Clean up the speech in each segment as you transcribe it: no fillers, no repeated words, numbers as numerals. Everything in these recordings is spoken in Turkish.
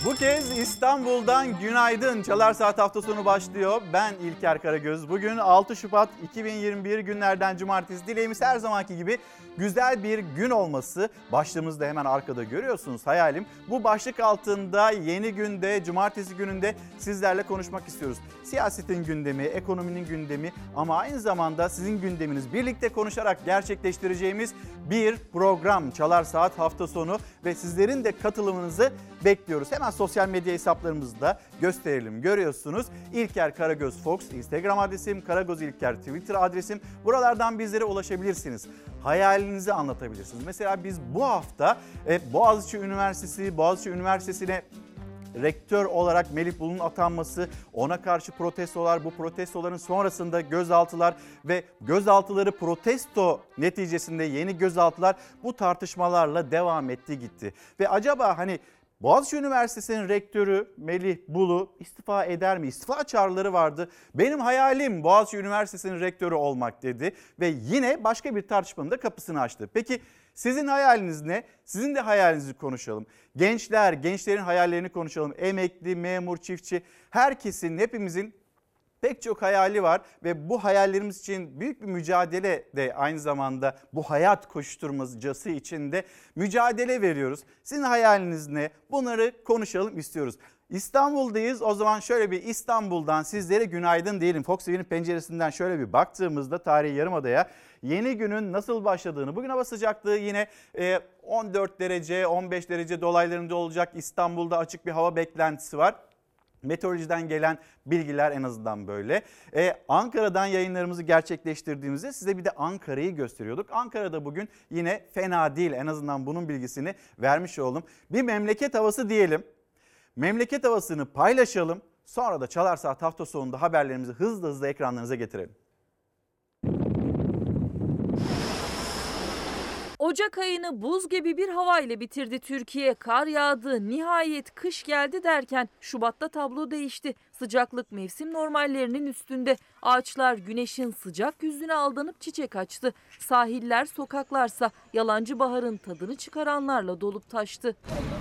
Bu kez İstanbul'dan günaydın. Çalar Saat hafta sonu başlıyor. Ben İlker Karagöz. Bugün 6 Şubat 2021 günlerden cumartesi. Dileğimiz her zamanki gibi güzel bir gün olması. Başlığımızı da hemen arkada görüyorsunuz, hayalim. Bu başlık altında yeni günde, cumartesi gününde sizlerle konuşmak istiyoruz. Siyasetin gündemi, ekonominin gündemi ama aynı zamanda sizin gündeminiz, birlikte konuşarak gerçekleştireceğimiz bir program. Çalar Saat hafta sonu ve sizlerin de katılımınızı bekliyoruz. Hemen sosyal medya hesaplarımızda gösterelim, görüyorsunuz. İlker Karagöz Fox Instagram adresim, Karagöz İlker Twitter adresim. Buralardan bizlere ulaşabilirsiniz. Hayalinizi anlatabilirsiniz. Mesela biz bu hafta Boğaziçi Üniversitesi'ne rektör olarak Melih Bulu'nun atanması, ona karşı protestolar, bu protestoların sonrasında gözaltılar ve gözaltıları protesto neticesinde yeni gözaltılar bu tartışmalarla devam etti gitti. Ve acaba Boğaziçi Üniversitesi'nin rektörü Melih Bulu istifa eder mi? İstifa çağrıları vardı. Benim hayalim Boğaziçi Üniversitesi'nin rektörü olmak dedi ve yine başka bir tartışmanın da kapısını açtı. Peki sizin hayaliniz ne? Sizin de hayalinizi konuşalım. Gençlerin hayallerini konuşalım. Emekli, memur, çiftçi, herkesin, hepimizin pek çok hayali var ve bu hayallerimiz için büyük bir mücadele de aynı zamanda bu hayat koşuşturmacası içinde mücadele veriyoruz. Sizin hayaliniz ne? Bunları konuşalım istiyoruz. İstanbul'dayız. O zaman şöyle bir İstanbul'dan sizlere günaydın diyelim. Fox TV'nin penceresinden şöyle bir baktığımızda tarihi Yarımada'ya yeni günün nasıl başladığını, bugün hava sıcaklığı yine 14 derece, 15 derece dolaylarında olacak. İstanbul'da açık bir hava beklentisi var. Meteorolojiden gelen bilgiler en azından böyle. Ankara'dan yayınlarımızı gerçekleştirdiğimizde size bir de Ankara'yı gösteriyorduk. Ankara'da bugün yine fena değil, en azından bunun bilgisini vermiş oldum. Bir memleket havası diyelim. Memleket havasını paylaşalım. Sonra da Çalar Saat hafta sonunda haberlerimizi hızlı ekranlarınıza getirelim. Ocak ayını buz gibi bir havayla bitirdi Türkiye. Kar yağdı, nihayet kış geldi derken Şubat'ta tablo değişti. Sıcaklık mevsim normallerinin üstünde. Ağaçlar güneşin sıcak yüzüne aldanıp çiçek açtı. Sahiller, sokaklarsa yalancı baharın tadını çıkaranlarla dolup taştı.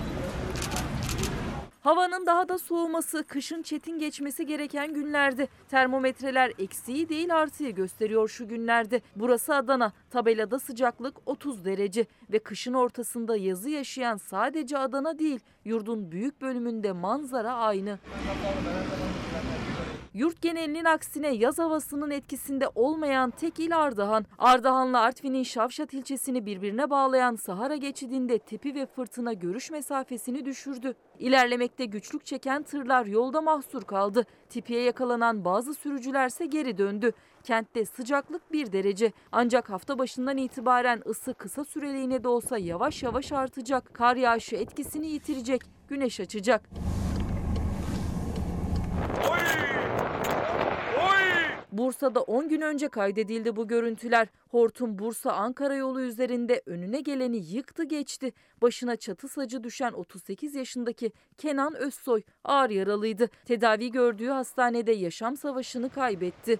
Havanın daha da soğuması, kışın çetin geçmesi gereken günlerde. Termometreler eksiği değil artıyı gösteriyor şu günlerde. Burası Adana. Tabelada sıcaklık 30 derece ve kışın ortasında yazı yaşayan sadece Adana değil, yurdun büyük bölümünde manzara aynı. Yurt genelinin aksine yaz havasının etkisinde olmayan tek il Ardahan. Ardahan'la Artvin'in Şavşat ilçesini birbirine bağlayan Sahara geçidinde tepi ve fırtına görüş mesafesini düşürdü. İlerlemekte güçlük çeken tırlar yolda mahsur kaldı. Tipiye yakalanan bazı sürücülerse geri döndü. Kentte sıcaklık 1 derece. Ancak hafta başından itibaren ısı kısa süreliğine de olsa yavaş yavaş artacak. Kar yağışı etkisini yitirecek. Güneş açacak. Bursa'da 10 gün önce kaydedildi bu görüntüler. Hortum Bursa-Ankara yolu üzerinde önüne geleni yıktı geçti. Başına çatı sacı düşen 38 yaşındaki Kenan Özsoy ağır yaralıydı. Tedavi gördüğü hastanede yaşam savaşını kaybetti.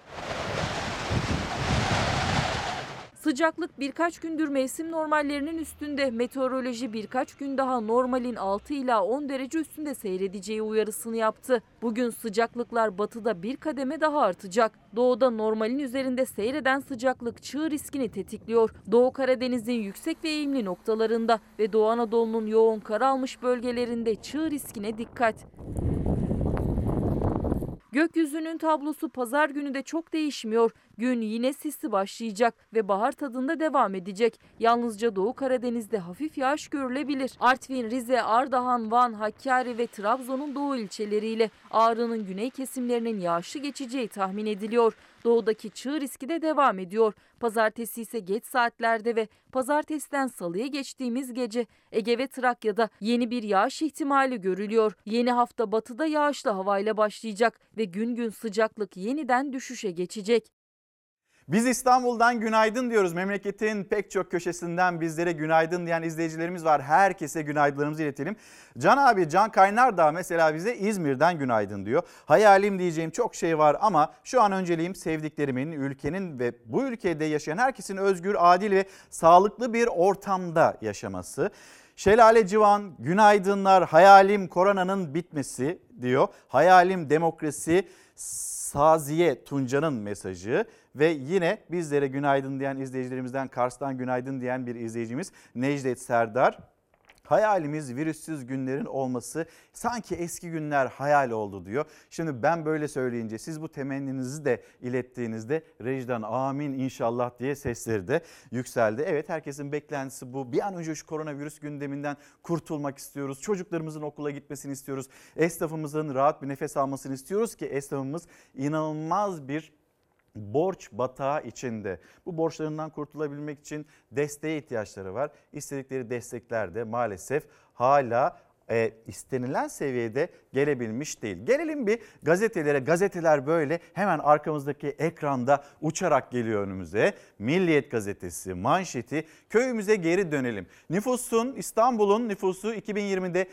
Sıcaklık birkaç gündür mevsim normallerinin üstünde. Meteoroloji birkaç gün daha normalin 6 ila 10 derece üstünde seyredeceği uyarısını yaptı. Bugün sıcaklıklar batıda bir kademe daha artacak. Doğuda normalin üzerinde seyreden sıcaklık çığ riskini tetikliyor. Doğu Karadeniz'in yüksek ve eğimli noktalarında ve Doğu Anadolu'nun yoğun kar almış bölgelerinde çığ riskine dikkat. Gökyüzünün tablosu pazar günü de çok değişmiyor. Gün yine sisli başlayacak ve bahar tadında devam edecek. Yalnızca Doğu Karadeniz'de hafif yağış görülebilir. Artvin, Rize, Ardahan, Van, Hakkari ve Trabzon'un doğu ilçeleriyle Ağrı'nın güney kesimlerinin yağışlı geçeceği tahmin ediliyor. Doğudaki çığ riski de devam ediyor. Pazartesi ise geç saatlerde ve pazartesiden salıya geçtiğimiz gece Ege ve Trakya'da yeni bir yağış ihtimali görülüyor. Yeni hafta batıda yağışlı havayla başlayacak ve gün gün sıcaklık yeniden düşüşe geçecek. Biz İstanbul'dan günaydın diyoruz. Memleketin pek çok köşesinden bizlere günaydın diyen izleyicilerimiz var. Herkese günaydınlarımızı iletelim. Can abi, Can Kaynardağ mesela bize İzmir'den günaydın diyor. Hayalim diyeceğim çok şey var ama şu an önceliğim sevdiklerimin, ülkenin ve bu ülkede yaşayan herkesin özgür, adil ve sağlıklı bir ortamda yaşaması. Şelale Civan, günaydınlar, hayalim koronanın bitmesi diyor. Hayalim demokrasi, Saziye Tunca'nın mesajı ve yine bizlere günaydın diyen izleyicilerimizden Kars'tan günaydın diyen bir izleyicimiz Necdet Serdar. Hayalimiz virüssüz günlerin olması, sanki eski günler hayal oldu diyor. Şimdi ben böyle söyleyince siz bu temenninizi de ilettiğinizde rejiden amin inşallah diye sesleri de yükseldi. Evet, herkesin beklentisi bu. Bir an önce şu koronavirüs gündeminden kurtulmak istiyoruz. Çocuklarımızın okula gitmesini istiyoruz. Esnafımızın rahat bir nefes almasını istiyoruz ki esnafımız inanılmaz bir borç batağı içinde. Bu borçlarından kurtulabilmek için desteğe ihtiyaçları var. İstedikleri destekler de maalesef hala istenilen seviyede gelebilmiş değil. Gelelim bir gazetelere. Gazeteler böyle hemen arkamızdaki ekranda uçarak geliyor önümüze. Milliyet gazetesi manşeti, köyümüze geri dönelim. İstanbul'un nüfusu 2020'de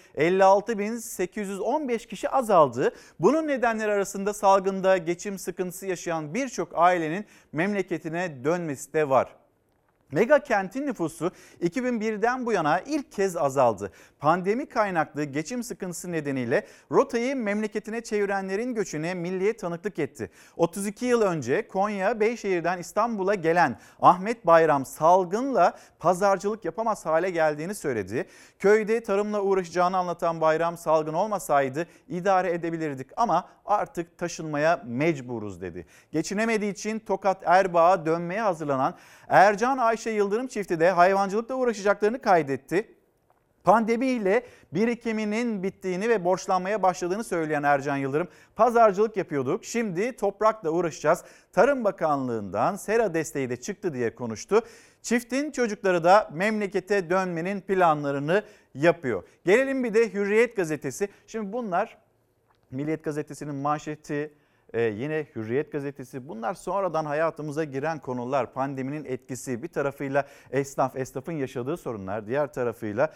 56.815 kişi azaldı. Bunun nedenleri arasında salgında geçim sıkıntısı yaşayan birçok ailenin memleketine dönmesi de var. Mega kentin nüfusu 2001'den bu yana ilk kez azaldı. Pandemi kaynaklı geçim sıkıntısı nedeniyle rotayı memleketine çevirenlerin göçüne Milliyet tanıklık etti. 32 yıl önce Konya Beyşehir'den İstanbul'a gelen Ahmet Bayram salgınla pazarcılık yapamaz hale geldiğini söyledi. Köyde tarımla uğraşacağını anlatan Bayram, salgın olmasaydı idare edebilirdik ama artık taşınmaya mecburuz dedi. Geçinemediği için Tokat Erbaa'ya dönmeye hazırlanan Ercan Ayşe Yıldırım çifti de hayvancılıkla uğraşacaklarını kaydetti. Pandemiyle birikiminin bittiğini ve borçlanmaya başladığını söyleyen Ercan Yıldırım, pazarcılık yapıyorduk, şimdi toprakla uğraşacağız. Tarım Bakanlığı'ndan sera desteği de çıktı diye konuştu. Çiftin çocukları da memlekete dönmenin planlarını yapıyor. Gelelim bir de Hürriyet gazetesi. Şimdi bunlar Milliyet gazetesinin manşeti, yine Hürriyet gazetesi, bunlar sonradan hayatımıza giren konular. Pandeminin etkisi, bir tarafıyla esnafın yaşadığı sorunlar, diğer tarafıyla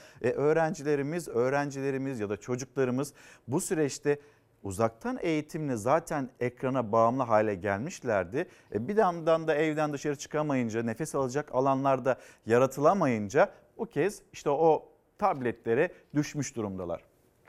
öğrencilerimiz ya da çocuklarımız bu süreçte uzaktan eğitimle zaten ekrana bağımlı hale gelmişlerdi. Bir yandan da evden dışarı çıkamayınca, nefes alacak alanlarda yaratılamayınca bu kez işte o tabletlere düşmüş durumdalar.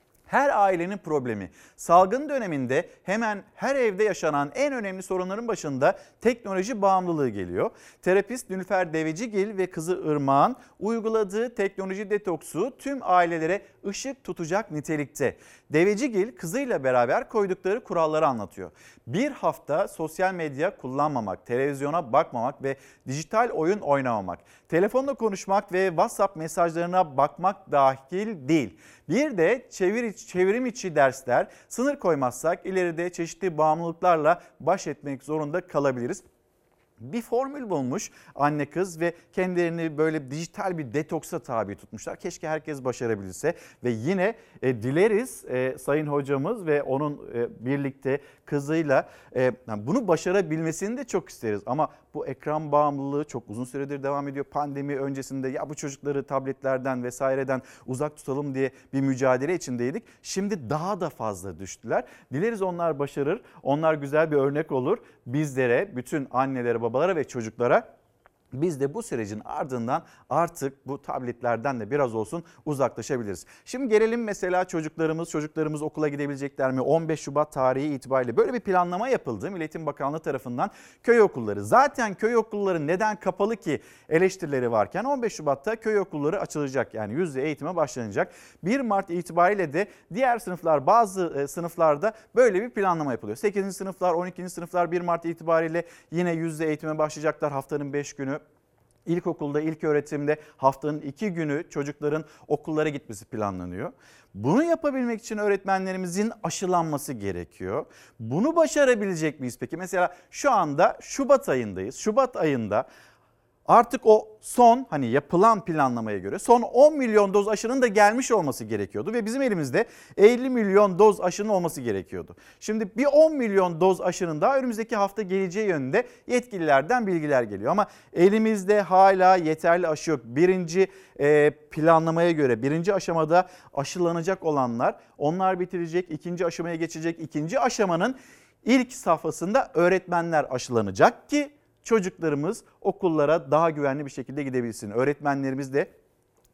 Her ailenin problemi. Salgın döneminde hemen her evde yaşanan en önemli sorunların başında teknoloji bağımlılığı geliyor. Terapist Nülfer Devecigil ve kızı Irmak'ın uyguladığı teknoloji detoksu tüm ailelere ışık tutacak nitelikte. Devecigil kızıyla beraber koydukları kuralları anlatıyor. Bir hafta sosyal medya kullanmamak, televizyona bakmamak ve dijital oyun oynamamak, telefonla konuşmak ve WhatsApp mesajlarına bakmak dahil değil. Bir de çevrim içi dersler, sınır koymazsak ileride çeşitli bağımlılıklarla baş etmek zorunda kalabiliriz. Bir formül bulmuş anne kız ve kendilerini böyle dijital bir detoksa tabi tutmuşlar. Keşke herkes başarabilse ve yine dileriz sayın hocamız ve onun birlikte kızıyla bunu başarabilmesini de çok isteriz. Ama bu ekran bağımlılığı çok uzun süredir devam ediyor. Pandemi öncesinde ya bu çocukları tabletlerden vesaireden uzak tutalım diye bir mücadele içindeydik. Şimdi daha da fazla düştüler. Dileriz onlar başarır, onlar güzel bir örnek olur. Bizlere, bütün annelere, babalara ve çocuklara, biz de bu sürecin ardından artık bu tabletlerden de biraz olsun uzaklaşabiliriz. Şimdi gelelim mesela çocuklarımız okula gidebilecekler mi? 15 Şubat tarihi itibariyle böyle bir planlama yapıldı Milli Eğitim Bakanlığı tarafından. Köy okulları, zaten köy okulları neden kapalı ki eleştirileri varken 15 Şubat'ta köy okulları açılacak, yani yüzde eğitime başlanacak. 1 Mart itibariyle de diğer sınıflar, bazı sınıflarda böyle bir planlama yapılıyor. 8. sınıflar, 12. sınıflar 1 Mart itibariyle yine yüzde eğitime başlayacaklar haftanın 5 günü. İlkokulda, ilköğretimde haftanın 2 günü çocukların okullara gitmesi planlanıyor. Bunu yapabilmek için öğretmenlerimizin aşılanması gerekiyor. Bunu başarabilecek miyiz peki? Mesela şu anda Şubat ayındayız. Şubat ayında artık o son yapılan planlamaya göre son 10 milyon doz aşının da gelmiş olması gerekiyordu ve bizim elimizde 50 milyon doz aşının olması gerekiyordu. Şimdi bir 10 milyon doz aşının daha önümüzdeki hafta geleceği yönünde yetkililerden bilgiler geliyor. Ama elimizde hala yeterli aşı yok. Birinci planlamaya göre birinci aşamada aşılanacak olanlar, onlar bitirecek, ikinci aşamaya geçecek. İkinci aşamanın ilk safhasında öğretmenler aşılanacak ki çocuklarımız okullara daha güvenli bir şekilde gidebilsin. Öğretmenlerimiz de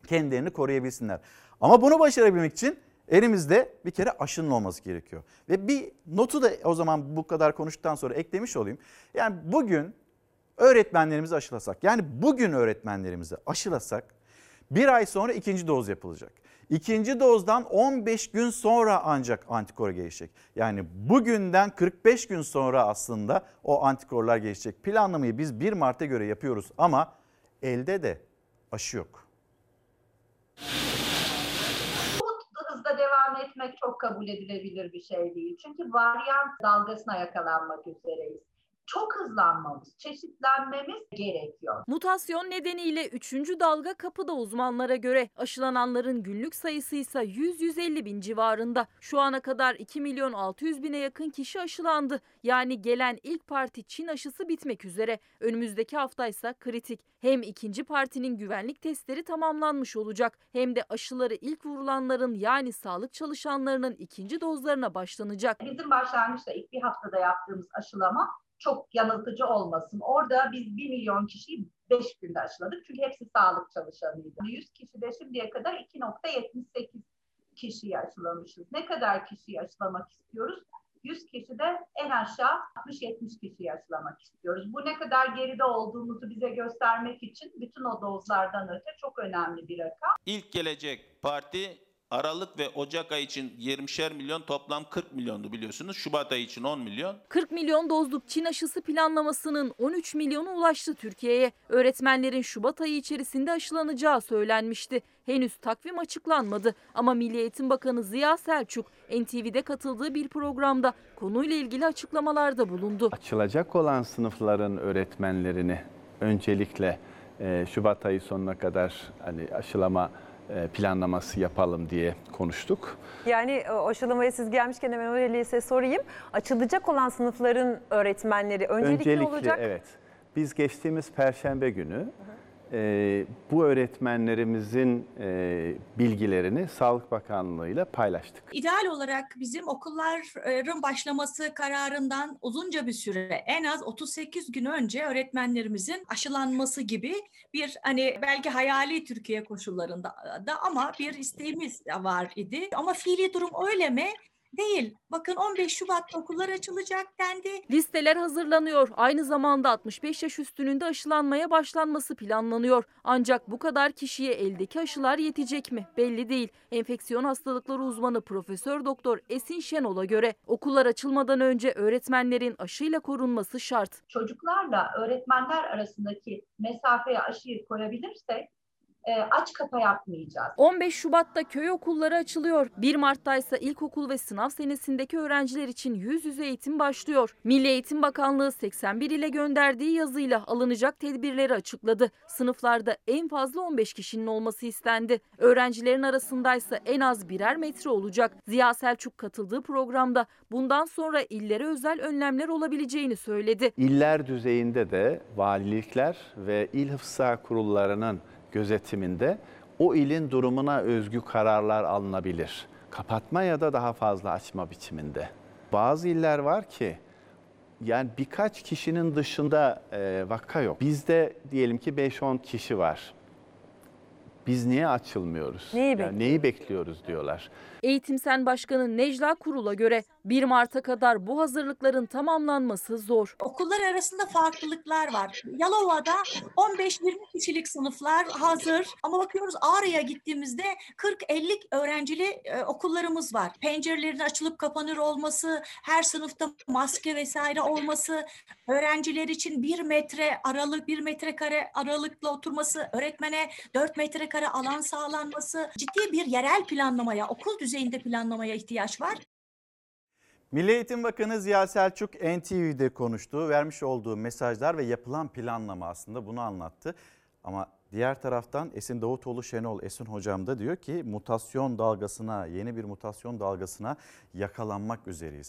kendilerini koruyabilsinler. Ama bunu başarabilmek için elimizde bir kere aşının olması gerekiyor. Ve bir notu da o zaman bu kadar konuştuktan sonra eklemiş olayım. Yani bugün öğretmenlerimizi aşılasak, yani bugün öğretmenlerimizi aşılasak bir ay sonra ikinci doz yapılacak. İkinci dozdan 15 gün sonra ancak antikor gelişecek. Yani bugünden 45 gün sonra aslında o antikorlar gelişecek. Planlamayı biz 1 Mart'a göre yapıyoruz ama elde de aşı yok. Hızla devam etmek çok kabul edilebilir bir şey değil. Çünkü varyant dalgasına yakalanmak üzereyiz. Çok hızlanmamız, çeşitlenmemiz gerekiyor. Mutasyon nedeniyle 3. dalga kapıda uzmanlara göre. Aşılananların günlük sayısı ise 100-150 bin civarında. Şu ana kadar 2.600.000'e yakın kişi aşılandı. Yani gelen ilk parti Çin aşısı bitmek üzere. Önümüzdeki hafta ise kritik. Hem ikinci partinin güvenlik testleri tamamlanmış olacak hem de aşıları ilk vurulanların yani sağlık çalışanlarının ikinci dozlarına başlanacak. Bizim başlangıçta ilk bir haftada yaptığımız aşılama çok yanıltıcı olmasın. Orada biz 1 milyon kişiyi 5 günde aşıladık. Çünkü hepsi sağlık çalışanıydı. 100 kişide şimdiye kadar 2.78 kişiyi aşılamışız. Ne kadar kişiyi aşılamak istiyoruz? 100 kişide en aşağı 60-70 kişiyi aşılamak istiyoruz. Bu ne kadar geride olduğumuzu bize göstermek için bütün o dozlardan öte çok önemli bir rakam. İlk gelecek parti Aralık ve Ocak ayı için 20'şer milyon, toplam 40 milyondu biliyorsunuz. Şubat ayı için 10 milyon. 40 milyon dozluk Çin aşısı planlamasının 13 milyonu ulaştı Türkiye'ye. Öğretmenlerin Şubat ayı içerisinde aşılanacağı söylenmişti. Henüz takvim açıklanmadı ama Milli Eğitim Bakanı Ziya Selçuk NTV'de katıldığı bir programda konuyla ilgili açıklamalarda bulundu. Açılacak olan sınıfların öğretmenlerini öncelikle Şubat ayı sonuna kadar aşılama planlaması yapalım diye konuştuk. Yani aşılamaya siz gelmişken hemen öyle size sorayım. Açılacak olan sınıfların öğretmenleri öncelikli olacak. Evet. Biz geçtiğimiz Perşembe günü bu öğretmenlerimizin bilgilerini Sağlık Bakanlığı ile paylaştık. İdeal olarak bizim okulların başlaması kararından uzunca bir süre, en az 38 gün önce öğretmenlerimizin aşılanması gibi bir belki hayali Türkiye koşullarında da ama bir isteğimiz var idi. Ama fiili durum öyle mi? Değil. Bakın 15 Şubat'ta okullar açılacak dendi. Listeler hazırlanıyor. Aynı zamanda 65 yaş üstünün de aşılanmaya başlanması planlanıyor. Ancak bu kadar kişiye eldeki aşılar yetecek mi? Belli değil. Enfeksiyon hastalıkları uzmanı Profesör Doktor Esin Şenol'a göre okullar açılmadan önce öğretmenlerin aşıyla korunması şart. Çocuklarla öğretmenler arasındaki mesafeye aşıyı koyabilirsek aç kapa yapmayacağız. 15 Şubat'ta köy okulları açılıyor. 1 Mart'ta ise ilkokul ve sınav senesindeki öğrenciler için yüz yüze eğitim başlıyor. Milli Eğitim Bakanlığı 81 ile gönderdiği yazıyla alınacak tedbirleri açıkladı. Sınıflarda en fazla 15 kişinin olması istendi. Öğrencilerin arasındaysa en az birer metre olacak. Ziya Selçuk katıldığı programda bundan sonra illere özel önlemler olabileceğini söyledi. İller düzeyinde de valilikler ve il hıfzı kurullarının gözetiminde o ilin durumuna özgü kararlar alınabilir. Kapatma ya da daha fazla açma biçiminde. Bazı iller var ki yani birkaç kişinin dışında vaka yok. Bizde diyelim ki 5-10 kişi var. Biz niye açılmıyoruz? Neyi bekliyoruz diyorlar. Eğitim Sen Başkanı Necla Kurul'a göre 1 Mart'a kadar bu hazırlıkların tamamlanması zor. Okullar arasında farklılıklar var. Yalova'da 15-20 kişilik sınıflar hazır ama bakıyoruz Ağrı'ya gittiğimizde 40-50 öğrencili okullarımız var. Pencerelerin açılıp kapanır olması, her sınıfta maske vesaire olması, öğrenciler için 1 metrekare aralıkla oturması, öğretmene 4 metrekare alan sağlanması, ciddi bir yerel planlamaya, okul düzeyinde planlamaya ihtiyaç var. Milli Eğitim Bakanı Ziya Selçuk NTV'de konuştu. Vermiş olduğu mesajlar ve yapılan planlama aslında bunu anlattı. Ama diğer taraftan Esin Davutoğlu Şenol, Esin hocam da diyor ki mutasyon dalgasına, yeni bir mutasyon dalgasına yakalanmak üzereyiz.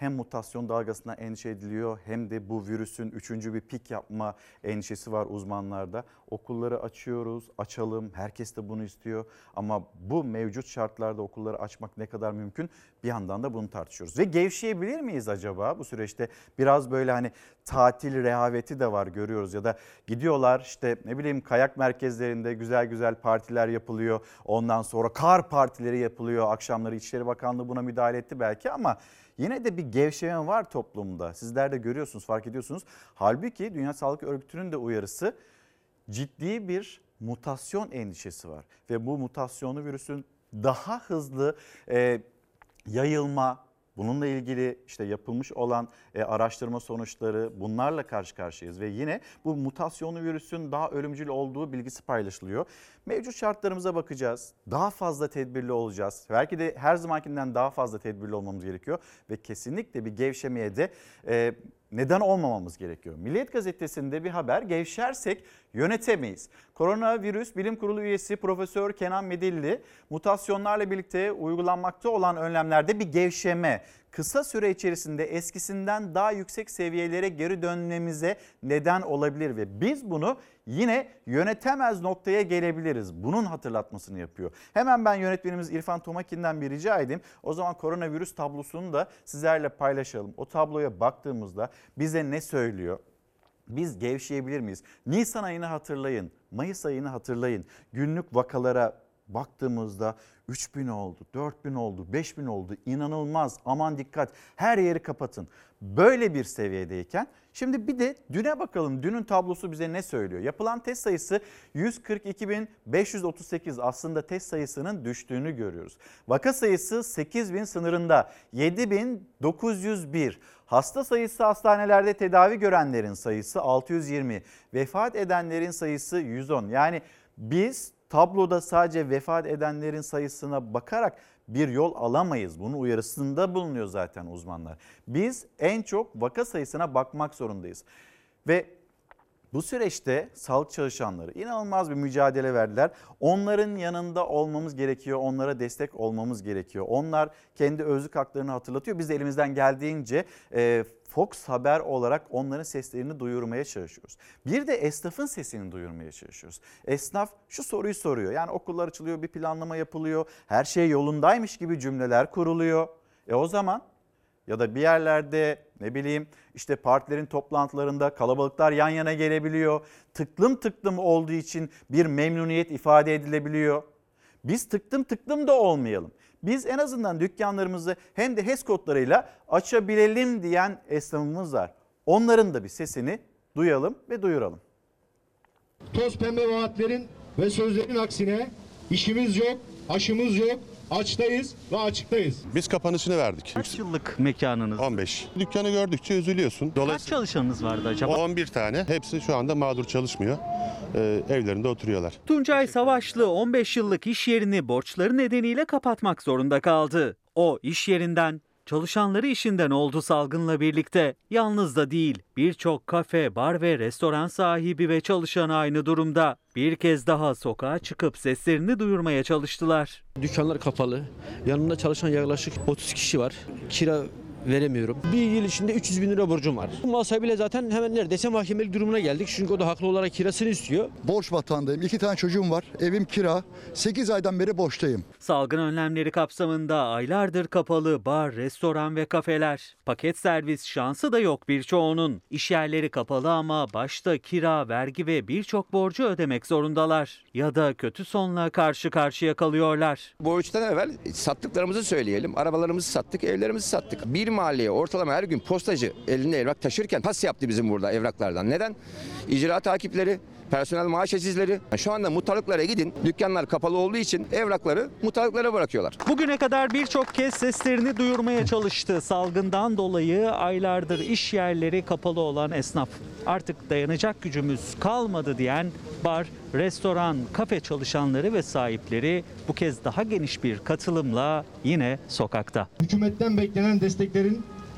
hem mutasyon dalgasından endişe ediliyor hem de bu virüsün 3. bir pik yapma endişesi var uzmanlarda. Okulları açıyoruz, açalım. Herkes de bunu istiyor ama bu mevcut şartlarda okulları açmak ne kadar mümkün? Bir yandan da bunu tartışıyoruz. Ve gevşeyebilir miyiz acaba bu süreçte? Biraz böyle hani tatil rehaveti de var, görüyoruz ya da gidiyorlar işte ne bileyim kayak merkezlerinde güzel güzel partiler yapılıyor. Ondan sonra kar partileri yapılıyor akşamları. İçişleri Bakanlığı buna müdahale etti belki ama yine de bir gevşeme var toplumda. Sizler de görüyorsunuz, fark ediyorsunuz. Halbuki Dünya Sağlık Örgütü'nün de uyarısı, ciddi bir mutasyon endişesi var. Ve bu mutasyonlu virüsün daha hızlı yayılma, bununla ilgili işte yapılmış olan araştırma sonuçları, bunlarla karşı karşıyayız. Ve yine bu mutasyonlu virüsün daha ölümcül olduğu bilgisi paylaşılıyor. Mevcut şartlarımıza bakacağız. Daha fazla tedbirli olacağız. Belki de her zamankinden daha fazla tedbirli olmamız gerekiyor. Ve kesinlikle bir gevşemeye de neden olmamamız gerekiyor. Milliyet Gazetesi'nde bir haber, gevşersek yönetemeyiz. Koronavirüs Bilim Kurulu üyesi Profesör Kenan Medilli, mutasyonlarla birlikte uygulanmakta olan önlemlerde bir gevşeme, kısa süre içerisinde eskisinden daha yüksek seviyelere geri dönmemize neden olabilir ve biz bunu yine yönetemez noktaya gelebiliriz. Bunun hatırlatmasını yapıyor. Hemen ben yönetmenimiz İrfan Tomakin'den bir rica edeyim. O zaman koronavirüs tablosunu da sizlerle paylaşalım. O tabloya baktığımızda bize ne söylüyor? Biz gevşeyebilir miyiz? Nisan ayını hatırlayın, Mayıs ayını hatırlayın. Günlük vakalara baktığımızda 3.000 oldu, 4.000 oldu, 5.000 oldu. İnanılmaz, aman dikkat, her yeri kapatın. Böyle bir seviyedeyken şimdi bir de düne bakalım. Dünün tablosu bize ne söylüyor? Yapılan test sayısı 142.538, aslında test sayısının düştüğünü görüyoruz. Vaka sayısı 8.000 sınırında, 7.901. Hasta sayısı, hastanelerde tedavi görenlerin sayısı 620. Vefat edenlerin sayısı 110. Yani biz tabloda sadece vefat edenlerin sayısına bakarak bir yol alamayız. Bunun uyarısında bulunuyor zaten uzmanlar. Biz en çok vaka sayısına bakmak zorundayız. Ve bu süreçte sağlık çalışanları inanılmaz bir mücadele verdiler. Onların yanında olmamız gerekiyor, onlara destek olmamız gerekiyor. Onlar kendi özlük haklarını hatırlatıyor. Biz de elimizden geldiğince Fox Haber olarak onların seslerini duyurmaya çalışıyoruz. Bir de esnafın sesini duyurmaya çalışıyoruz. Esnaf şu soruyu soruyor. Yani okullar açılıyor, bir planlama yapılıyor. Her şey yolundaymış gibi cümleler kuruluyor. O zaman ya da bir yerlerde ne bileyim işte partilerin toplantılarında kalabalıklar yan yana gelebiliyor. Tıklım tıklım olduğu için bir memnuniyet ifade edilebiliyor. Biz tıklım tıklım da olmayalım. Biz en azından dükkanlarımızı hem de HES kodlarıyla açabilelim diyen esnafımız var. Onların da bir sesini duyalım ve duyuralım. Toz pembe vaatlerin ve sözlerin aksine işimiz yok, aşımız yok, açtayız ve açıktayız. Biz kapanışını verdik. Kaç yıllık mekanınız? 15. Dükkanı gördükçe üzülüyorsun. Kaç çalışanınız vardı acaba? 11 tane. Hepsi şu anda mağdur çalışmıyor. Evlerinde oturuyorlar. Tuncay Savaşlı 15 yıllık iş yerini borçları nedeniyle kapatmak zorunda kaldı. O iş yerinden, çalışanları işinden oldu salgınla birlikte. Yalnız da değil, birçok kafe, bar ve restoran sahibi ve çalışan aynı durumda. Bir kez daha sokağa çıkıp seslerini duyurmaya çalıştılar. Dükkanlar kapalı. Yanında çalışan yaklaşık 30 kişi var. Kira veremiyorum. Bir yıl içinde 300 bin lira borcum var. Mal sahibiyle zaten hemen neredeyse mahkemelik durumuna geldik. Çünkü o da haklı olarak kirasını istiyor. Borç batağındayım. 2 tane çocuğum var. Evim kira. 8 aydan beri borçtayım. Salgın önlemleri kapsamında aylardır kapalı bar, restoran ve kafeler. Paket servis şansı da yok birçoğunun. İş yerleri kapalı ama başta kira, vergi ve birçok borcu ödemek zorundalar. Ya da kötü sonla karşı karşıya kalıyorlar. Borçtan evvel sattıklarımızı söyleyelim. Arabalarımızı sattık, evlerimizi sattık. Bir mahalleye ortalama her gün postacı elinde evrak taşırken pas yaptı bizim burada evraklardan. Neden? İcra takipleri, personel maaş hacizleri. Şu anda muhtarlıklara gidin. Dükkanlar kapalı olduğu için evrakları muhtarlıklara bırakıyorlar. Bugüne kadar birçok kez seslerini duyurmaya çalıştı. Salgından dolayı aylardır iş yerleri kapalı olan esnaf. Artık dayanacak gücümüz kalmadı diyen bar, restoran, kafe çalışanları ve sahipleri bu kez daha geniş bir katılımla yine sokakta. Hükümetten beklenen desteklerin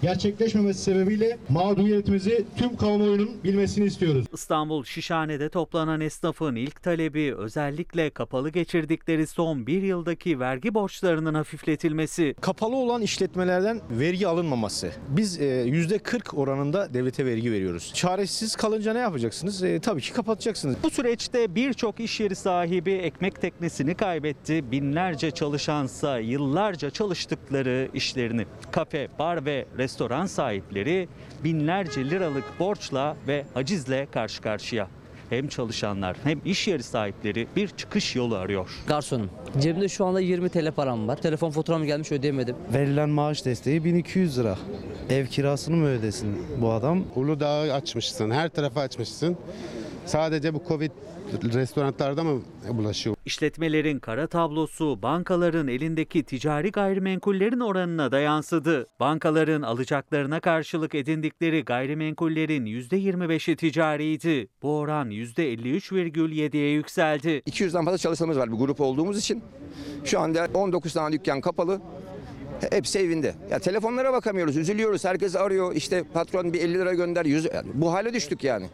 gerçekleşmemesi sebebiyle mağduriyetimizi tüm kamuoyunun bilmesini istiyoruz. İstanbul Şişhane'de toplanan esnafın ilk talebi özellikle kapalı geçirdikleri son bir yıldaki vergi borçlarının hafifletilmesi. Kapalı olan işletmelerden vergi alınmaması. Biz %40 oranında devlete vergi veriyoruz. Çaresiz kalınca ne yapacaksınız? Tabii ki kapatacaksınız. Bu süreçte birçok iş yeri sahibi ekmek teknesini kaybetti. Binlerce çalışansa yıllarca çalıştıkları işlerini. Kafe, bar ve restoran sahipleri binlerce liralık borçla ve hacizle karşı karşıya. Hem çalışanlar hem iş yeri sahipleri bir çıkış yolu arıyor. Garsonum. Cebimde şu anda 20 TL param var. Telefon faturam gelmiş, ödeyemedim. Verilen maaş desteği 1200 lira. Ev kirasını mı ödesin bu adam? Uludağ'ı açmışsın, her tarafı açmışsın. Sadece bu Covid restoranlarda mı bulaşıyor? İşletmelerin kara tablosu bankaların elindeki ticari gayrimenkullerin oranına da yansıdı. Bankaların alacaklarına karşılık edindikleri gayrimenkullerin %25'i ticariydi. Bu oran %53,7'ye yükseldi. 200'den fazla çalışanımız var bir grup olduğumuz için. Şu anda 19 tane dükkan kapalı. Hepsi evinde. Ya telefonlara bakamıyoruz, üzülüyoruz. Herkes arıyor. İşte patron bir 50 lira gönder. Yani bu hale düştük yani.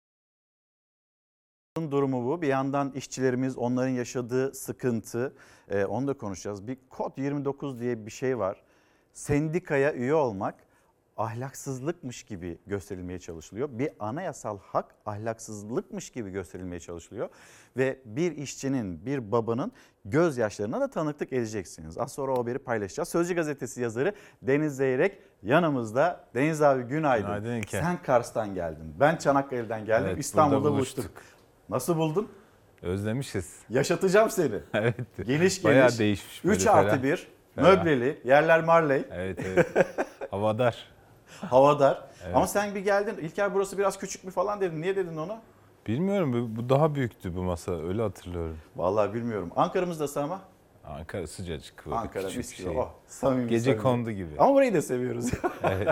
Durumu bu. Bir yandan işçilerimiz, onların yaşadığı sıkıntı, onu da konuşacağız. Bir kod 29 diye bir şey var. Sendikaya üye olmak ahlaksızlıkmış gibi gösterilmeye çalışılıyor. Bir anayasal hak ahlaksızlıkmış gibi gösterilmeye çalışılıyor. Ve bir işçinin, bir babanın gözyaşlarına da tanıklık edeceksiniz. Az sonra o haberi paylaşacağız. Sözcü gazetesi yazarı Deniz Zeyrek yanımızda. Deniz abi günaydın. Günaydın İlker. Sen Kars'tan geldin. Ben Çanakkale'den geldim. Evet, İstanbul'da buluştuk. Nasıl buldun? Özlemişiz. Yaşatacağım seni. Evet. Geniş Bayağı geniş. değişmiş. 3+1. Möbleli. Yerler Marley. Evet evet. Havadar. Havadar. Evet. Ama sen bir geldin. İlker burası biraz küçük mü falan dedin. Niye dedin onu? Bilmiyorum, bu daha büyüktü bu masa, öyle hatırlıyorum. Vallahi bilmiyorum. Ankara'mızdasın ama. Ankara sıcacık. Ankara küçük mis gibi. şey. Oh, samimi, Gece samimi. kondu gibi. Ama burayı da seviyoruz. Evet.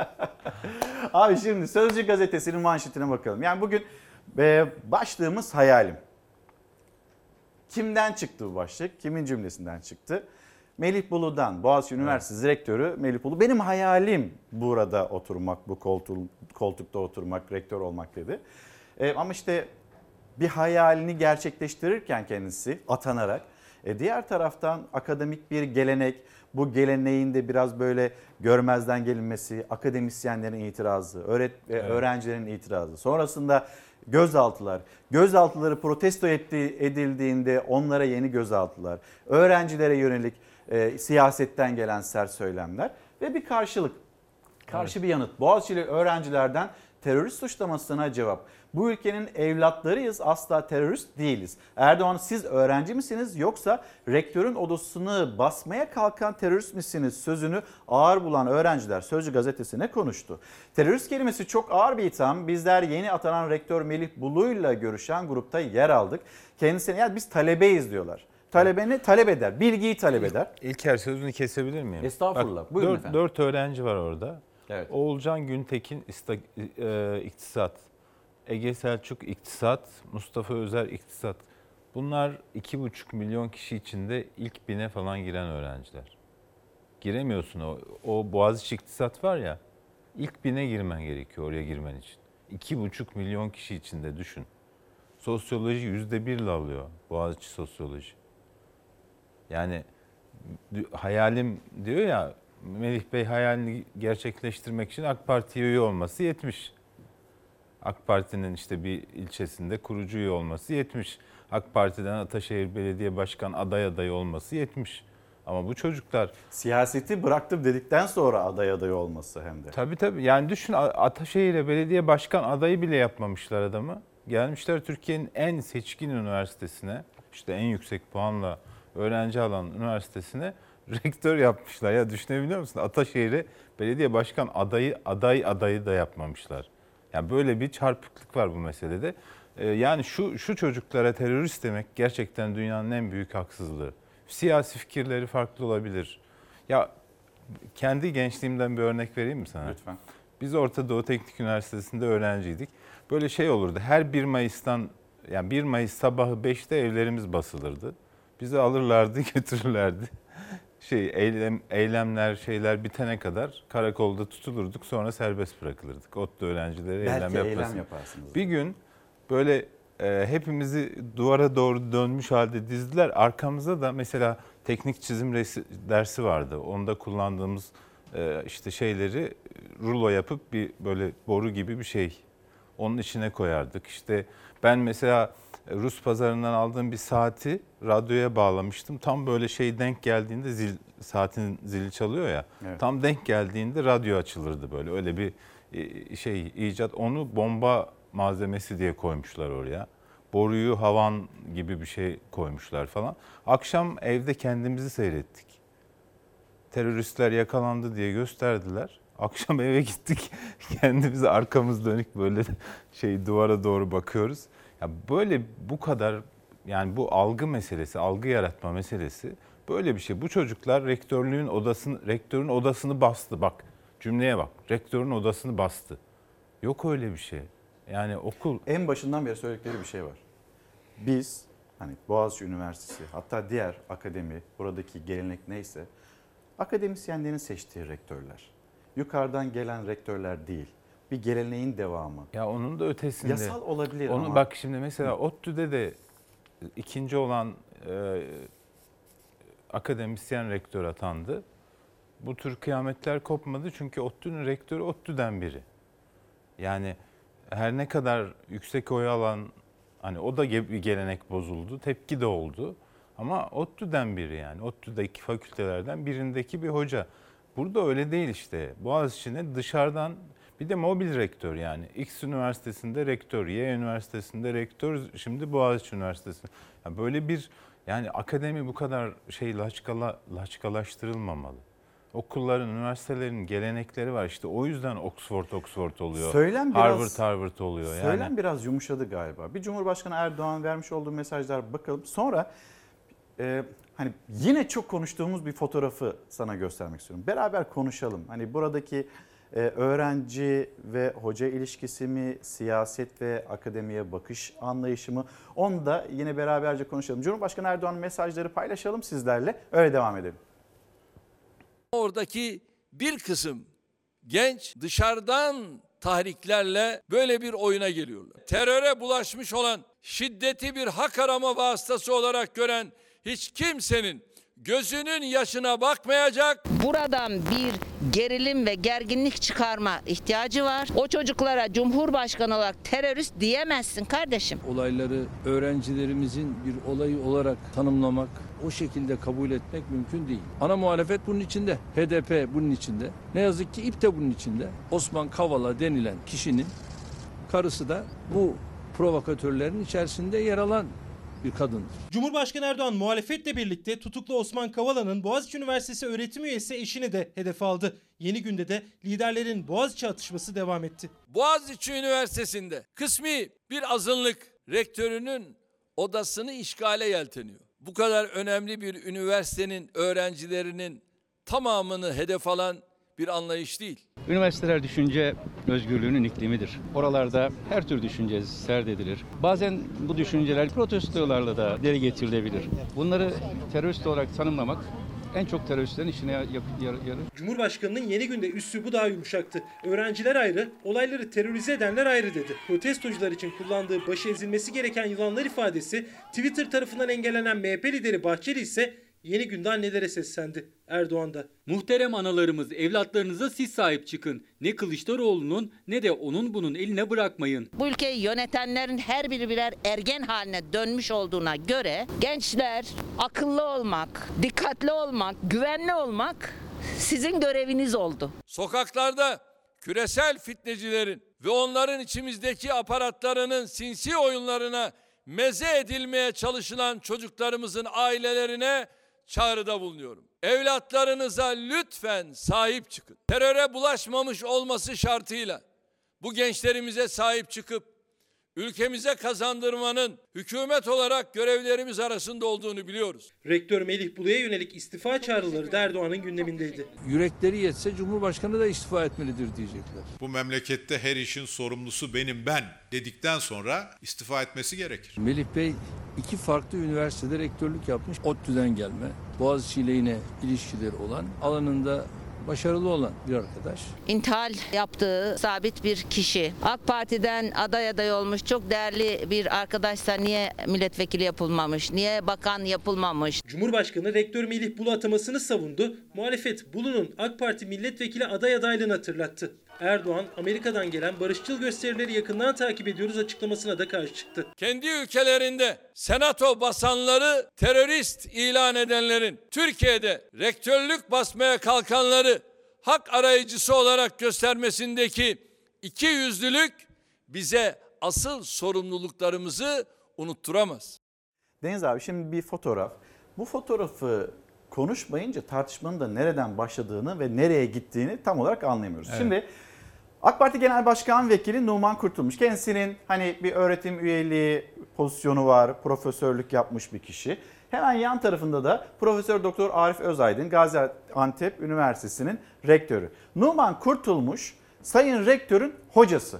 Abi şimdi Sözcü gazetesinin manşetine bakalım. Yani bugün başlığımız hayalim. Kimden çıktı bu başlık? Kimin cümlesinden çıktı? Melih Bulu'dan, Boğaziçi Üniversitesi Rektörü Melih Bulu. Benim hayalim burada oturmak, bu koltukta oturmak, rektör olmak dedi. Ama işte bir hayalini gerçekleştirirken kendisi atanarak diğer taraftan akademik bir gelenek, bu geleneğin de biraz böyle görmezden gelinmesi, akademisyenlerin itirazı, öğrencilerin itirazı. Sonrasında gözaltıları protesto edildiğinde onlara yeni gözaltılar, öğrencilere yönelik siyasetten gelen sert söylemler ve bir karşı bir yanıt. Boğaziçi'li öğrencilerden terörist suçlamasına cevap. Bu ülkenin evlatlarıyız, asla terörist değiliz. Erdoğan, siz öğrenci misiniz yoksa rektörün odasını basmaya kalkan terörist misiniz sözünü ağır bulan öğrenciler Sözcü gazetesine konuştu. Terörist kelimesi çok ağır bir itham. Bizler yeni atanan rektör Melih Bulu'yla görüşen grupta yer aldık. Kendisine ya biz talebeyiz diyorlar. Talebeni talep eder, bilgiyi talep eder. İlker, sözünü kesebilir miyim? Estağfurullah. Buyurun efendim. 4 öğrenci var orada. Evet. Oğulcan Güntekin İktisat, Ege Selçuk İktisat, Mustafa Özer İktisat. Bunlar 2,5 milyon kişi içinde ilk 1000'e falan giren öğrenciler. Giremiyorsun o Boğaziçi İktisat var ya, ilk 1000'e girmen gerekiyor oraya girmen için. 2,5 milyon kişi içinde düşün. Sosyoloji %1'le alıyor, Boğaziçi Sosyoloji. Yani hayalim diyor ya, Melih Bey hayalini gerçekleştirmek için AK Parti'ye üye olması yetmiş. AK Parti'nin işte bir ilçesinde kurucu üye olması yetmiş. AK Parti'den Ataşehir Belediye Başkan adayı olması yetmiş. Ama bu çocuklar... Siyaseti bıraktım dedikten sonra aday olması hem de. Tabii. Yani düşün, Ataşehir'e belediye başkan adayı bile yapmamışlar adamı. Gelmişler Türkiye'nin en seçkin üniversitesine, işte en yüksek puanla öğrenci alan üniversitesine rektör yapmışlar. Ya düşünebiliyor musun? Ataşehir'e belediye başkan adayı da yapmamışlar. Yani böyle bir çarpıklık var bu meselede. Yani şu çocuklara terörist demek gerçekten dünyanın en büyük haksızlığı. Siyasi fikirleri farklı olabilir. Ya kendi gençliğimden bir örnek vereyim mi sana? Lütfen. Biz Orta Doğu Teknik Üniversitesi'nde öğrenciydik. Böyle şey olurdu. Her 1 Mayıs'tan, yani 1 Mayıs sabahı 5'te evlerimiz basılırdı. Bizi alırlardı, götürürlerdi. eylemler şeyler bitene kadar karakolda tutulurduk, sonra serbest bırakılırdık. ODTÜ öğrencileri Belki eylem eylem yaparsınız. Bir gün böyle hepimizi duvara doğru dönmüş halde dizdiler. Arkamızda da mesela teknik çizim dersi vardı. Onda kullandığımız işte şeyleri rulo yapıp bir böyle boru gibi bir şey onun içine koyardık. İşte ben mesela Rus pazarından aldığım bir saati radyoya bağlamıştım. Tam böyle şey denk geldiğinde saatin zili çalıyor ya. Evet. Tam denk geldiğinde radyo açılırdı böyle. Öyle bir şey icat. Onu bomba malzemesi diye koymuşlar oraya. Boruyu havan gibi bir şey koymuşlar falan. Akşam evde kendimizi seyrettik. Teröristler yakalandı diye gösterdiler. Akşam eve gittik. Kendimize arkamız dönük böyle duvara doğru bakıyoruz. Ya böyle bu kadar, yani bu algı meselesi, algı yaratma meselesi böyle bir şey. Bu çocuklar rektörün odasını bastı. Bak cümleye bak. Rektörün odasını bastı. Yok öyle bir şey. Yani okul... En başından beri söyledikleri bir şey var. Biz hani Boğaziçi Üniversitesi, hatta diğer akademi, buradaki gelenek neyse, akademisyenlerin seçtiği rektörler. Yukarıdan gelen rektörler değil. Bir geleneğin devamı. Ya onun da ötesinde. Yasal olabilir ama. Bak şimdi mesela ODTÜ'de de ikinci olan akademisyen rektör atandı. Bu tür kıyametler kopmadı çünkü ODTÜ'nün rektörü ODTÜ'den biri. Yani her ne kadar yüksek oy alan, hani o da bir gelenek bozuldu, tepki de oldu. Ama ODTÜ'den biri, yani ODTÜ'deki fakültelerden birindeki bir hoca. Burada öyle değil işte. Boğaziçi'ne dışarıdan bir de mobil rektör, yani X üniversitesinde rektör, Y üniversitesinde rektör, şimdi Boğaziçi Üniversitesi. Yani böyle bir, yani akademi bu kadar laçkalaştırılmamalı. Okulların, üniversitelerin gelenekleri var. İşte o yüzden Oxford oluyor. Harvard oluyor. Söylem biraz yumuşadı galiba. Bir Cumhurbaşkanı Erdoğan vermiş olduğu mesajlar bakalım. Sonra hani yine çok konuştuğumuz bir fotoğrafı sana göstermek istiyorum. Beraber konuşalım. Hani buradaki öğrenci ve hoca ilişkisi mi, siyaset ve akademiye bakış anlayışı mı? Onu da yine beraberce konuşalım. Cumhurbaşkanı Erdoğan'ın mesajları paylaşalım sizlerle. Öyle devam edelim. Oradaki bir kısım genç dışarıdan tahriklerle böyle bir oyuna geliyorlar. Teröre bulaşmış olan, şiddeti bir hak arama vasıtası olarak gören hiç kimsenin gözünün yaşına bakmayacak. Buradan bir gerilim ve gerginlik çıkarma ihtiyacı var. O çocuklara Cumhurbaşkanı olarak terörist diyemezsin kardeşim. Olayları öğrencilerimizin bir olayı olarak tanımlamak, o şekilde kabul etmek mümkün değil. Ana muhalefet bunun içinde, HDP bunun içinde. Ne yazık ki İP de bunun içinde. Osman Kavala denilen kişinin karısı da bu provokatörlerin içerisinde yer alan bir kadındır. Cumhurbaşkanı Erdoğan muhalefetle birlikte tutuklu Osman Kavala'nın Boğaziçi Üniversitesi öğretim üyesi eşini de hedef aldı. Yeni Günde de liderlerin Boğaziçi atışması devam etti. Boğaziçi Üniversitesi'nde kısmi bir azınlık rektörünün odasını işgale yelteniyor. Bu kadar önemli bir üniversitenin öğrencilerinin tamamını hedef alan bir anlayış değil. Üniversiteler düşünce özgürlüğünün iklimidir. Oralarda her tür düşünce serdedilir. Bazen bu düşünceler protestolarla da dile getirilebilir. Bunları terörist olarak tanımlamak en çok teröristlerin işine yarar. Cumhurbaşkanının Yeni Günde üslubu daha yumuşaktı. Öğrenciler ayrı, olayları terörize edenler ayrı dedi. Protestocular için kullandığı başı ezilmesi gereken yılanlar ifadesi Twitter tarafından engellenen MHP lideri Bahçeli ise Yeni Günde annelere seslendi. Erdoğan da. Muhterem analarımız, evlatlarınıza siz sahip çıkın. Ne Kılıçdaroğlu'nun ne de onun bunun eline bırakmayın. Bu ülkeyi yönetenlerin her biri birer ergen haline dönmüş olduğuna göre gençler akıllı olmak, dikkatli olmak, güvenli olmak sizin göreviniz oldu. Sokaklarda küresel fitnecilerin ve onların içimizdeki aparatlarının sinsi oyunlarına meze edilmeye çalışılan çocuklarımızın ailelerine çağrıda bulunuyorum. Evlatlarınıza lütfen sahip çıkın. Teröre bulaşmamış olması şartıyla bu gençlerimize sahip çıkıp ülkemize kazandırmanın hükümet olarak görevlerimiz arasında olduğunu biliyoruz. Rektör Melih Bulu'ya yönelik istifa çağrıları da Erdoğan'ın gündemindeydi. Yürekleri yetse Cumhurbaşkanı da istifa etmelidir diyecekler. Bu memlekette her işin sorumlusu ben dedikten sonra istifa etmesi gerekir. Melih Bey 2 farklı üniversitede rektörlük yapmış. ODTÜ'den gelme, Boğaziçi ile yine ilişkileri olan, alanında başarılı olan bir arkadaş. İntihal yaptığı sabit bir kişi. AK Parti'den aday olmuş çok değerli bir arkadaşsa niye milletvekili yapılmamış? Niye bakan yapılmamış? Cumhurbaşkanı rektör Melih Bulu atamasını savundu. Muhalefet Bulu'nun AK Parti milletvekili adaylığını hatırlattı. Erdoğan, Amerika'dan gelen barışçıl gösterileri yakından takip ediyoruz açıklamasına da karşı çıktı. Kendi ülkelerinde senato basanları terörist ilan edenlerin Türkiye'de rektörlük basmaya kalkanları hak arayıcısı olarak göstermesindeki ikiyüzlülük bize asıl sorumluluklarımızı unutturamaz. Deniz abi, şimdi bir fotoğraf. Bu fotoğrafı konuşmayınca tartışmanın da nereden başladığını ve nereye gittiğini tam olarak anlayamıyoruz. Evet. Şimdi AK Parti Genel Başkan Vekili Numan Kurtulmuş. Kendisinin hani bir öğretim üyeliği pozisyonu var. Profesörlük yapmış bir kişi. Hemen yan tarafında da Profesör Doktor Arif Özaydın, Gaziantep Üniversitesi'nin rektörü. Numan Kurtulmuş Sayın Rektör'ün hocası.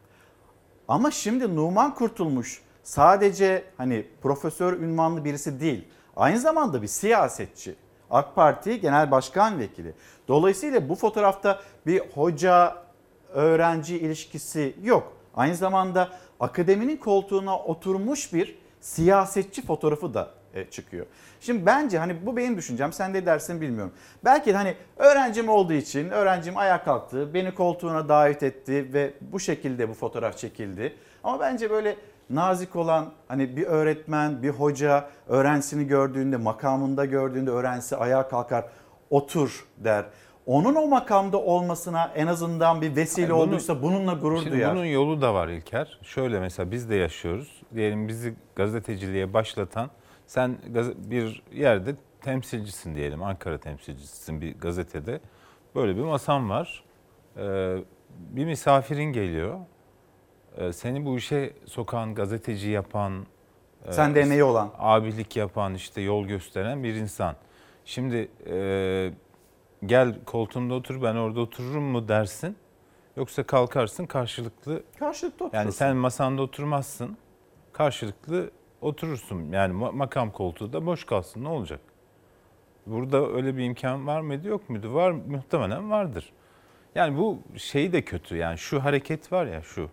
Ama şimdi Numan Kurtulmuş sadece hani profesör ünvanlı birisi değil. Aynı zamanda bir siyasetçi. AK Parti Genel Başkan Vekili. Dolayısıyla bu fotoğrafta bir hoca öğrenci ilişkisi yok. Aynı zamanda akademinin koltuğuna oturmuş bir siyasetçi fotoğrafı da çıkıyor. Şimdi bence hani bu benim düşüncem, sen de dersin bilmiyorum. Belki de hani öğrencim olduğu için öğrencim ayağa kalktı, beni koltuğuna davet etti ve bu şekilde bu fotoğraf çekildi. Ama bence böyle nazik olan hani bir öğretmen, bir hoca öğrencisini gördüğünde, makamında gördüğünde öğrencisi ayağa kalkar, otur der. Onun o makamda olmasına en azından bir vesile olduysa bununla gurur duyar. Bunun yolu da var İlker. Şöyle mesela biz de yaşıyoruz. Diyelim bizi gazeteciliğe başlatan, sen bir yerde temsilcisin diyelim, Ankara temsilcisisin bir gazetede. Böyle bir masan var. Bir misafirin geliyor. Seni bu işe sokan, gazeteci yapan, sen de emeği olan, abilik yapan, işte yol gösteren bir insan. Şimdi gel koltuğunda otur, ben orada otururum mu dersin? Yoksa kalkarsın karşılıklı oturursun. Yani sen masanda oturmazsın, karşılıklı oturursun. Yani makam koltuğu da boş kalsın, ne olacak? Burada öyle bir imkan var mıydı, yok muydu? Var, muhtemelen vardır. Yani bu şey de kötü, yani şu hareket var ya şu.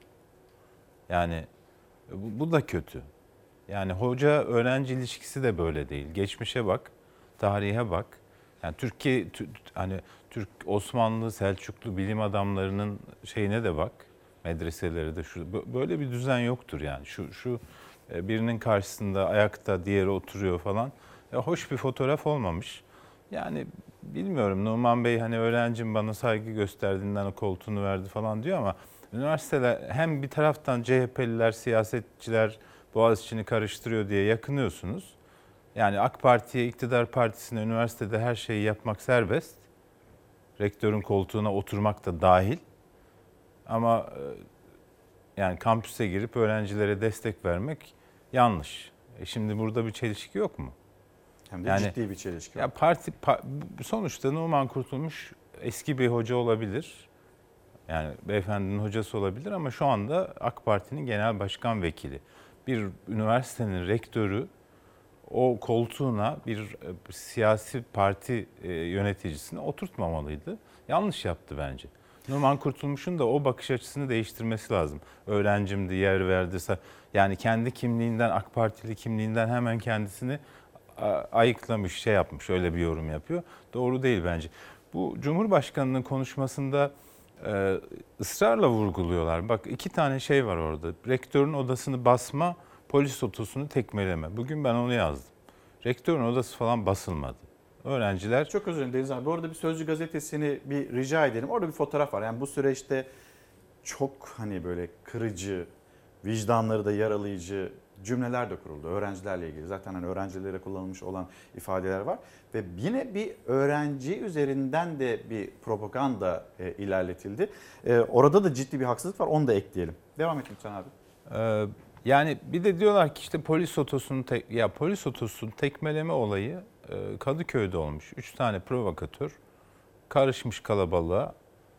Yani bu da kötü. Yani hoca öğrenci ilişkisi de böyle değil. Geçmişe bak, tarihe bak. Yani Türkiye hani Türk Osmanlı, Selçuklu bilim adamlarının şeyine de bak. Medreseleri de şu böyle bir düzen yoktur yani. Şu birinin karşısında ayakta, diğeri oturuyor falan. Hoş bir fotoğraf olmamış. Yani bilmiyorum, Numan Bey hani öğrencim bana saygı gösterdiğinden o koltuğunu verdi falan diyor ama üniversiteler hem bir taraftan CHP'liler, siyasetçiler Boğaziçi'ni karıştırıyor diye yakınıyorsunuz. Yani AK Parti'ye, iktidar partisine üniversitede her şeyi yapmak serbest. Rektörün koltuğuna oturmak da dahil. Ama yani kampüse girip öğrencilere destek vermek yanlış. Şimdi burada bir çelişki yok mu? Hem de ciddi bir çelişki. Ya sonuçta Numan Kurtulmuş eski bir hoca olabilir. Yani beyefendinin hocası olabilir ama şu anda AK Parti'nin genel başkan vekili. Bir üniversitenin rektörü o koltuğuna bir siyasi parti yöneticisini oturtmamalıydı. Yanlış yaptı bence. Numan Kurtulmuş'un da o bakış açısını değiştirmesi lazım. Öğrencimdi, yer verdi. Yani kendi kimliğinden, AK Partili kimliğinden hemen kendisini ayıklamış, şey yapmış, öyle bir yorum yapıyor. Doğru değil bence. Bu Cumhurbaşkanı'nın konuşmasında ısrarla vurguluyorlar. Bak 2 tane şey var orada. Rektörün odasını basma, polis otosunu tekmeleme. Bugün ben onu yazdım. Rektörün odası falan basılmadı. Öğrenciler... Çok özür dilerim Deniz abi. Orada bir Sözcü gazetesini bir rica edelim. Orada bir fotoğraf var. Yani bu süreçte çok hani böyle kırıcı, vicdanları da yaralayıcı cümleler de kuruldu öğrencilerle ilgili. Zaten hani öğrencilere kullanılmış olan ifadeler var. Ve yine bir öğrenci üzerinden de bir propaganda ilerletildi. Orada da ciddi bir haksızlık var. Onu da ekleyelim. Devam et lütfen abi. Yani bir de diyorlar ki işte polis otosunu tekmeleme olayı Kadıköy'de olmuş. 3 tane provokatör karışmış kalabalığa.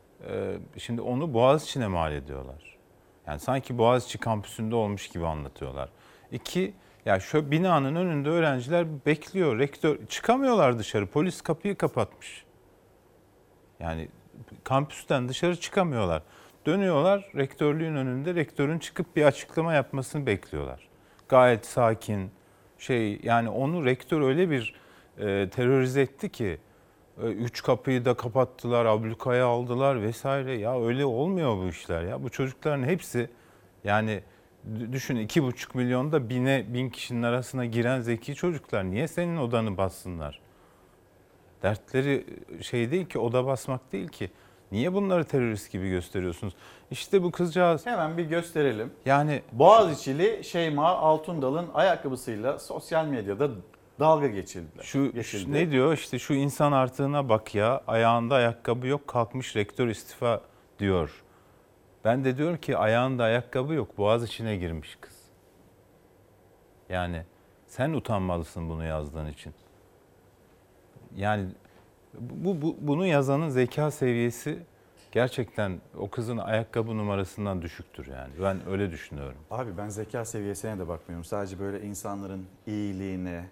Şimdi onu Boğaziçi'ne mal ediyorlar. Yani sanki Boğaziçi kampüsünde olmuş gibi anlatıyorlar. 2, Ya şu binanın önünde öğrenciler bekliyor. Rektör çıkamıyorlar dışarı. Polis kapıyı kapatmış. Yani kampüsten dışarı çıkamıyorlar. Dönüyorlar rektörlüğün önünde. Rektörün çıkıp bir açıklama yapmasını bekliyorlar. Gayet sakin yani onu rektör öyle bir terörize etti ki 3 kapıyı da kapattılar, ablukaya aldılar vesaire. Ya öyle olmuyor bu işler ya. Bu çocukların hepsi yani düşün 2,5 milyonda 1000 kişinin arasına giren zeki çocuklar. Niye senin odanı bassınlar? Dertleri değil ki, oda basmak değil ki. Niye bunları terörist gibi gösteriyorsunuz? İşte bu kızcağız. Hemen bir gösterelim. Yani Boğaziçi'li Şeyma Altundal'ın ayakkabısıyla sosyal medyada dalga geçildiler. Şu ne diyor işte, şu insan artığına bak ya, ayağında ayakkabı yok, kalkmış rektör istifa diyor. Ben de diyorum ki ayağında ayakkabı yok, Boğaziçi'ne girmiş kız. Yani sen utanmalısın bunu yazdığın için. Yani bunu yazanın zeka seviyesi gerçekten o kızın ayakkabı numarasından düşüktür yani. Ben öyle düşünüyorum. Abi ben zeka seviyesine de bakmıyorum. Sadece böyle insanların iyiliğine,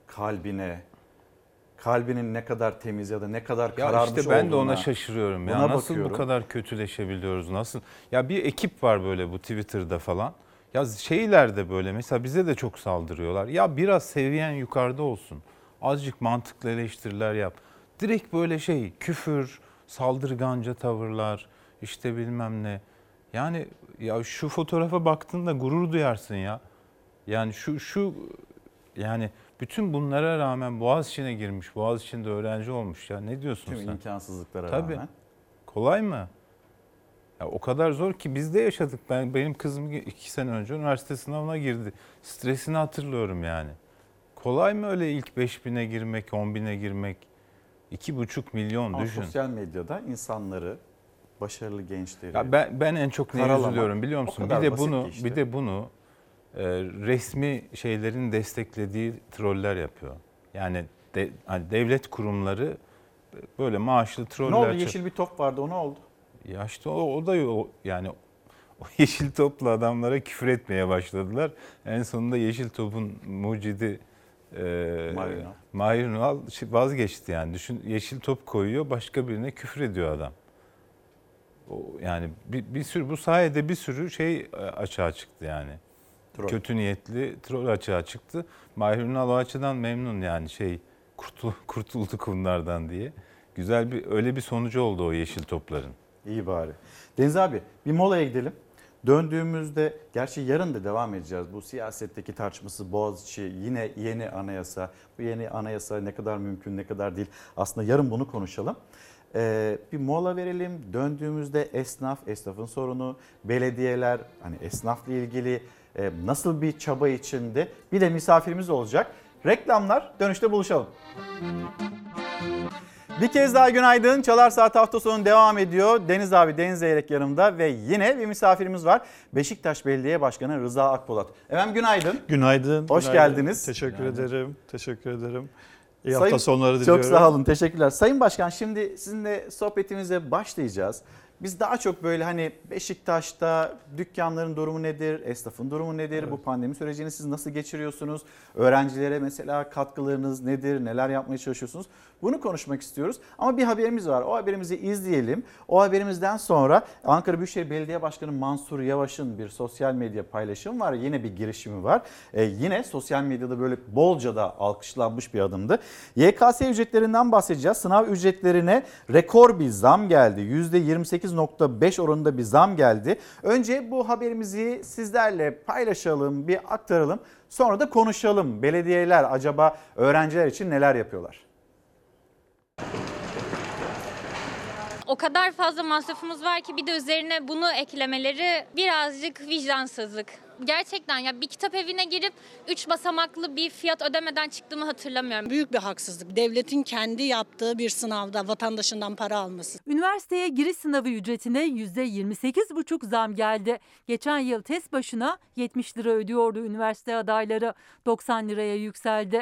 kalbinin ne kadar temiz ya da ne kadar kararmış olduğuna. İşte ben de ona şaşırıyorum. Ya nasıl bakıyorum. Bu kadar kötüleşebiliyoruz? Nasıl? Ya bir ekip var böyle bu Twitter'da falan. Ya şeylerde böyle mesela bize de çok saldırıyorlar. Ya biraz seviyen yukarıda olsun. Azıcık mantıklı eleştiriler yap. Direkt böyle küfür, saldırganca tavırlar, işte bilmem ne. Yani ya şu fotoğrafa baktığında gurur duyarsın ya. Yani yani bütün bunlara rağmen Boğaziçi'ne girmiş, Boğaziçi'nde öğrenci olmuş ya. Ne diyorsun sen? Tüm imkansızlıklara Tabii. rağmen. Kolay mı? Ya o kadar zor ki biz de yaşadık. Benim kızım 2 sene önce üniversite sınavına girdi. Stresini hatırlıyorum yani. Kolay mı öyle ilk 5.000'e girmek, 10.000'e girmek? 2,5 milyon ama düşün. sosyal medyada insanları, başarılı gençleri Ya ben en çok neye üzülüyorum biliyor musun? Bir de bunu resmi şeylerin desteklediği troller yapıyor. Yani hani devlet kurumları böyle maaşlı troller. Ne oldu? Yeşil bir top vardı, o ne oldu? Ya işte o da yani o yeşil toplu adamlara küfür etmeye başladılar. En sonunda yeşil topun mucidi Mahir Ünal vazgeçti yani. Düşün, yeşil top koyuyor, başka birine küfür ediyor adam. Yani bir sürü bu sayede bir sürü açığa çıktı yani. Troll. Kötü niyetli troll açığa çıktı. Mahir Ünal o açıdan memnun yani kurtulduk bunlardan diye. Güzel öyle bir sonucu oldu o yeşil topların. İyi bari. Deniz abi bir molaya gidelim. Döndüğümüzde, gerçi yarın da devam edeceğiz. Bu siyasetteki tartışması, Boğaziçi, yine yeni anayasa. Bu yeni anayasa ne kadar mümkün, ne kadar değil. Aslında yarın bunu konuşalım. Bir mola verelim. Döndüğümüzde esnafın sorunu, belediyeler, hani esnafla ilgili nasıl bir çaba içinde, bir de misafirimiz olacak. Reklamlar, dönüşte buluşalım. Bir kez daha günaydın. Çalar Saat hafta sonu devam ediyor. Deniz abi, Deniz Zeyrek yanımda ve yine bir misafirimiz var. Beşiktaş Belediye Başkanı Rıza Akpolat. Efendim günaydın. Günaydın. Hoş geldiniz. Teşekkür ederim. Teşekkür ederim. İyi hafta sonları diliyorum. Çok sağ olun. Teşekkürler. Sayın Başkan, şimdi sizinle sohbetimize başlayacağız. Biz daha çok böyle hani Beşiktaş'ta dükkanların durumu nedir, esnafın durumu nedir, evet. Bu pandemi sürecini siz nasıl geçiriyorsunuz, öğrencilere mesela katkılarınız nedir, neler yapmaya çalışıyorsunuz, bunu konuşmak istiyoruz. Ama bir haberimiz var, o haberimizi izleyelim. O haberimizden sonra Ankara Büyükşehir Belediye Başkanı Mansur Yavaş'ın bir sosyal medya paylaşımı var, yine bir girişimi var. Yine sosyal medyada böyle bolca da alkışlanmış bir adımdı. YKS ücretlerinden bahsedeceğiz. Sınav ücretlerine rekor bir zam geldi. %28,5 oranında bir zam geldi. Önce bu haberimizi sizlerle paylaşalım, bir aktaralım. Sonra da konuşalım. Belediyeler acaba öğrenciler için neler yapıyorlar? O kadar fazla masrafımız var ki bir de üzerine bunu eklemeleri birazcık vicdansızlık. Gerçekten ya bir kitap evine girip 3 basamaklı bir fiyat ödemeden çıktığımı hatırlamıyorum. Büyük bir haksızlık. Devletin kendi yaptığı bir sınavda vatandaşından para alması. Üniversiteye giriş sınavı ücretine %28,5 zam geldi. Geçen yıl test başına 70 lira ödüyordu üniversite adayları. 90 liraya yükseldi.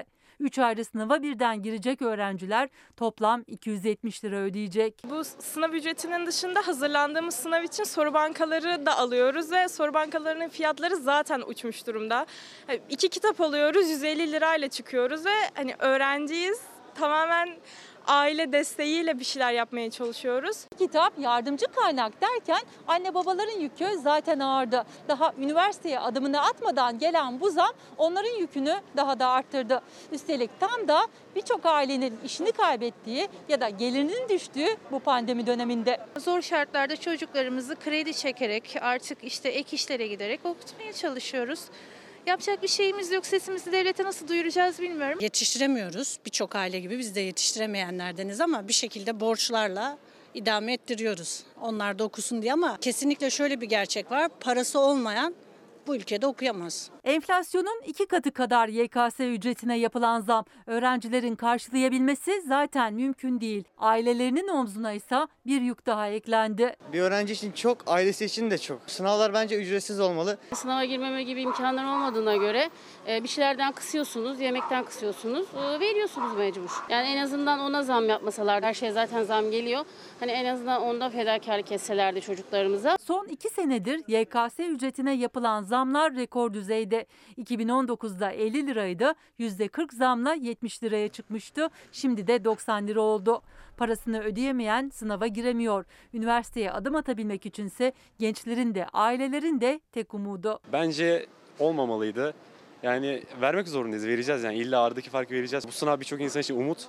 3 ayrı sınava birden girecek öğrenciler toplam 270 lira ödeyecek. Bu sınav ücretinin dışında hazırlandığımız sınav için soru bankaları da alıyoruz ve soru bankalarının fiyatları zaten uçmuş durumda. 2 kitap alıyoruz, 150 lirayla çıkıyoruz ve hani öğrenciyiz, tamamen aile desteğiyle bir şeyler yapmaya çalışıyoruz. Kitap yardımcı kaynak derken anne babaların yükü zaten ağırdı. Daha üniversiteye adımını atmadan gelen bu zam onların yükünü daha da arttırdı. Üstelik tam da birçok ailenin işini kaybettiği ya da gelirinin düştüğü bu pandemi döneminde. Zor şartlarda çocuklarımızı kredi çekerek artık işte ek işlere giderek okutmaya çalışıyoruz. Yapacak bir şeyimiz yok. Sesimizi devlete nasıl duyuracağız bilmiyorum. Yetiştiremiyoruz. Birçok aile gibi biz de yetiştiremeyenlerdeniz ama bir şekilde borçlarla idame ettiriyoruz. Onlar da okusun diye ama kesinlikle şöyle bir gerçek var. Parası olmayan bu ülkede okuyamaz. Enflasyonun 2 katı kadar YKS ücretine yapılan zam öğrencilerin karşılayabilmesi zaten mümkün değil. Ailelerinin omzuna ise bir yük daha eklendi. Bir öğrenci için çok, ailesi için de çok. Sınavlar bence ücretsiz olmalı. Sınava girmeme gibi imkanlar olmadığına göre bir şeylerden kısıyorsunuz, yemekten kısıyorsunuz, veriyorsunuz mecbur. Yani en azından ona zam yapmasalar, her şeye zaten zam geliyor. Hani en azından onda fedakarlık etselerdi çocuklarımıza. Son 2 senedir YKS ücretine yapılan zamlar rekor düzeyde. 2019'da 50 liraydı, %40 zamla 70 liraya çıkmıştı. Şimdi de 90 lira oldu. Parasını ödeyemeyen sınava giremiyor. Üniversiteye adım atabilmek içinse gençlerin de ailelerin de tek umudu. Bence olmamalıydı. Yani vermek zorundayız, vereceğiz yani illa aradaki farkı vereceğiz. Bu sınav birçok insan için umut.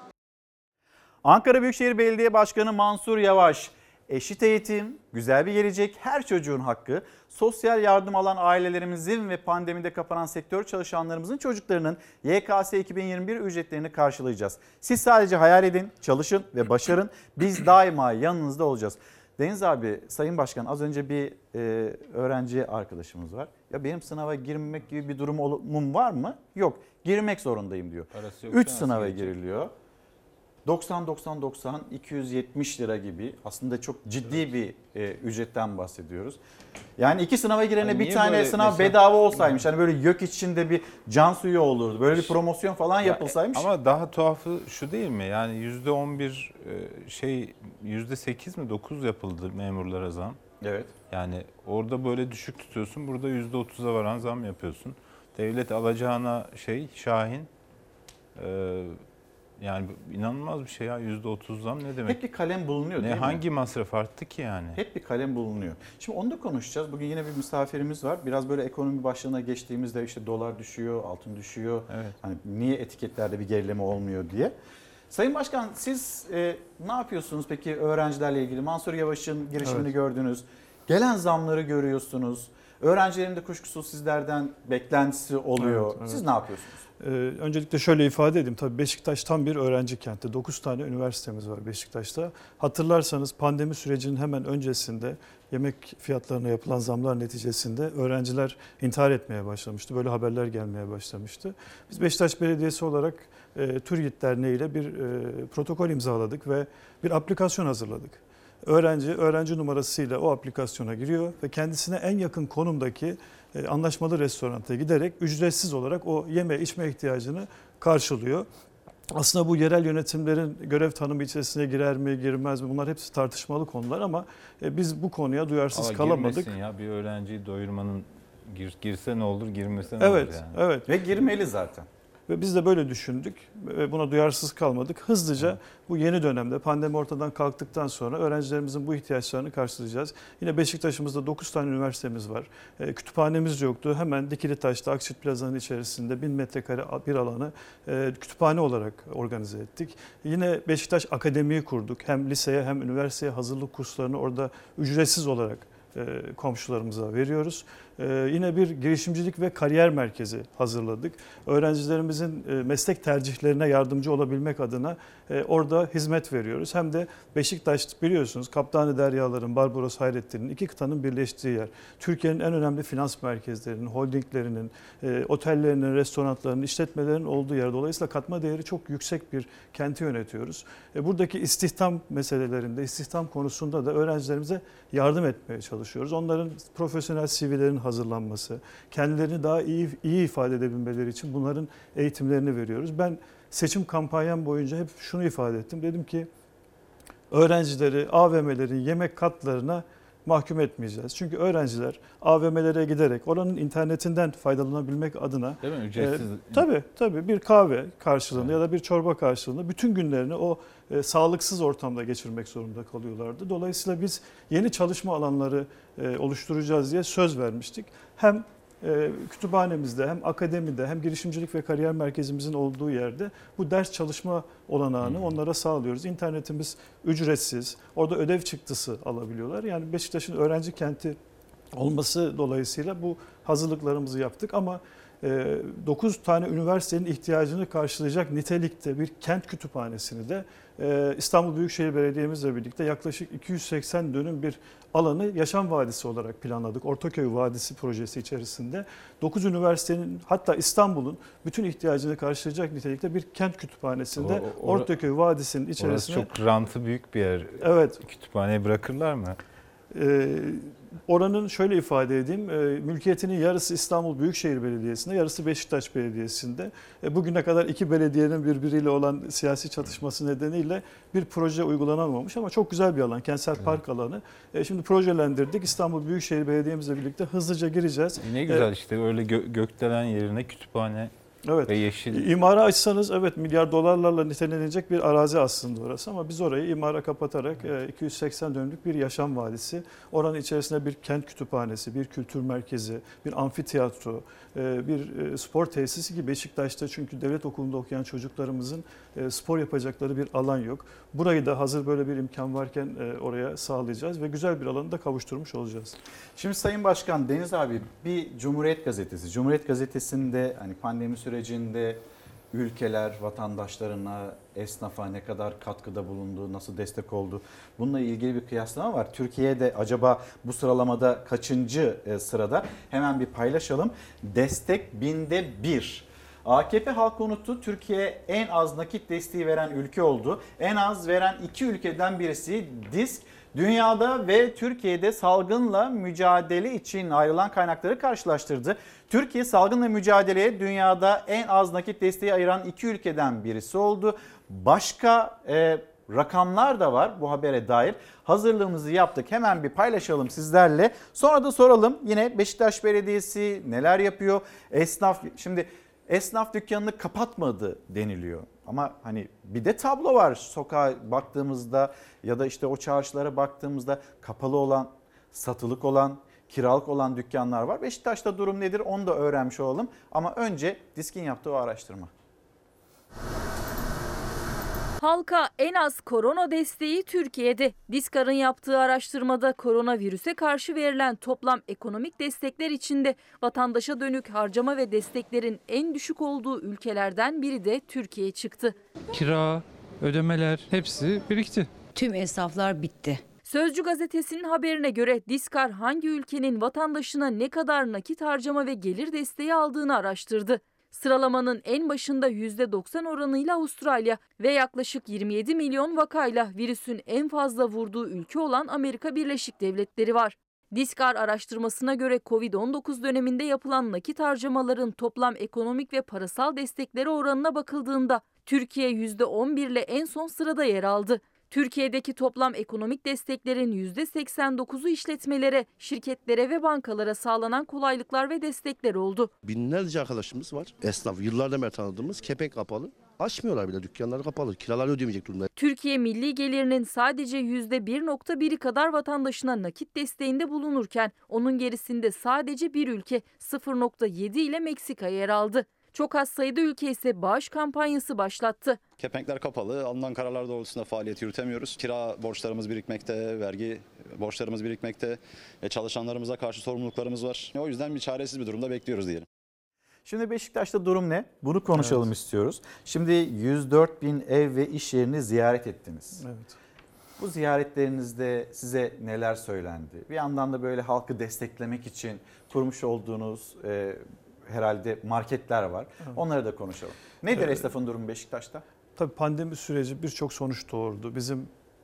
Ankara Büyükşehir Belediye Başkanı Mansur Yavaş, eşit eğitim, güzel bir gelecek, her çocuğun hakkı, sosyal yardım alan ailelerimizin ve pandemide kapanan sektör çalışanlarımızın çocuklarının YKS 2021 ücretlerini karşılayacağız. Siz sadece hayal edin, çalışın ve başarın. Biz daima yanınızda olacağız. Deniz abi, Sayın Başkan, az önce bir öğrenci arkadaşımız var. Ya benim sınava girmemek gibi bir durumum var mı? Yok. Girmek zorundayım diyor. 3 sınava giriliyor. 90 270 lira gibi aslında çok ciddi bir ücretten bahsediyoruz. Yani 2 sınava girene Yani bir tane sınav mesela bedava olsaymış. Hani böyle YÖK içinde bir can suyu olurdu. Böyle bir promosyon falan yapılsaymış. Ama daha tuhafı şu değil mi? Yani %11 %8 mi 9 yapıldı memurlara zam. Evet. Yani orada böyle düşük tutuyorsun. Burada %30'a varan zam yapıyorsun. Devlet alacağına şahin. Yani inanılmaz bir şey ya, %30 zam ne demek? Hep bir kalem bulunuyor değil mi? Hangi masraf arttı ki yani? Hep bir kalem bulunuyor. Şimdi onu da konuşacağız. Bugün yine bir misafirimiz var. Biraz böyle ekonomi başlığına geçtiğimizde işte dolar düşüyor, altın düşüyor. Evet. Hani niye etiketlerde bir gerileme olmuyor diye. Sayın Başkan, siz ne yapıyorsunuz peki öğrencilerle ilgili? Mansur Yavaş'ın girişimini gördünüz. Gelen zamları görüyorsunuz. Öğrencilerin de kuşkusuz sizlerden beklentisi oluyor. Evet. Siz ne yapıyorsunuz? Öncelikle şöyle ifade edeyim. Tabii Beşiktaş tam bir öğrenci kenti. 9 tane üniversitemiz var Beşiktaş'ta. Hatırlarsanız pandemi sürecinin hemen öncesinde yemek fiyatlarına yapılan zamlar neticesinde öğrenciler intihar etmeye başlamıştı. Böyle haberler gelmeye başlamıştı. Biz Beşiktaş Belediyesi olarak TÜRGİT Derneği ile bir protokol imzaladık ve bir aplikasyon hazırladık. Öğrenci numarasıyla o aplikasyona giriyor ve kendisine en yakın konumdaki anlaşmalı restoranta giderek ücretsiz olarak o yeme içme ihtiyacını karşılıyor. Aslında bu yerel yönetimlerin görev tanımı içerisine girer mi girmez mi, bunlar hepsi tartışmalı konular ama biz bu konuya duyarsız kalamadık. Girmesin ya, bir öğrenciyi doyurmanın girse ne olur, girmese ne olur yani. Evet. Ve girmeli zaten. Ve biz de böyle düşündük ve buna duyarsız kalmadık. Hızlıca bu yeni dönemde pandemi ortadan kalktıktan sonra öğrencilerimizin bu ihtiyaçlarını karşılayacağız. Yine Beşiktaş'ımızda 9 tane üniversitemiz var. Kütüphanemiz yoktu. Hemen Dikilitaş'ta Akçit Plaza'nın içerisinde 1000 metrekare bir alanı kütüphane olarak organize ettik. Yine Beşiktaş Akademi'yi kurduk. Hem liseye hem üniversiteye hazırlık kurslarını orada ücretsiz olarak komşularımıza veriyoruz. Yine bir girişimcilik ve kariyer merkezi hazırladık. Öğrencilerimizin meslek tercihlerine yardımcı olabilmek adına orada hizmet veriyoruz. Hem de Beşiktaş, biliyorsunuz, Kaptanı Deryalar'ın, Barbaros Hayrettin'in, iki kıtanın birleştiği yer. Türkiye'nin en önemli finans merkezlerinin, holdinglerinin, otellerinin, restoranlarının, işletmelerinin olduğu yer. Dolayısıyla katma değeri çok yüksek bir kenti yönetiyoruz. Buradaki istihdam meselelerinde, istihdam konusunda da öğrencilerimize yardım etmeye çalışıyoruz. Onların profesyonel CV'lerin hazırlanması, kendilerini daha iyi ifade edebilmeleri için bunların eğitimlerini veriyoruz. Ben seçim kampanyam boyunca hep şunu ifade ettim. Dedim ki öğrencileri AVM'lerin yemek katlarına mahkum etmeyeceğiz. Çünkü öğrenciler AVM'lere giderek oranın internetinden faydalanabilmek adına değil mi? Ücretsiz. Tabii bir kahve karşılığında ya da bir çorba karşılığında bütün günlerini o sağlıksız ortamda geçirmek zorunda kalıyorlardı. Dolayısıyla biz yeni çalışma alanları oluşturacağız diye söz vermiştik. Hem kütüphanemizde hem akademide hem girişimcilik ve kariyer merkezimizin olduğu yerde bu ders çalışma olanağını onlara sağlıyoruz. İnternetimiz ücretsiz. Orada ödev çıktısı alabiliyorlar. Yani Beşiktaş'ın öğrenci kenti olması dolayısıyla bu hazırlıklarımızı yaptık ama 9 tane üniversitenin ihtiyacını karşılayacak nitelikte bir kent kütüphanesini de İstanbul Büyükşehir Belediye'mizle birlikte yaklaşık 280 dönüm bir alanı Yaşam Vadisi olarak planladık. Ortaköy Vadisi projesi içerisinde 9 üniversitenin hatta İstanbul'un bütün ihtiyacını karşılayacak nitelikte bir kent kütüphanesinde Ortaköy Vadisi'nin içerisinde. Orası çok rantı büyük bir yer. Evet. Kütüphaneye bırakırlar mı? Oranın şöyle ifade edeyim, mülkiyetinin yarısı İstanbul Büyükşehir Belediyesi'nde, yarısı Beşiktaş Belediyesi'nde. Bugüne kadar iki belediyenin birbiriyle olan siyasi çatışması nedeniyle bir proje uygulanamamış ama çok güzel bir alan, kentsel park alanı. Şimdi projelendirdik, İstanbul Büyükşehir Belediye'mizle birlikte hızlıca gireceğiz. Ne güzel işte öyle gökdelen yerine kütüphane. Evet. Ve yeşil. İmara açsanız evet milyar dolarlarla nitelenecek bir arazi aslında orası ama biz orayı imara kapatarak 280 dönümlük bir yaşam vadisi, oranın içerisinde bir kent kütüphanesi, bir kültür merkezi, bir amfiteyatro, bir spor tesisi gibi Beşiktaş'ta çünkü devlet okulunda okuyan çocuklarımızın spor yapacakları bir alan yok. Burayı da hazır böyle bir imkan varken oraya sağlayacağız ve güzel bir alanı da kavuşturmuş olacağız. Şimdi Sayın Başkan, Deniz abi bir Cumhuriyet Gazetesi. Cumhuriyet Gazetesi'nde hani pandemi sürecinde ülkeler vatandaşlarına, esnafa ne kadar katkıda bulundu, nasıl destek oldu? Bununla ilgili bir kıyaslama var. Türkiye'de acaba bu sıralamada kaçıncı sırada? Hemen bir paylaşalım. Destek 1000'de 1. AKP halkı unuttu. Türkiye en az nakit desteği veren ülke oldu. En az veren 2 ülkeden birisi DİSK. Dünyada ve Türkiye'de salgınla mücadele için ayrılan kaynakları karşılaştırdı. Türkiye salgınla mücadeleye dünyada en az nakit desteği ayıran 2 ülkeden birisi oldu. Başka rakamlar da var bu habere dair. Hazırlığımızı yaptık. Hemen bir paylaşalım sizlerle. Sonra da soralım yine Beşiktaş Belediyesi neler yapıyor? Şimdi esnaf dükkanını kapatmadı deniliyor. Ama hani bir de tablo var sokağa baktığımızda ya da işte o çarşılara baktığımızda kapalı olan, satılık olan, kiralık olan dükkanlar var. Beşiktaş'ta durum nedir onu da öğrenmiş olalım. Ama önce DİSK'in yaptığı o araştırma. Halka en az korona desteği Türkiye'de. DİSKAR'ın yaptığı araştırmada koronavirüse karşı verilen toplam ekonomik destekler içinde vatandaşa dönük harcama ve desteklerin en düşük olduğu ülkelerden biri de Türkiye çıktı. Kira, ödemeler hepsi birikti. Tüm esnaflar bitti. Sözcü gazetesinin haberine göre DİSKAR hangi ülkenin vatandaşına ne kadar nakit harcama ve gelir desteği aldığını araştırdı. Sıralamanın en başında %90 oranıyla Avustralya ve yaklaşık 27 milyon vakayla virüsün en fazla vurduğu ülke olan Amerika Birleşik Devletleri var. DİSKAR araştırmasına göre Covid-19 döneminde yapılan nakit harcamaların toplam ekonomik ve parasal destekleri oranına bakıldığında Türkiye %11 ile en son sırada yer aldı. Türkiye'deki toplam ekonomik desteklerin %89'u işletmelere, şirketlere ve bankalara sağlanan kolaylıklar ve destekler oldu. Binlerce arkadaşımız var. Esnaf, yıllardan beri tanıdığımız, kepenk kapalı. Açmıyorlar bile, dükkanları kapalı, kiraları ödeyemeyecek durumda. Türkiye milli gelirinin sadece %1.1'i kadar vatandaşına nakit desteğinde bulunurken onun gerisinde sadece bir ülke 0.7 ile Meksika yer aldı. Çok az sayıda ülke ise bağış kampanyası başlattı. Kepenkler kapalı, alınan kararlar doğrultusunda faaliyet yürütemiyoruz. Kira borçlarımız birikmekte, vergi borçlarımız birikmekte, çalışanlarımıza karşı sorumluluklarımız var. O yüzden bir çaresiz bir durumda bekliyoruz diyelim. Şimdi Beşiktaş'ta durum ne? Bunu konuşalım istiyoruz. Şimdi 104 bin ev ve iş yerini ziyaret ettiniz. Evet. Bu ziyaretlerinizde size neler söylendi? Bir yandan da böyle halkı desteklemek için kurmuş olduğunuz herhalde marketler var. Evet. Onları da konuşalım. Nedir esnafın durumu Beşiktaş'ta? Tabii pandemi süreci birçok sonuç doğurdu. Bizim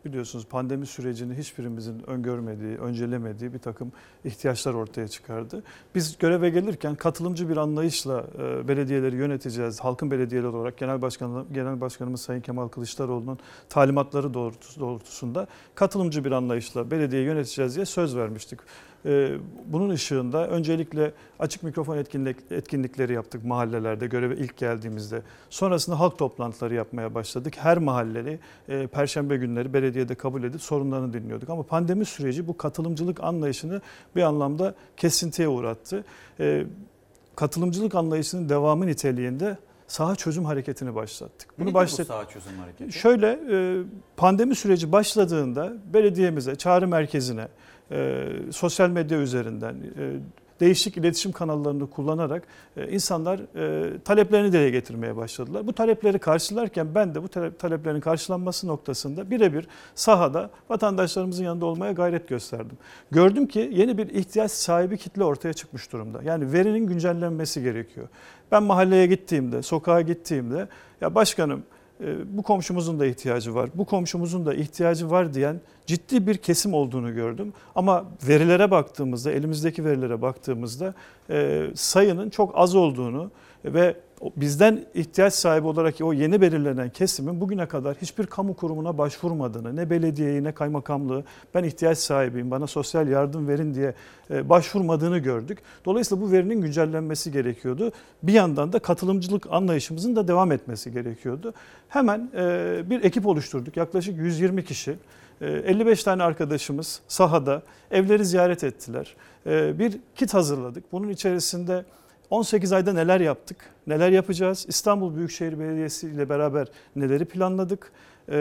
biliyorsunuz pandemi sürecini hiçbirimizin öngörmediği, öncelemediği bir takım ihtiyaçlar ortaya çıkardı. Biz göreve gelirken katılımcı bir anlayışla belediyeleri yöneteceğiz. Halkın belediyeleri olarak Genel Başkanımız Sayın Kemal Kılıçdaroğlu'nun talimatları doğrultusunda katılımcı bir anlayışla belediyeyi yöneteceğiz diye söz vermiştik. Bunun ışığında öncelikle açık mikrofon etkinlikleri yaptık mahallelerde göreve ilk geldiğimizde. Sonrasında halk toplantıları yapmaya başladık. Her mahalleli perşembe günleri belediyede kabul edip sorunlarını dinliyorduk. Ama pandemi süreci bu katılımcılık anlayışını bir anlamda kesintiye uğrattı. Katılımcılık anlayışının devamı niteliğinde saha çözüm hareketini başlattık. Nedir bu saha çözüm hareketi? Şöyle, pandemi süreci başladığında belediyemize, çağrı merkezine, sosyal medya üzerinden değişik iletişim kanallarını kullanarak insanlar taleplerini dile getirmeye başladılar. Bu talepleri karşılarken ben de bu taleplerin karşılanması noktasında birebir sahada vatandaşlarımızın yanında olmaya gayret gösterdim. Gördüm ki yeni bir ihtiyaç sahibi kitle ortaya çıkmış durumda. Yani verinin güncellenmesi gerekiyor. Ben mahalleye gittiğimde, sokağa gittiğimde ya başkanım bu komşumuzun da ihtiyacı var, bu komşumuzun da ihtiyacı var diyen ciddi bir kesim olduğunu gördüm. Ama verilere baktığımızda, elimizdeki verilere baktığımızda sayının çok az olduğunu ve bizden ihtiyaç sahibi olarak o yeni belirlenen kesimin bugüne kadar hiçbir kamu kurumuna başvurmadığını, ne belediyeyi ne kaymakamlığı ben ihtiyaç sahibiyim, bana sosyal yardım verin diye başvurmadığını gördük. Dolayısıyla bu verinin güncellenmesi gerekiyordu. Bir yandan da katılımcılık anlayışımızın da devam etmesi gerekiyordu. Hemen bir ekip oluşturduk. Yaklaşık 120 kişi. 55 tane arkadaşımız sahada evleri ziyaret ettiler. Bir kit hazırladık. Bunun içerisinde 18 ayda neler yaptık, neler yapacağız, İstanbul Büyükşehir Belediyesi ile beraber neleri planladık,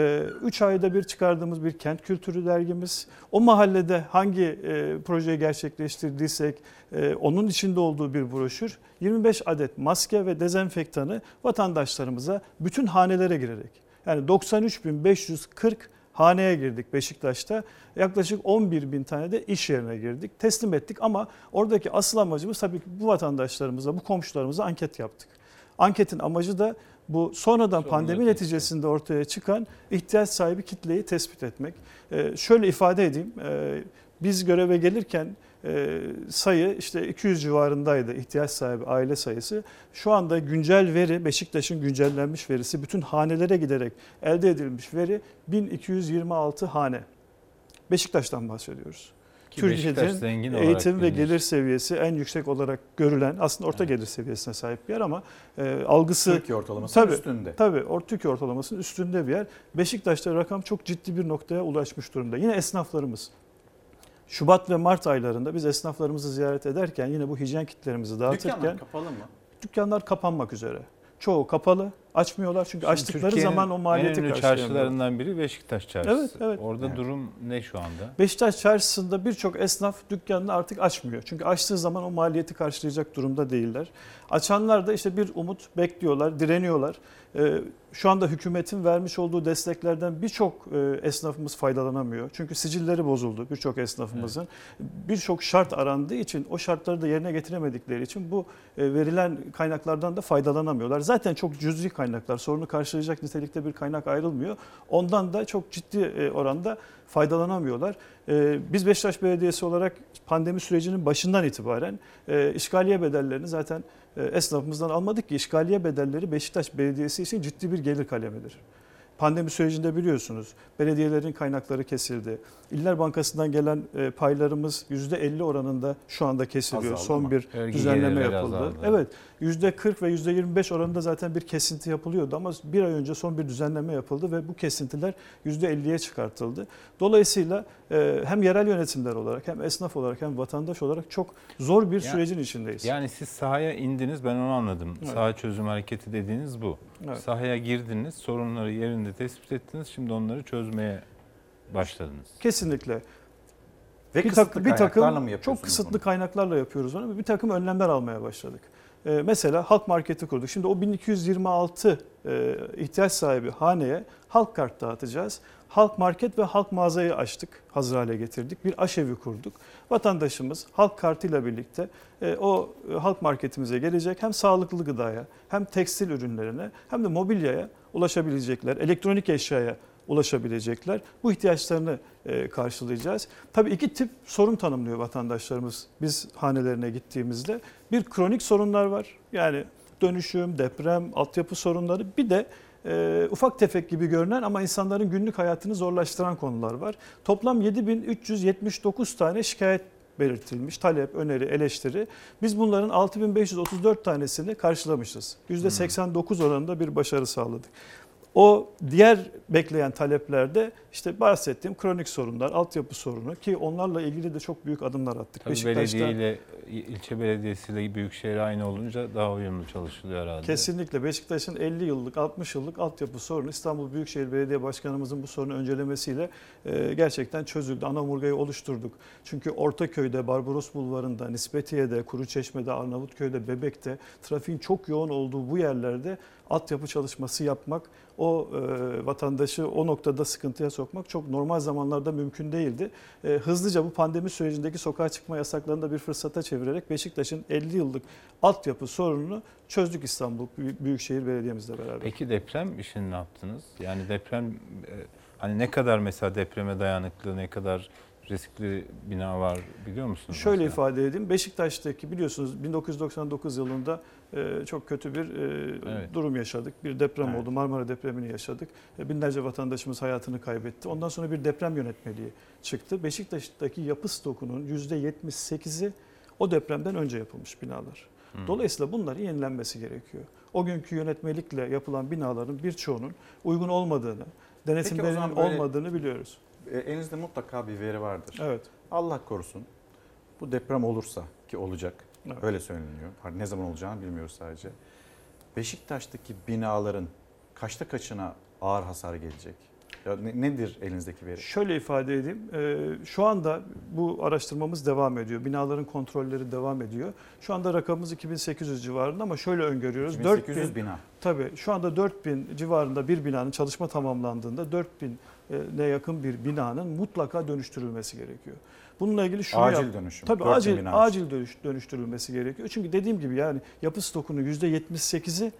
3 ayda bir çıkardığımız bir kent kültürü dergimiz, o mahallede hangi projeyi gerçekleştirdiysek onun içinde olduğu bir broşür, 25 adet maske ve dezenfektanı vatandaşlarımıza bütün hanelere girerek, yani 93.540 haneye girdik Beşiktaş'ta. Yaklaşık 11.000 tane de iş yerine girdik. Teslim ettik ama oradaki asıl amacımız tabii ki bu vatandaşlarımıza, bu komşularımıza anket yaptık. Anketin amacı da bu sonradan pandemi neticesinde ortaya çıkan ihtiyaç sahibi kitleyi tespit etmek. Şöyle ifade edeyim. Biz göreve gelirken sayı işte 200 civarındaydı ihtiyaç sahibi aile sayısı. Şu anda güncel veri, Beşiktaş'ın güncellenmiş verisi, bütün hanelere giderek elde edilmiş veri 1226 hane. Beşiktaş'tan bahsediyoruz. Türkiye'nin eğitim ve gelir seviyesi en yüksek olarak görülen, aslında orta gelir seviyesine sahip bir yer ama algısı Türkiye ortalamasının üstünde. Tabii Türkiye ortalamasının üstünde bir yer. Beşiktaş'ta rakam çok ciddi bir noktaya ulaşmış durumda. Yine esnaflarımız. Şubat ve Mart aylarında biz esnaflarımızı ziyaret ederken yine bu hijyen kitlerimizi dağıtırken dükkanlar kapalı mı? Dükkanlar kapanmak üzere. Çoğu kapalı, açmıyorlar çünkü Şimdi açtıkları zaman o maliyeti en ünlü karşılayamıyorlar. çarşılarından biri Beşiktaş Çarşısı. Evet. Orada durum ne şu anda? Beşiktaş Çarşısı'nda birçok esnaf dükkanını artık açmıyor. Çünkü açtığı zaman o maliyeti karşılayacak durumda değiller. Açanlar da işte bir umut bekliyorlar, direniyorlar. Şu anda hükümetin vermiş olduğu desteklerden birçok esnafımız faydalanamıyor. Çünkü sicilleri bozuldu birçok esnafımızın. Evet. Birçok şart arandığı için o şartları da yerine getiremedikleri için bu verilen kaynaklardan da faydalanamıyorlar. Zaten çok cüzi kaynaklar, sorunu karşılayacak nitelikte bir kaynak ayrılmıyor. Ondan da çok ciddi oranda faydalanamıyorlar. Biz Beşiktaş Belediyesi olarak pandemi sürecinin başından itibaren işgaliye bedellerini zaten esnafımızdan almadık ki işgaliye bedelleri Beşiktaş Belediyesi için ciddi bir gelir kalemidir. Pandemi sürecinde biliyorsunuz belediyelerin kaynakları kesildi. İller Bankası'ndan gelen paylarımız %50 oranında şu anda kesiliyor. Azaldı Son mı? bir düzenleme yapıldı. Azaldı. Evet, %40 ve %25 oranında zaten bir kesinti yapılıyordu ama bir ay önce son bir düzenleme yapıldı ve bu kesintiler %50'ye çıkartıldı. Dolayısıyla hem yerel yönetimler olarak hem esnaf olarak hem vatandaş olarak çok zor bir sürecin içindeyiz. Yani siz sahaya indiniz, ben onu anladım. Evet. Saha çözüm hareketi dediğiniz bu. Evet. Sahaya girdiniz, sorunları yerinde tespit ettiniz, şimdi onları çözmeye başladınız. Kesinlikle. Ve kısıtlı kaynaklarla mı yapıyorsunuz Çok kısıtlı bunu? kaynaklarla yapıyoruz onu. Bir takım önlemler almaya başladık. Mesela halk marketi kurduk. Şimdi o 1226 ihtiyaç sahibi haneye halk kart dağıtacağız. Halk market ve halk mağazayı açtık, hazır hale getirdik. Bir aşevi kurduk. Vatandaşımız halk kartıyla birlikte o halk marketimize gelecek. Hem sağlıklı gıdaya hem tekstil ürünlerine hem de mobilyaya ulaşabilecekler. Elektronik eşyaya ulaşabilecekler. Bu ihtiyaçlarını karşılayacağız. Tabii iki tip sorun tanımlıyor vatandaşlarımız biz hanelerine gittiğimizde. Bir kronik sorunlar var. Yani dönüşüm, deprem, altyapı sorunları. Bir de ufak tefek gibi görünen ama insanların günlük hayatını zorlaştıran konular var. Toplam 7.379 tane şikayet belirtilmiş. Talep, öneri, eleştiri. Biz bunların 6.534 tanesini karşılamışız. %89 oranında bir başarı sağladık. O diğer bekleyen taleplerde işte bahsettiğim kronik sorunlar, altyapı sorunu ki onlarla ilgili de çok büyük adımlar attık. Tabii belediye ile ilçe belediyesiyle büyükşehir aynı olunca daha uyumlu çalışılıyor herhalde. Kesinlikle Beşiktaş'ın 50 yıllık, 60 yıllık altyapı sorunu İstanbul Büyükşehir Belediye Başkanımızın bu sorunu öncelemesiyle gerçekten çözüldü. Anamurgayı oluşturduk. Çünkü Ortaköy'de, Barbaros Bulvarı'nda, Nispetiye'de, Kuruçeşme'de, Arnavutköy'de, Bebek'te trafiğin çok yoğun olduğu bu yerlerde altyapı çalışması yapmak, o vatandaşı o noktada sıkıntıya sokmak çok normal zamanlarda mümkün değildi. Hızlıca bu pandemi sürecindeki sokağa çıkma yasaklarını da bir fırsata çevirerek Beşiktaş'ın 50 yıllık altyapı sorununu çözdük İstanbul Büyükşehir Belediye'mizle beraber. Peki deprem işini ne yaptınız? Yani deprem hani ne kadar mesela depreme dayanıklı, ne kadar riskli bina var biliyor musunuz? Şöyle ifade edeyim. Beşiktaş'taki biliyorsunuz 1999 yılında çok kötü bir durum yaşadık. Bir deprem oldu. Marmara depremini yaşadık. Binlerce vatandaşımız hayatını kaybetti. Ondan sonra bir deprem yönetmeliği çıktı. Beşiktaş'taki yapı stokunun %78'i o depremden önce yapılmış binalar. Dolayısıyla bunların yenilenmesi gerekiyor. O günkü yönetmelikle yapılan binaların birçoğunun uygun olmadığını, denetimlerinin olmadığını biliyoruz. Elinizde mutlaka bir veri vardır. Evet. Allah korusun bu deprem olursa ki olacak. Evet. Öyle söyleniyor. Ne zaman olacağını bilmiyoruz sadece. Beşiktaş'taki binaların kaçta kaçına ağır hasar gelecek? Ya nedir elinizdeki veri? Şöyle ifade edeyim. Şu anda bu araştırmamız devam ediyor. Binaların kontrolleri devam ediyor. Şu anda rakamımız 2800 civarında ama şöyle öngörüyoruz. 2800 bina. Tabii şu anda 4000 civarında bir binanın çalışma tamamlandığında 4000'e yakın bir binanın mutlaka dönüştürülmesi gerekiyor. Bununla ilgili şunu acil dönüşüm. Tabii acil dönüştürülmesi gerekiyor. Çünkü dediğim gibi yani yapı stokunun %78'i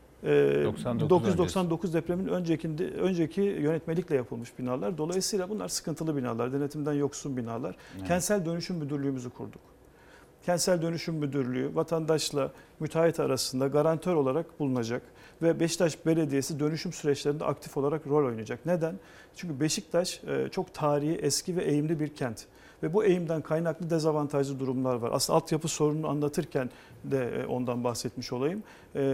1999 depremin önceki yönetmelikle yapılmış binalar. Dolayısıyla bunlar sıkıntılı binalar, denetimden yoksun binalar. Evet. Kentsel Dönüşüm Müdürlüğümüzü kurduk. Kentsel Dönüşüm Müdürlüğü vatandaşla müteahhit arasında garantör olarak bulunacak ve Beşiktaş Belediyesi dönüşüm süreçlerinde aktif olarak rol oynayacak. Neden? Çünkü Beşiktaş çok tarihi, eski ve eğimli bir kent. Ve bu eğimden kaynaklı dezavantajlı durumlar var. Aslında altyapı sorununu anlatırken de ondan bahsetmiş olayım.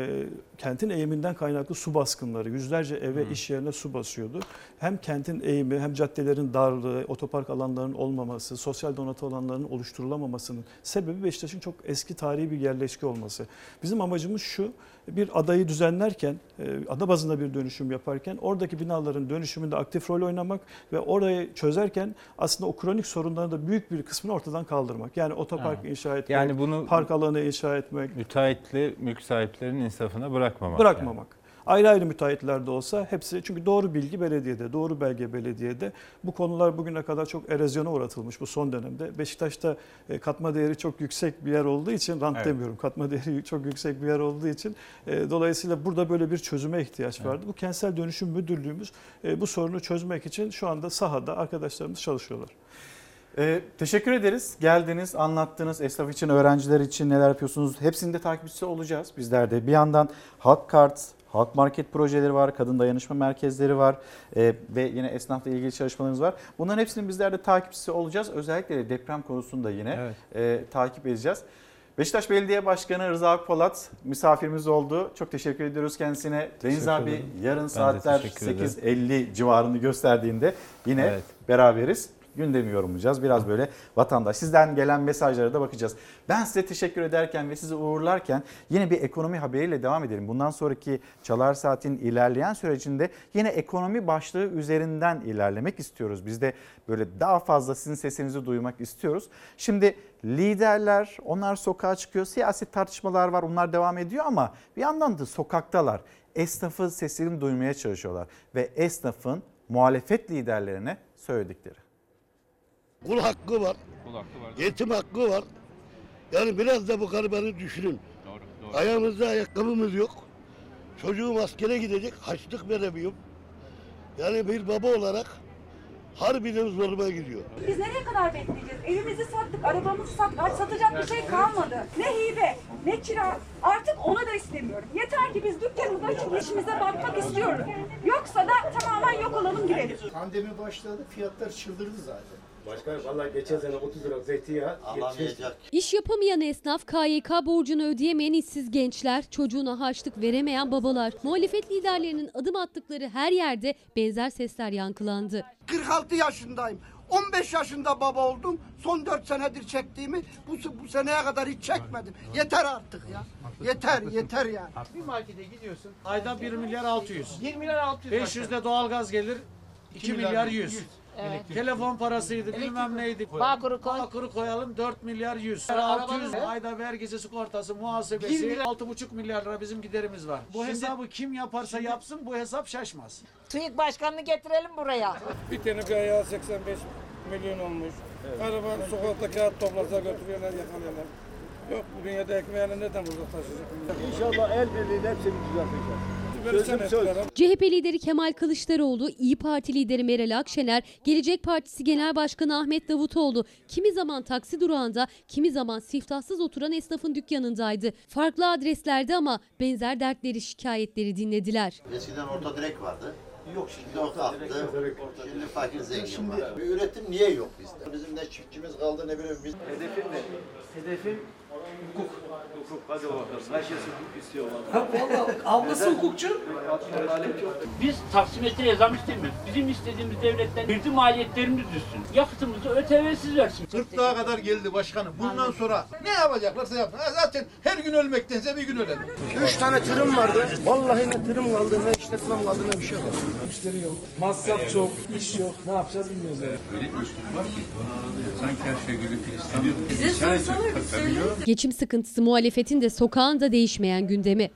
Kentin eğiminden kaynaklı su baskınları, yüzlerce eve, iş yerine su basıyordu. Hem kentin eğimi, hem caddelerin darlığı, otopark alanlarının olmaması, sosyal donatı alanlarının oluşturulamamasının sebebi Beşiktaş'ın çok eski tarihi bir yerleşke olması. Bizim amacımız şu, bir adayı düzenlerken, ada bazında bir dönüşüm yaparken oradaki binaların dönüşümünde aktif rol oynamak ve orayı çözerken aslında o kronik sorunların da büyük bir kısmını ortadan kaldırmak. Yani otopark inşa etmek, yani bunu park alanı inşa etmek. Müteahhitle mülk sahiplerinin insafına bırakmamak. Yani. Ayrı ayrı müteahhitlerde olsa hepsi, çünkü doğru bilgi belediyede, doğru belge belediyede. Bu konular bugüne kadar çok erozyona uğratılmış bu son dönemde. Beşiktaş'ta katma değeri çok yüksek bir yer olduğu için, rant demiyorum, katma değeri çok yüksek bir yer olduğu için dolayısıyla burada böyle bir çözüme ihtiyaç vardı. Bu Kentsel Dönüşüm Müdürlüğümüz bu sorunu çözmek için şu anda sahada arkadaşlarımız çalışıyorlar. Teşekkür ederiz. Geldiniz, anlattınız. Esnaf için, öğrenciler için neler yapıyorsunuz? Hepsinde takipçisi olacağız bizler de. Bir yandan Halk Kart, Halk Market projeleri var, kadın dayanışma merkezleri var ve yine esnafla ilgili çalışmalarımız var. Bunların hepsinin bizler de takipçisi olacağız. Özellikle de deprem konusunda yine takip edeceğiz. Beşiktaş Belediye Başkanı Rıza Akpolat misafirimiz oldu. Çok teşekkür ediyoruz kendisine. Deniz abi yarın saatler 8.50 civarını gösterdiğinde yine beraberiz. Gündemi yorumlayacağız. Biraz böyle vatandaş. Sizden gelen mesajlara da bakacağız. Ben size teşekkür ederken ve sizi uğurlarken yine bir ekonomi haberiyle devam edelim. Bundan sonraki Çalar Saat'in ilerleyen sürecinde yine ekonomi başlığı üzerinden ilerlemek istiyoruz. Biz de böyle daha fazla sizin sesinizi duymak istiyoruz. Şimdi liderler, onlar sokağa çıkıyor. Siyasi tartışmalar var. Onlar devam ediyor ama bir yandan da sokaktalar. Esnafın sesini duymaya çalışıyorlar. Ve esnafın muhalefet liderlerine söyledikleri. Kul hakkı var. Yetim hakkı var. Yani biraz da bu garibanı düşünün. Doğru. Ayağımızda ayakkabımız yok. Çocuğum askere gidecek. Harçlık veremiyorum. Yani bir baba olarak harbiden zoruma gidiyor. Biz nereye kadar bekleyeceğiz? Evimizi sattık, arabamızı sattık. Artık satacak bir şey kalmadı. Ne hibe, ne kira. Artık onu da istemiyorum. Yeter ki biz dükkanımızı açıp işimize bakmak istiyoruz. Yoksa da tamamen yok olalım gidelim. Pandemi başladı, fiyatlar çıldırdı zaten. Başkanım vallahi geçen sene 30 lira zeytinyağı alamayacak. İş yapamayan esnaf, KYK borcunu ödeyemeyen işsiz gençler, çocuğuna harçlık veremeyen babalar. Muhalefet liderlerinin adım attıkları her yerde benzer sesler yankılandı. 46 yaşındayım. 15 yaşında baba oldum. Son 4 senedir çektiğimi bu seneye kadar hiç çekmedim. Yeter artık ya. Yeter yani. Bir markete gidiyorsun. Ayda 1 milyar 600. 1 milyar 600. 500 de doğalgaz gelir. 2 milyar 100. Evet. Telefon parasıydı, bilmem neydi. Bağkur'u koyalım 4 milyar 100. 600 ayda vergisi, sigortası, muhasebesi 6,5 milyar lira bizim giderimiz var. Bu hesabı kim yaparsa yapsın bu hesap şaşmaz. TÜİK başkanını getirelim buraya. Bir tane bir ayağı 85 milyon olmuş. Araban sokakta kağıt toplasa götürüyorlar, yakalıyorlar. Yok bu dünyada ekmeğini neden burada taşıyacak? İnşallah el birliğiyle hepsini düzelteceğiz. CHP lideri Kemal Kılıçdaroğlu, İYİ Parti lideri Meral Akşener, Gelecek Partisi Genel Başkanı Ahmet Davutoğlu kimi zaman taksi durağında, kimi zaman siftahsız oturan esnafın dükkanındaydı. Farklı adreslerde ama benzer dertleri, şikayetleri dinlediler. Eskiden orta direk vardı. Yok şimdi o kalktı. Şimdi fakir zengin var. Bir üretim niye yok bizde? Bizim ne çiftçimiz kaldı ne bileyim biz. Hedefim ne? Hedefim hukuk. Hukuk hadi bakalım. Herkes hukuk istiyorlar. Vallahi ablası hukukçu. Biz taksimetre zam istemiyoruz. Bizim istediğimiz devletten girdi maliyetlerimiz düşsün. Yakıtımızı ÖTV'siz versin. 40'lığa kadar geldi başkanım. Bundan sonra ne yapacaklarsa yapsın. Zaten her gün ölmektense bir gün ölelim. 3 tane tırım vardı. Vallahi ne tırım kaldı ne işletmem kaldı ne bir şey kaldı. Müşteri yok. Masraf çok, iş yok. Ne yapacağız bilmiyoruz yani. Öyle bir üslup var ki sanki her şey gülüp İstanbul. Geçim sıkıntısı muhalefetin de sokağın da değişmeyen gündemi.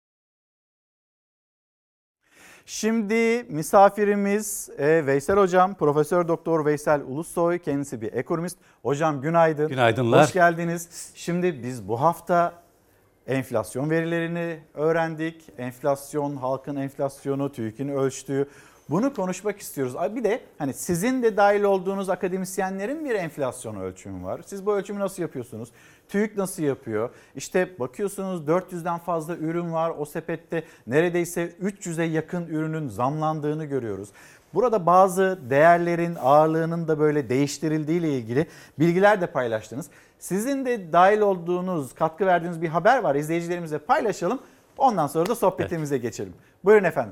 Şimdi misafirimiz Veysel Hocam, Profesör Doktor Veysel Ulusoy, kendisi bir ekonomist. Hocam günaydın. Günaydınlar. Hoş geldiniz. Şimdi biz bu hafta enflasyon verilerini öğrendik. Enflasyon, halkın enflasyonu, TÜİK'in ölçtüğü. Bunu konuşmak istiyoruz. Bir de hani sizin de dahil olduğunuz akademisyenlerin bir enflasyon ölçümü var. Siz bu ölçümü nasıl yapıyorsunuz? TÜİK nasıl yapıyor? İşte bakıyorsunuz 400'den fazla ürün var. O sepette neredeyse 300'e yakın ürünün zamlandığını görüyoruz. Burada bazı değerlerin ağırlığının da böyle değiştirildiği ile ilgili bilgiler de paylaştınız. Sizin de dahil olduğunuz, katkı verdiğiniz bir haber var. İzleyicilerimizle paylaşalım. Ondan sonra da sohbetimize geçelim. Buyurun efendim.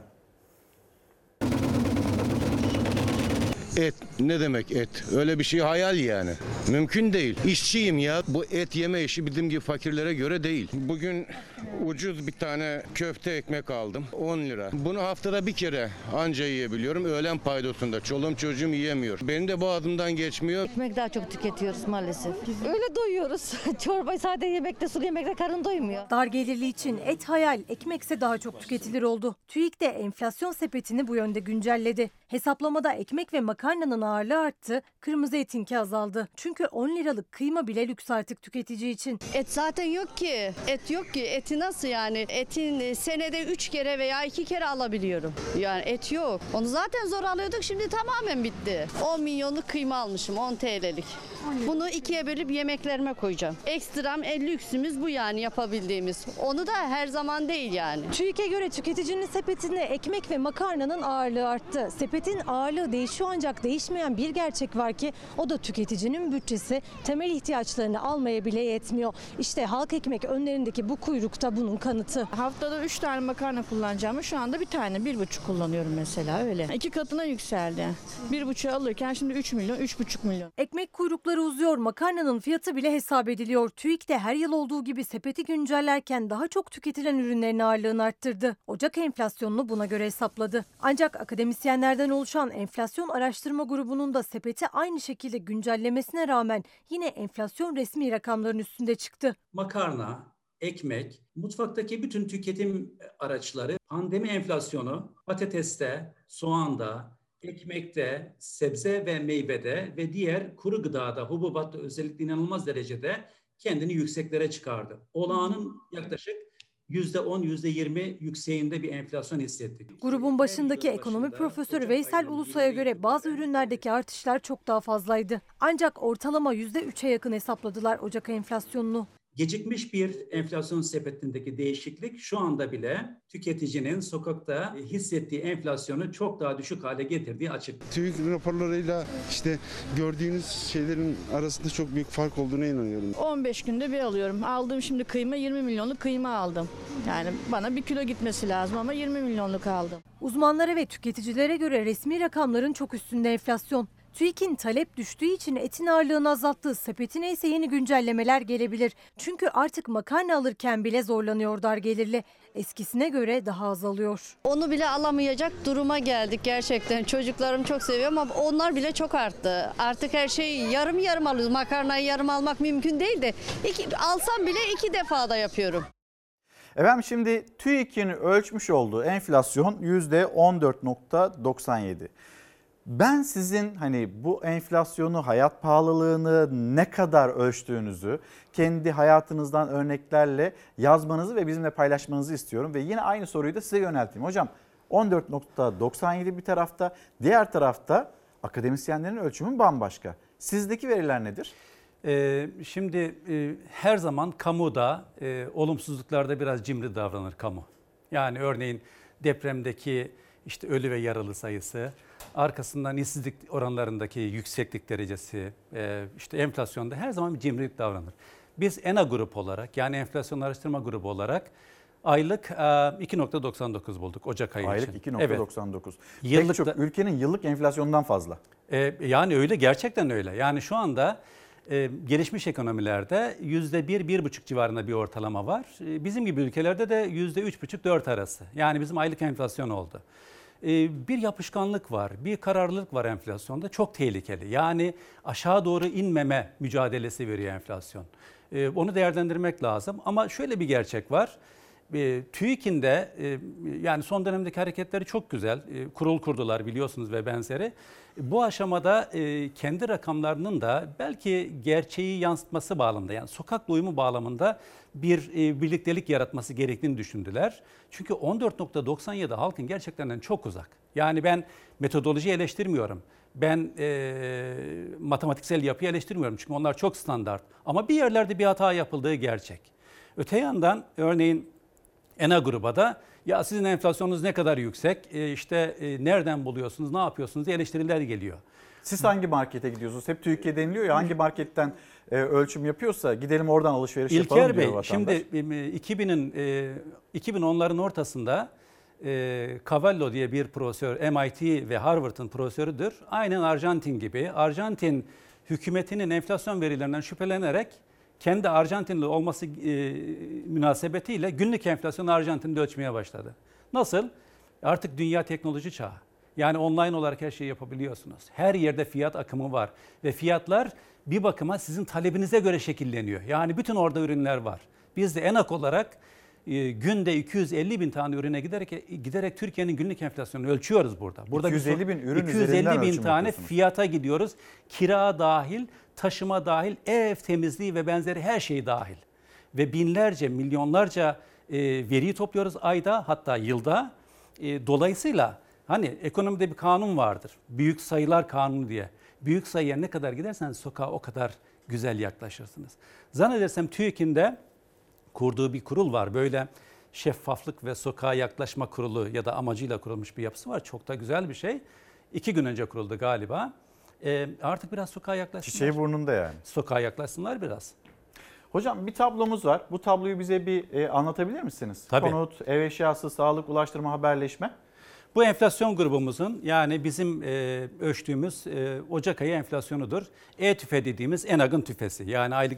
Et ne demek et? Öyle bir şey hayal yani. Mümkün değil. İşçiyim ya. Bu et yeme işi bizim gibi fakirlere göre değil. Bugün ucuz bir tane köfte ekmek aldım. 10 lira. Bunu haftada bir kere anca yiyebiliyorum. Öğlen paydosunda. Çoluğum çocuğum yiyemiyor. Benim de boğazımdan geçmiyor. Ekmek daha çok tüketiyoruz maalesef. Öyle doyuyoruz. Çorbayı sade yemekle, sulu yemekle karın doymuyor. Dar gelirli için et hayal, ekmekse daha çok tüketilir oldu. TÜİK de enflasyon sepetini bu yönde güncelledi. Hesaplamada ekmek ve makarnanın ağırlığı arttı, kırmızı etinki azaldı. Çünkü 10 liralık kıyma bile lüks artık tüketici için. Et zaten yok ki. Et yok ki. Eti nasıl yani? Etin senede 3 kere veya 2 kere alabiliyorum. Yani et yok. Onu zaten zor alıyorduk, şimdi tamamen bitti. 10 milyonluk kıyma almışım, 10 TL'lik. Bunu 2'ye bölüp yemeklerime koyacağım. Ekstram lüksümüz bu yani yapabildiğimiz. Onu da her zaman değil yani. TÜİK'e göre tüketicinin sepetine ekmek ve makarnanın ağırlığı arttı. Sepetin ağırlığı değişiyor ancak değişmeyen bir gerçek var ki o da tüketicinin bütçesi temel ihtiyaçlarını almaya bile yetmiyor. İşte halk ekmek önlerindeki bu kuyrukta bunun kanıtı. Haftada 3 tane makarna kullanacağımı şu anda bir tane 1,5 kullanıyorum mesela öyle. 2 katına yükseldi. 1,5'a alırken şimdi 3 milyon, 3,5 milyon. Ekmek kuyrukları uzuyor, makarnanın fiyatı bile hesap ediliyor. TÜİK de her yıl olduğu gibi sepeti güncellerken daha çok tüketilen ürünlerin ağırlığını arttırdı. Ocak enflasyonunu buna göre hesapladı. Ancak akademisyenlerden oluşan enflasyon araştırma grubunun da sepeti aynı şekilde güncellemesine rağmen yine enflasyon resmi rakamların üstünde çıktı. Makarna, ekmek, mutfaktaki bütün tüketim araçları pandemi enflasyonu patateste, soğanda, ekmekte, sebze ve meyvede ve diğer kuru gıdada, hububatta özellikle inanılmaz derecede kendini yükseklere çıkardı. Olağanın yaklaşık %10, %20 yükseğinde bir enflasyon hissettik. Grubun başındaki ekonomi profesörü Veysel Ulusay'a göre bazı ürünlerdeki artışlar çok daha fazlaydı. Ancak ortalama %3'e yakın hesapladılar Ocak enflasyonunu. Gecikmiş bir enflasyon sepetindeki değişiklik şu anda bile tüketicinin sokakta hissettiği enflasyonu çok daha düşük hale getirdiği açık. TÜİK raporlarıyla işte gördüğünüz şeylerin arasında çok büyük fark olduğuna inanıyorum. 15 günde bir alıyorum. Aldığım şimdi kıyma 20 milyonluk kıyma aldım. Yani bana 1 kilo gitmesi lazım ama 20 milyonluk aldım. Uzmanlara ve tüketicilere göre resmi rakamların çok üstünde enflasyon. TÜİK'in talep düştüğü için etin ağırlığını azalttığı sepetine ise yeni güncellemeler gelebilir. Çünkü artık makarna alırken bile zorlanıyor dar gelirli. Eskisine göre daha az alıyor. Onu bile alamayacak duruma geldik gerçekten. Çocuklarım çok seviyor ama onlar bile çok arttı. Artık her şeyi yarım yarım alıyoruz. Makarnayı yarım almak mümkün değil de alsam bile 2 defada yapıyorum. Efendim şimdi TÜİK'in ölçmüş olduğu enflasyon %14.97. Ben sizin hani bu enflasyonu, hayat pahalılığını ne kadar ölçtüğünüzü kendi hayatınızdan örneklerle yazmanızı ve bizimle paylaşmanızı istiyorum. Ve yine aynı soruyu da size yönelteyim. Hocam 14.97 bir tarafta, diğer tarafta akademisyenlerin ölçümü bambaşka. Sizdeki veriler nedir? Şimdi her zaman kamuda olumsuzluklarda biraz cimri davranır kamu. Yani örneğin depremdeki işte ölü ve yaralı sayısı, arkasından işsizlik oranlarındaki yükseklik derecesi, işte enflasyonda her zaman bir cimrilik davranır. Biz ENA grup olarak, yani enflasyon araştırma grubu olarak aylık 2.99 bulduk Ocak ayı için. Aylık 2.99. Evet. Pek çok ülkenin yıllık enflasyonundan fazla. Yani öyle, gerçekten öyle. Yani şu anda gelişmiş ekonomilerde %1-1,5 civarında bir ortalama var. Bizim gibi ülkelerde de %3,5-4 arası. Yani bizim aylık enflasyon oldu. Bir yapışkanlık var, bir kararlılık var enflasyonda. Çok tehlikeli. Yani aşağı doğru inmeme mücadelesi veriyor enflasyon. Onu değerlendirmek lazım. Ama şöyle bir gerçek var. TÜİK'in de yani son dönemdeki hareketleri çok güzel. Kurul kurdular biliyorsunuz ve benzeri. Bu aşamada kendi rakamlarının da belki gerçeği yansıtması bağlamında, yani sokakla uyumu bağlamında bir birliktelik yaratması gerektiğini düşündüler. Çünkü 14.97 halkın gerçekten çok uzak. Yani ben metodoloji eleştirmiyorum. Ben matematiksel yapıyı eleştirmiyorum. Çünkü onlar çok standart. Ama bir yerlerde bir hata yapıldığı gerçek. Öte yandan örneğin ENA gruba da ya sizin enflasyonunuz ne kadar yüksek, işte nereden buluyorsunuz, ne yapıyorsunuz diye eleştiriler geliyor. Siz hangi markete gidiyorsunuz? Hep TÜİK'e deniliyor ya, hangi marketten ölçüm yapıyorsa gidelim oradan alışveriş yapalım İlker diyor Bey, vatandaş. şimdi 2010'ların ortasında Cavallo diye bir profesör, MIT ve Harvard'ın profesörüdür. Aynen Arjantin gibi. Arjantin hükümetinin enflasyon verilerinden şüphelenerek kendi Arjantinli olması münasebetiyle günlük enflasyonu Arjantin'de ölçmeye başladı. Nasıl? Artık dünya teknoloji çağı. Yani online olarak her şeyi yapabiliyorsunuz. Her yerde fiyat akımı var ve fiyatlar bir bakıma sizin talebinize göre şekilleniyor. Yani bütün orada ürünler var. Biz de ENAK olarak günde 250 bin tane ürüne giderek Türkiye'nin günlük enflasyonunu ölçüyoruz burada. 250 bin ürün 250 bin tane yapıyorsunuz. fiyata gidiyoruz. Kira dahil, taşıma dahil, ev temizliği ve benzeri her şey dahil. Ve binlerce, milyonlarca veriyi topluyoruz ayda, hatta yılda. Dolayısıyla hani ekonomide bir kanun vardır. Büyük sayılar kanunu diye. Büyük sayıya ne kadar giderseniz sokağa o kadar güzel yaklaşırsınız. Zannedersem TÜİK'in de kurduğu bir kurul var. Böyle şeffaflık ve sokağa yaklaşma kurulu ya da amacıyla kurulmuş bir yapısı var. Çok da güzel bir şey. 2 gün önce kuruldu galiba. Artık biraz sokağa yaklaşsınlar. Çiçeği burnunda yani. Sokağa yaklaşsınlar biraz. Hocam bir tablomuz var. Bu tabloyu bize bir anlatabilir misiniz? Tabii. Konut, ev eşyası, sağlık, ulaştırma, haberleşme. Bu enflasyon grubumuzun, yani bizim ölçtüğümüz Ocak ayı enflasyonudur. E-tüfe dediğimiz ENAG'ın tüfesi, yani aylık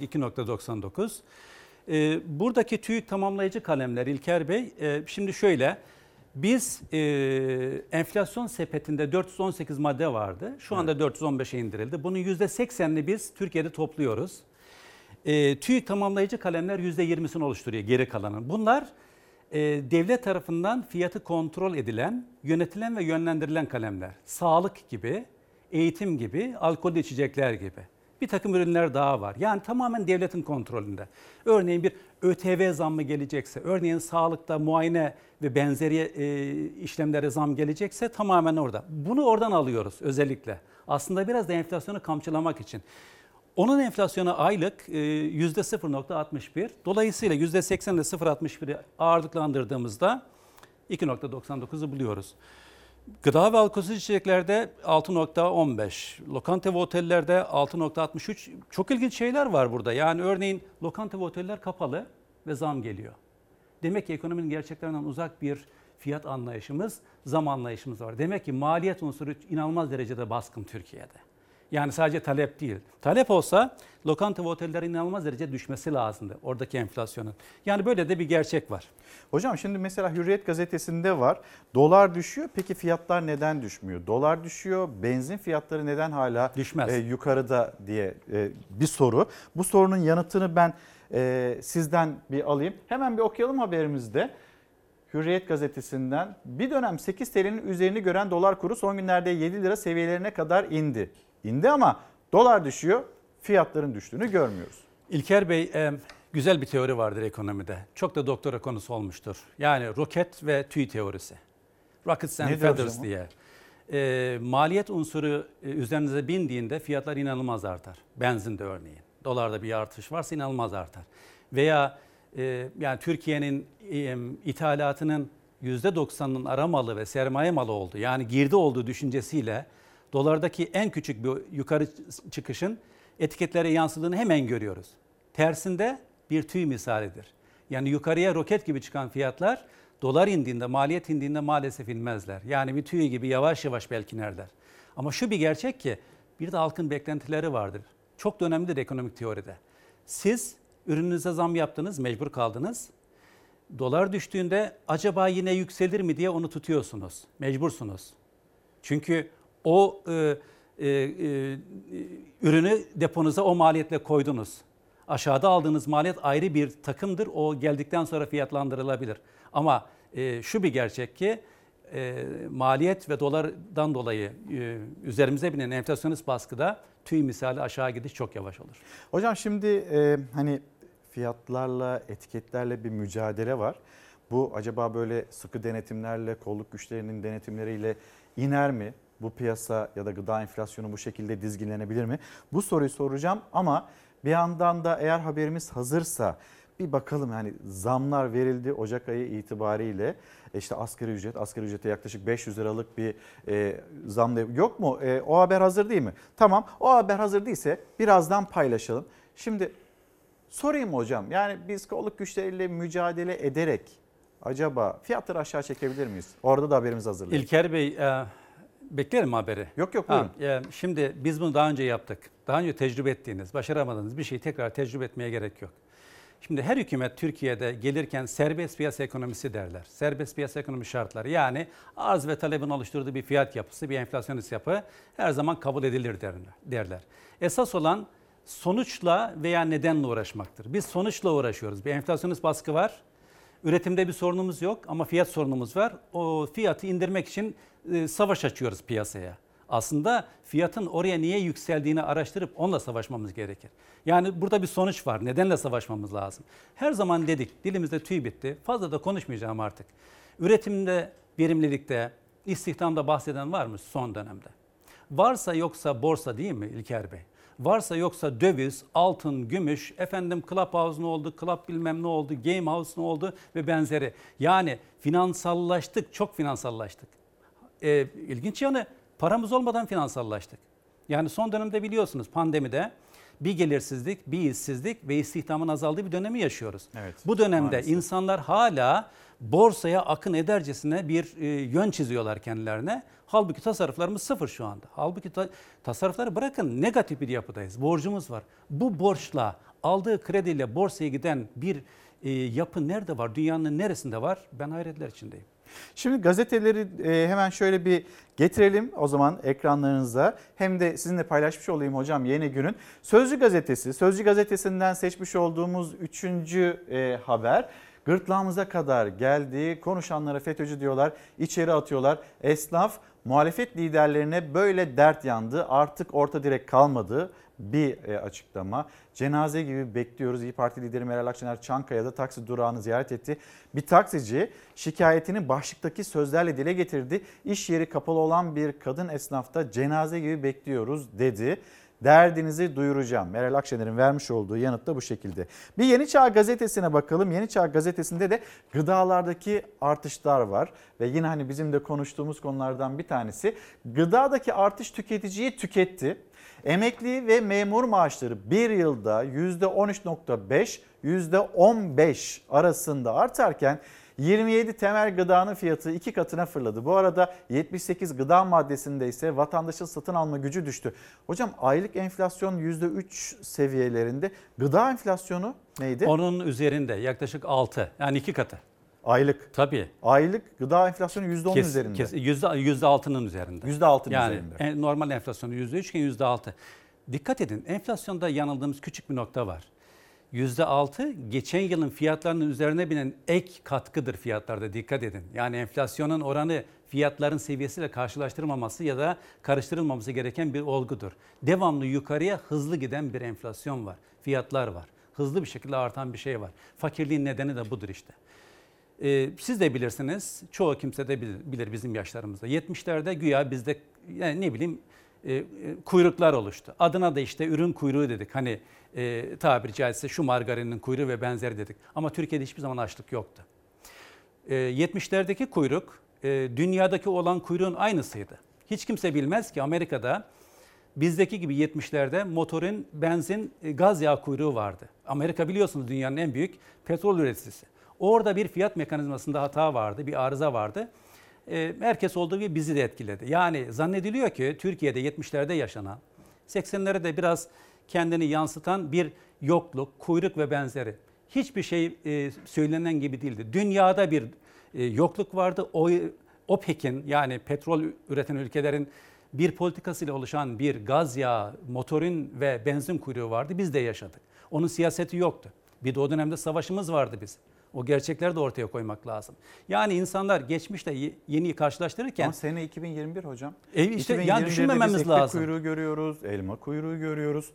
2.99. Buradaki TÜİK tamamlayıcı kalemler İlker Bey, şimdi şöyle, biz enflasyon sepetinde 418 madde vardı. Şu anda 415'e indirildi. Bunun %80'ini biz Türkiye'de topluyoruz. TÜİK tamamlayıcı kalemler %20'sini oluşturuyor, geri kalanın. Bunlar devlet tarafından fiyatı kontrol edilen, yönetilen ve yönlendirilen kalemler. Sağlık gibi, eğitim gibi, alkollü içecekler gibi. Bir takım ürünler daha var. Yani tamamen devletin kontrolünde. Örneğin bir ÖTV zammı gelecekse, örneğin sağlıkta muayene ve benzeri işlemlere zam gelecekse tamamen orada. Bunu oradan alıyoruz özellikle. Aslında biraz da enflasyonu kamçılamak için. Onun enflasyonu aylık %0.61. Dolayısıyla %80 ile 0.61'i ağırlıklandırdığımızda 2.99'u buluyoruz. Gıda ve alkolsüz içeceklerde 6.15, lokanta ve otellerde 6.63. Çok ilginç şeyler var burada. Yani örneğin lokanta ve oteller kapalı ve zam geliyor. Demek ki ekonominin gerçeklerinden uzak bir fiyat anlayışımız, zam anlayışımız var. Demek ki maliyet unsuru inanılmaz derecede baskın Türkiye'de. Yani sadece talep değil. Talep olsa lokanta ve otellerin inanılmaz derece düşmesi lazımdı oradaki enflasyonun. Yani böyle de bir gerçek var. Hocam şimdi mesela Hürriyet gazetesinde var. Dolar düşüyor. Peki fiyatlar neden düşmüyor? Dolar düşüyor. Benzin fiyatları neden hala yukarıda diye bir soru. Bu sorunun yanıtını ben sizden bir alayım. Hemen bir okuyalım haberimizde. Hürriyet gazetesinden bir dönem 8 TL'nin üzerini gören dolar kuru son günlerde 7 lira seviyelerine kadar indi. İndi ama dolar düşüyor, fiyatların düştüğünü görmüyoruz. İlker Bey, güzel bir teori vardır ekonomide. Çok da doktora konusu olmuştur. Yani roket ve tüy teorisi. Rockets and feathers diye. Maliyet unsuru üzerinize bindiğinde fiyatlar inanılmaz artar. Benzinde örneğin. Dolarda bir artış varsa inanılmaz artar. Veya yani Türkiye'nin ithalatının %90'ının ara malı ve sermaye malı olduğu, yani girdi olduğu düşüncesiyle dolardaki en küçük bir yukarı çıkışın etiketlere yansıdığını hemen görüyoruz. Tersinde bir tüy misalidir. Yani yukarıya roket gibi çıkan fiyatlar dolar indiğinde, maliyet indiğinde maalesef inmezler. Yani bir tüy gibi yavaş yavaş belki inerler. Ama şu bir gerçek ki bir de halkın beklentileri vardır. Çok da önemlidir ekonomik teoride. Siz ürününüze zam yaptınız, mecbur kaldınız. Dolar düştüğünde acaba yine yükselir mi diye onu tutuyorsunuz. Mecbursunuz. Çünkü o ürünü deponuza o maliyetle koydunuz. Aşağıda aldığınız maliyet ayrı bir takımdır. O geldikten sonra fiyatlandırılabilir. Ama şu bir gerçek ki maliyet ve dolardan dolayı üzerimize binen enflasyonist baskıda tüy misali aşağı gidiş çok yavaş olur. Hocam şimdi hani fiyatlarla, etiketlerle bir mücadele var. Bu acaba böyle sıkı denetimlerle, kolluk güçlerinin denetimleriyle iner mi? Bu piyasa ya da gıda enflasyonu bu şekilde dizginlenebilir mi? Bu soruyu soracağım ama bir yandan da eğer haberimiz hazırsa bir bakalım, yani zamlar verildi Ocak ayı itibariyle. İşte asgari ücrete yaklaşık 500 liralık bir zam yok mu? O haber hazır değil mi? Tamam, o haber hazır değilse birazdan paylaşalım. Şimdi sorayım hocam, yani biz kolluk güçleriyle mücadele ederek acaba fiyatları aşağı çekebilir miyiz? Orada da haberimiz hazırlayalım. İlker Bey, beklerim haberi. Yok buyurun. Şimdi biz bunu daha önce yaptık. Daha önce tecrübe ettiğiniz, başaramadığınız bir şeyi tekrar tecrübe etmeye gerek yok. Şimdi her hükümet Türkiye'de gelirken serbest piyasa ekonomisi derler. Serbest piyasa ekonomi şartları, yani arz ve talebin oluşturduğu bir fiyat yapısı, bir enflasyonist yapı her zaman kabul edilir derler. Esas olan sonuçla veya nedenle uğraşmaktır. Biz sonuçla uğraşıyoruz. Bir enflasyonist baskı var. Üretimde bir sorunumuz yok ama fiyat sorunumuz var. O fiyatı indirmek için savaş açıyoruz piyasaya. Aslında fiyatın oraya niye yükseldiğini araştırıp onunla savaşmamız gerekir. Yani burada bir sonuç var. Nedenle savaşmamız lazım. Her zaman dedik, dilimizde tüy bitti. Fazla da konuşmayacağım artık. Üretimde, verimlilikte, istihdamda bahseden var mı son dönemde? Varsa yoksa borsa değil mi İlker Bey? Varsa yoksa döviz, altın, gümüş, Clubhouse ne oldu, Club bilmem ne oldu, Game House ne oldu ve benzeri. Yani finansallaştık, çok finansallaştık. İlginç yanı paramız olmadan finansallaştık. Yani son dönemde biliyorsunuz pandemide bir gelirsizlik, bir işsizlik ve istihdamın azaldığı bir dönemi yaşıyoruz. Evet, bu dönemde maalesef insanlar hala borsaya akın edercesine bir yön çiziyorlar kendilerine. Halbuki tasarruflarımız sıfır şu anda. Halbuki tasarrufları bırakın, negatif bir yapıdayız. Borcumuz var. Bu borçla, aldığı krediyle borsaya giden bir yapı nerede var? Dünyanın neresinde var? Ben hayretler içindeyim. Şimdi gazeteleri hemen şöyle bir getirelim o zaman ekranlarınıza. Hem de sizinle paylaşmış olayım hocam yeni günün. Sözcü gazetesi, Sözcü gazetesinden seçmiş olduğumuz 3. haber. gırtlağımıza kadar geldi. Konuşanlara FETÖ'cü diyorlar, içeri atıyorlar. Esnaf muhalefet liderlerine böyle dert yandı. Artık orta direk kalmadı. Bir açıklama. Cenaze gibi bekliyoruz. İYİ Parti lideri Meral Akşener Çankaya'da taksi durağını ziyaret etti. Bir taksici şikayetini başlıktaki sözlerle dile getirdi. İş yeri kapalı olan bir kadın esnafta cenaze gibi bekliyoruz dedi. Derdinizi duyuracağım. Meral Akşener'in vermiş olduğu yanıt da bu şekilde. Bir Yeni Çağ gazetesine bakalım. Yeni Çağ gazetesinde de gıdalardaki artışlar var. Ve yine hani bizim de konuştuğumuz konulardan bir tanesi. Gıdadaki artış tüketiciyi tüketti. Emekli ve memur maaşları bir yılda %13.5, %15 arasında artarken 27 temel gıdanın fiyatı 2 katına fırladı. Bu arada 78 gıda maddesinde ise vatandaşın satın alma gücü düştü. Hocam aylık enflasyon %3 seviyelerinde. Gıda enflasyonu neydi? Onun üzerinde yaklaşık 6, yani 2 katı. Aylık. Tabii. Aylık gıda enflasyonu %10 üzerinde. %6'nın üzerinde. %6'nın yani üzerinde. Normal enflasyonu %3 iken %6. Dikkat edin, enflasyonda yanıldığımız küçük bir nokta var. %6 geçen yılın fiyatlarının üzerine binen ek katkıdır fiyatlarda, dikkat edin. Yani enflasyonun oranı fiyatların seviyesiyle karşılaştırılmaması ya da karıştırılmaması gereken bir olgudur. Devamlı yukarıya hızlı giden bir enflasyon var. Fiyatlar var. Hızlı bir şekilde artan bir şey var. Fakirliğin nedeni de budur işte. Siz de bilirsiniz, çoğu kimse de bilir bizim yaşlarımızda. 70'lerde güya bizde yani ne bileyim kuyruklar oluştu. Adına da işte ürün kuyruğu dedik. Hani tabiri caizse şu margarinin kuyruğu ve benzeri dedik. Ama Türkiye'de hiçbir zaman açlık yoktu. 70'lerdeki kuyruk dünyadaki olan kuyruğun aynısıydı. Hiç kimse bilmez ki Amerika'da bizdeki gibi 70'lerde motorun benzin, gaz yağı kuyruğu vardı. Amerika biliyorsunuz dünyanın en büyük petrol üreticisi. Orada bir fiyat mekanizmasında hata vardı, bir arıza vardı. Herkes olduğu gibi bizi de etkiledi. Yani zannediliyor ki Türkiye'de 70'lerde yaşanan, 80'lerde biraz kendini yansıtan bir yokluk, kuyruk ve benzeri. Hiçbir şey söylenen gibi değildi. Dünyada bir yokluk vardı. OPEC'in yani petrol üreten ülkelerin bir politikasıyla oluşan bir gaz yağı, motorun ve benzin kuyruğu vardı. Biz de yaşadık. Onun siyaseti yoktu. Bir de o dönemde savaşımız vardı bizim. O gerçekleri de ortaya koymak lazım. Yani insanlar geçmişte yeniyi karşılaştırırken... Ama sene 2021 hocam. İşte yani düşünmememiz lazım. Kuyruğu görüyoruz, elma kuyruğu görüyoruz.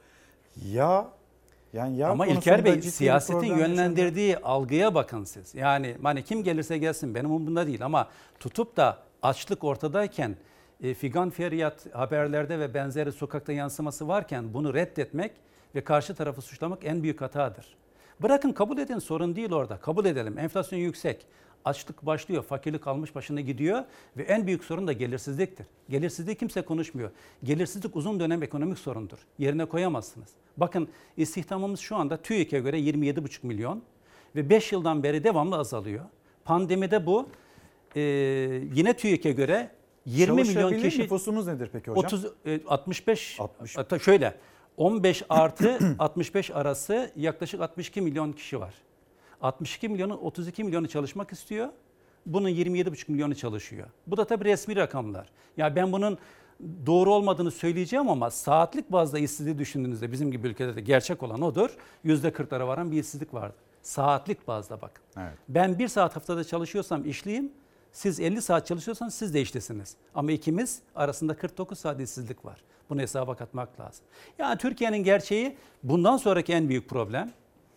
Ama İlker Bey, siyasetin yönlendirdiği algıya bakın siz. Yani hani kim gelirse gelsin benim umurumda değil ama tutup da açlık ortadayken figan feryat haberlerde ve benzeri sokakta yansıması varken bunu reddetmek ve karşı tarafı suçlamak en büyük hatadır. Bırakın kabul edin, sorun değil orada. Kabul edelim. Enflasyon yüksek. Açlık başlıyor. Fakirlik almış başına gidiyor. Ve en büyük sorun da gelirsizliktir. Gelirsizliği kimse konuşmuyor. Gelirsizlik uzun dönem ekonomik sorundur. Yerine koyamazsınız. Bakın istihdamımız şu anda TÜİK'e göre 27,5 milyon. Ve 5 yıldan beri devamlı azalıyor. Pandemide bu yine TÜİK'e göre 20 milyon kişi... Nüfusumuz nedir peki hocam? 65. Şöyle 15 artı 65 arası yaklaşık 62 milyon kişi var. 62 milyonun 32 milyonu çalışmak istiyor. Bunun 27,5 milyonu çalışıyor. Bu da tabii resmi rakamlar. Ya ben bunun doğru olmadığını söyleyeceğim ama saatlik bazda işsizliği düşündüğünüzde bizim gibi ülkelerde gerçek olan odur. %40'lara varan bir işsizlik vardı. Saatlik bazda bakın. Evet. Ben 1 saat haftada çalışıyorsam işliyim. Siz 50 saat çalışıyorsanız siz de işlisiniz. Ama ikimiz arasında 49 saat işsizlik var. Bunu hesaba katmak lazım. Yani Türkiye'nin gerçeği bundan sonraki en büyük problem.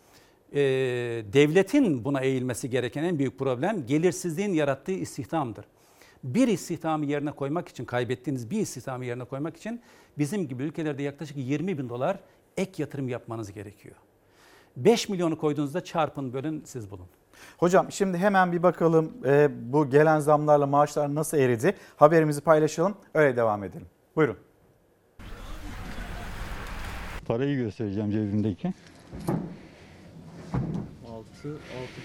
Devletin buna eğilmesi gereken en büyük problem gelirsizliğin yarattığı istihdamdır. Bir istihdamı yerine koymak için, kaybettiğiniz bir istihdamı yerine koymak için bizim gibi ülkelerde yaklaşık 20 bin dolar ek yatırım yapmanız gerekiyor. 5 milyonu koyduğunuzda çarpın bölün siz bulun. Hocam şimdi hemen bir bakalım bu gelen zamlarla maaşlar nasıl eridi? Haberimizi paylaşalım, öyle devam edelim. Buyurun. Parayı göstereceğim cebimdeki. 6,5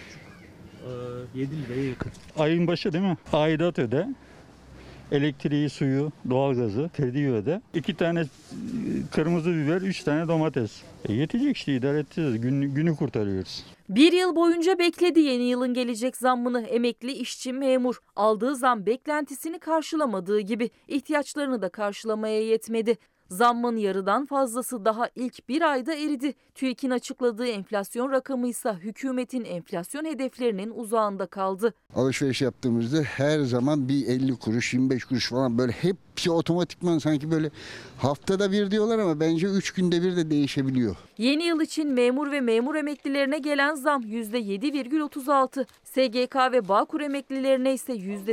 7 liraya yakın. Ayın başı değil mi? Aidat öde. Elektriği, suyu, doğalgazı, krediyi öde. 2 tane kırmızı biber, 3 tane domates. Yetecek işte, idare edeceğiz. Günü kurtarıyoruz. Bir yıl boyunca bekledi yeni yılın gelecek zammını. Emekli, işçi, memur. Aldığı zam beklentisini karşılamadığı gibi ihtiyaçlarını da karşılamaya yetmedi. Zammın yarıdan fazlası daha ilk bir ayda eridi. TÜİK'in açıkladığı enflasyon rakamı ise hükümetin enflasyon hedeflerinin uzağında kaldı. Alışveriş yaptığımızda her zaman bir 50 kuruş, 25 kuruş falan böyle hepsi otomatikman sanki böyle haftada bir diyorlar ama bence 3 günde bir de değişebiliyor. Yeni yıl için memur ve memur emeklilerine gelen zam %7,36. SGK ve Bağkur emeklilerine ise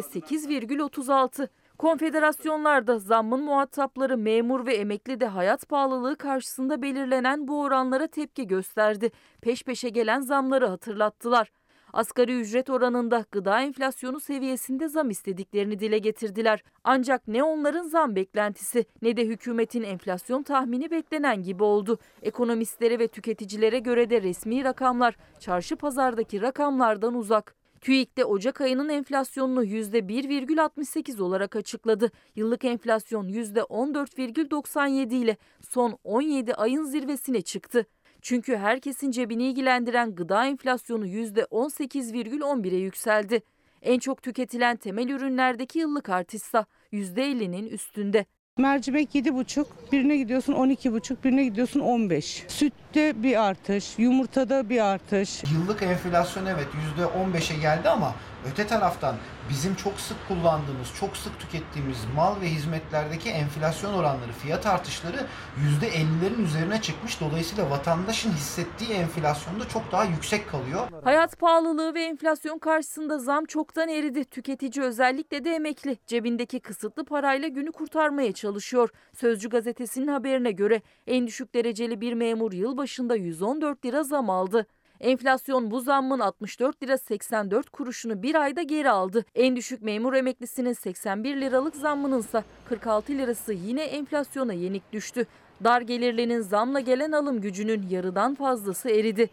%8,36. Konfederasyonlarda zammın muhatapları memur ve emekli de hayat pahalılığı karşısında belirlenen bu oranlara tepki gösterdi. Peş peşe gelen zamları hatırlattılar. Asgari ücret oranında gıda enflasyonu seviyesinde zam istediklerini dile getirdiler. Ancak ne onların zam beklentisi ne de hükümetin enflasyon tahmini beklenen gibi oldu. Ekonomistlere ve tüketicilere göre de resmi rakamlar çarşı pazardaki rakamlardan uzak. TÜİK de Ocak ayının enflasyonunu %1,68 olarak açıkladı. Yıllık enflasyon %14,97 ile son 17 ayın zirvesine çıktı. Çünkü herkesin cebini ilgilendiren gıda enflasyonu %18,11'e yükseldi. En çok tüketilen temel ürünlerdeki yıllık artışsa %50'nin üstünde. Mercimek 7,5, birine gidiyorsun 12,5, birine gidiyorsun 15. Sütte bir artış, yumurtada bir artış. Yıllık enflasyon evet %15'e geldi ama öte taraftan bizim çok sık kullandığımız, çok sık tükettiğimiz mal ve hizmetlerdeki enflasyon oranları, fiyat artışları %50'lerin üzerine çıkmış. Dolayısıyla vatandaşın hissettiği enflasyon da çok daha yüksek kalıyor. Hayat pahalılığı ve enflasyon karşısında zam çoktan eridi. Tüketici özellikle de emekli cebindeki kısıtlı parayla günü kurtarmaya çalışıyor. Sözcü gazetesinin haberine göre en düşük dereceli bir memur yılbaşında 114 lira zam aldı. Enflasyon bu zammın 64 lira 84 kuruşunu bir ayda geri aldı. En düşük memur emeklisinin 81 liralık zammınınsa 46 lirası yine enflasyona yenik düştü. Dar gelirlinin zamla gelen alım gücünün yarıdan fazlası eridi.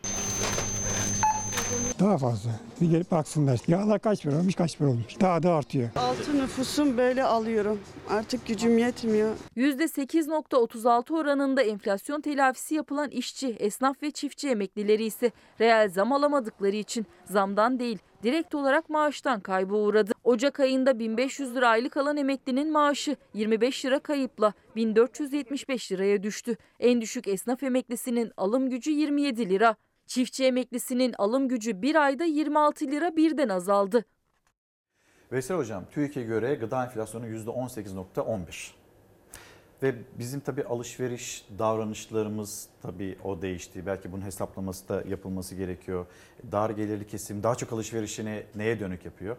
Daha fazla. Bir gelip baksınlar. Yağlar kaç para olmuş, kaç para olmuş. Daha da artıyor. Altı nüfusum böyle alıyorum. Artık gücüm yetmiyor. %8,36 oranında enflasyon telafisi yapılan işçi, esnaf ve çiftçi emeklileri ise reel zam alamadıkları için zamdan değil, direkt olarak maaştan kayba uğradı. Ocak ayında 1500 lira aylık alan emeklinin maaşı 25 lira kayıpla 1475 liraya düştü. En düşük esnaf emeklisinin alım gücü 27 lira. Çiftçi emeklisinin alım gücü bir ayda 26 lira birden azaldı. Veysel Hocam, TÜİK'e göre gıda enflasyonu %18,15. Ve bizim tabii alışveriş davranışlarımız tabii o değişti. Belki bunun hesaplaması da yapılması gerekiyor. Dar gelirli kesim daha çok alışverişini neye dönük yapıyor?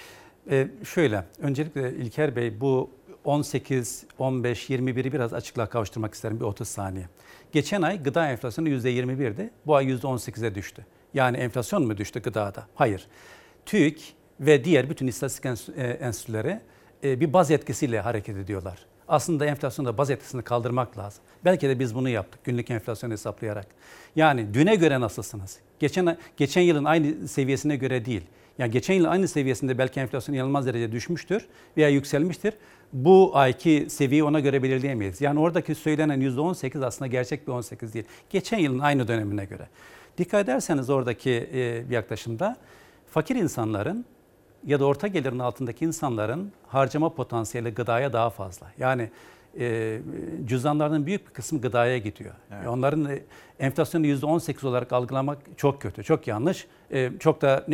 Öncelikle İlker Bey bu 18, 15, 21'i biraz açıklığa kavuşturmak isterim bir 30 saniye. Geçen ay gıda enflasyonu %21'di. Bu ay %18'e düştü. Yani enflasyon mu düştü gıdada? Hayır. TÜİK ve diğer bütün istatistik enstitüleri bir baz etkisiyle hareket ediyorlar. Aslında enflasyonda baz etkisini kaldırmak lazım. Belki de biz bunu yaptık günlük enflasyonu hesaplayarak. Yani düne göre nasılsınız? Geçen yılın aynı seviyesine göre değil. Yani geçen yıl aynı seviyesinde belki enflasyon inanılmaz derece düşmüştür veya yükselmiştir. Bu ayki seviyeyi ona göre belirleyemeyiz. Yani oradaki söylenen %18 aslında gerçek bir 18 değil. Geçen yılın aynı dönemine göre. Dikkat ederseniz oradaki yaklaşımda fakir insanların ya da orta gelirin altındaki insanların harcama potansiyeli gıdaya daha fazla. Yani cüzdanlarının büyük bir kısmı gıdaya gidiyor. Evet. Onların enflasyonu %18 olarak algılamak çok kötü, çok yanlış. Çok da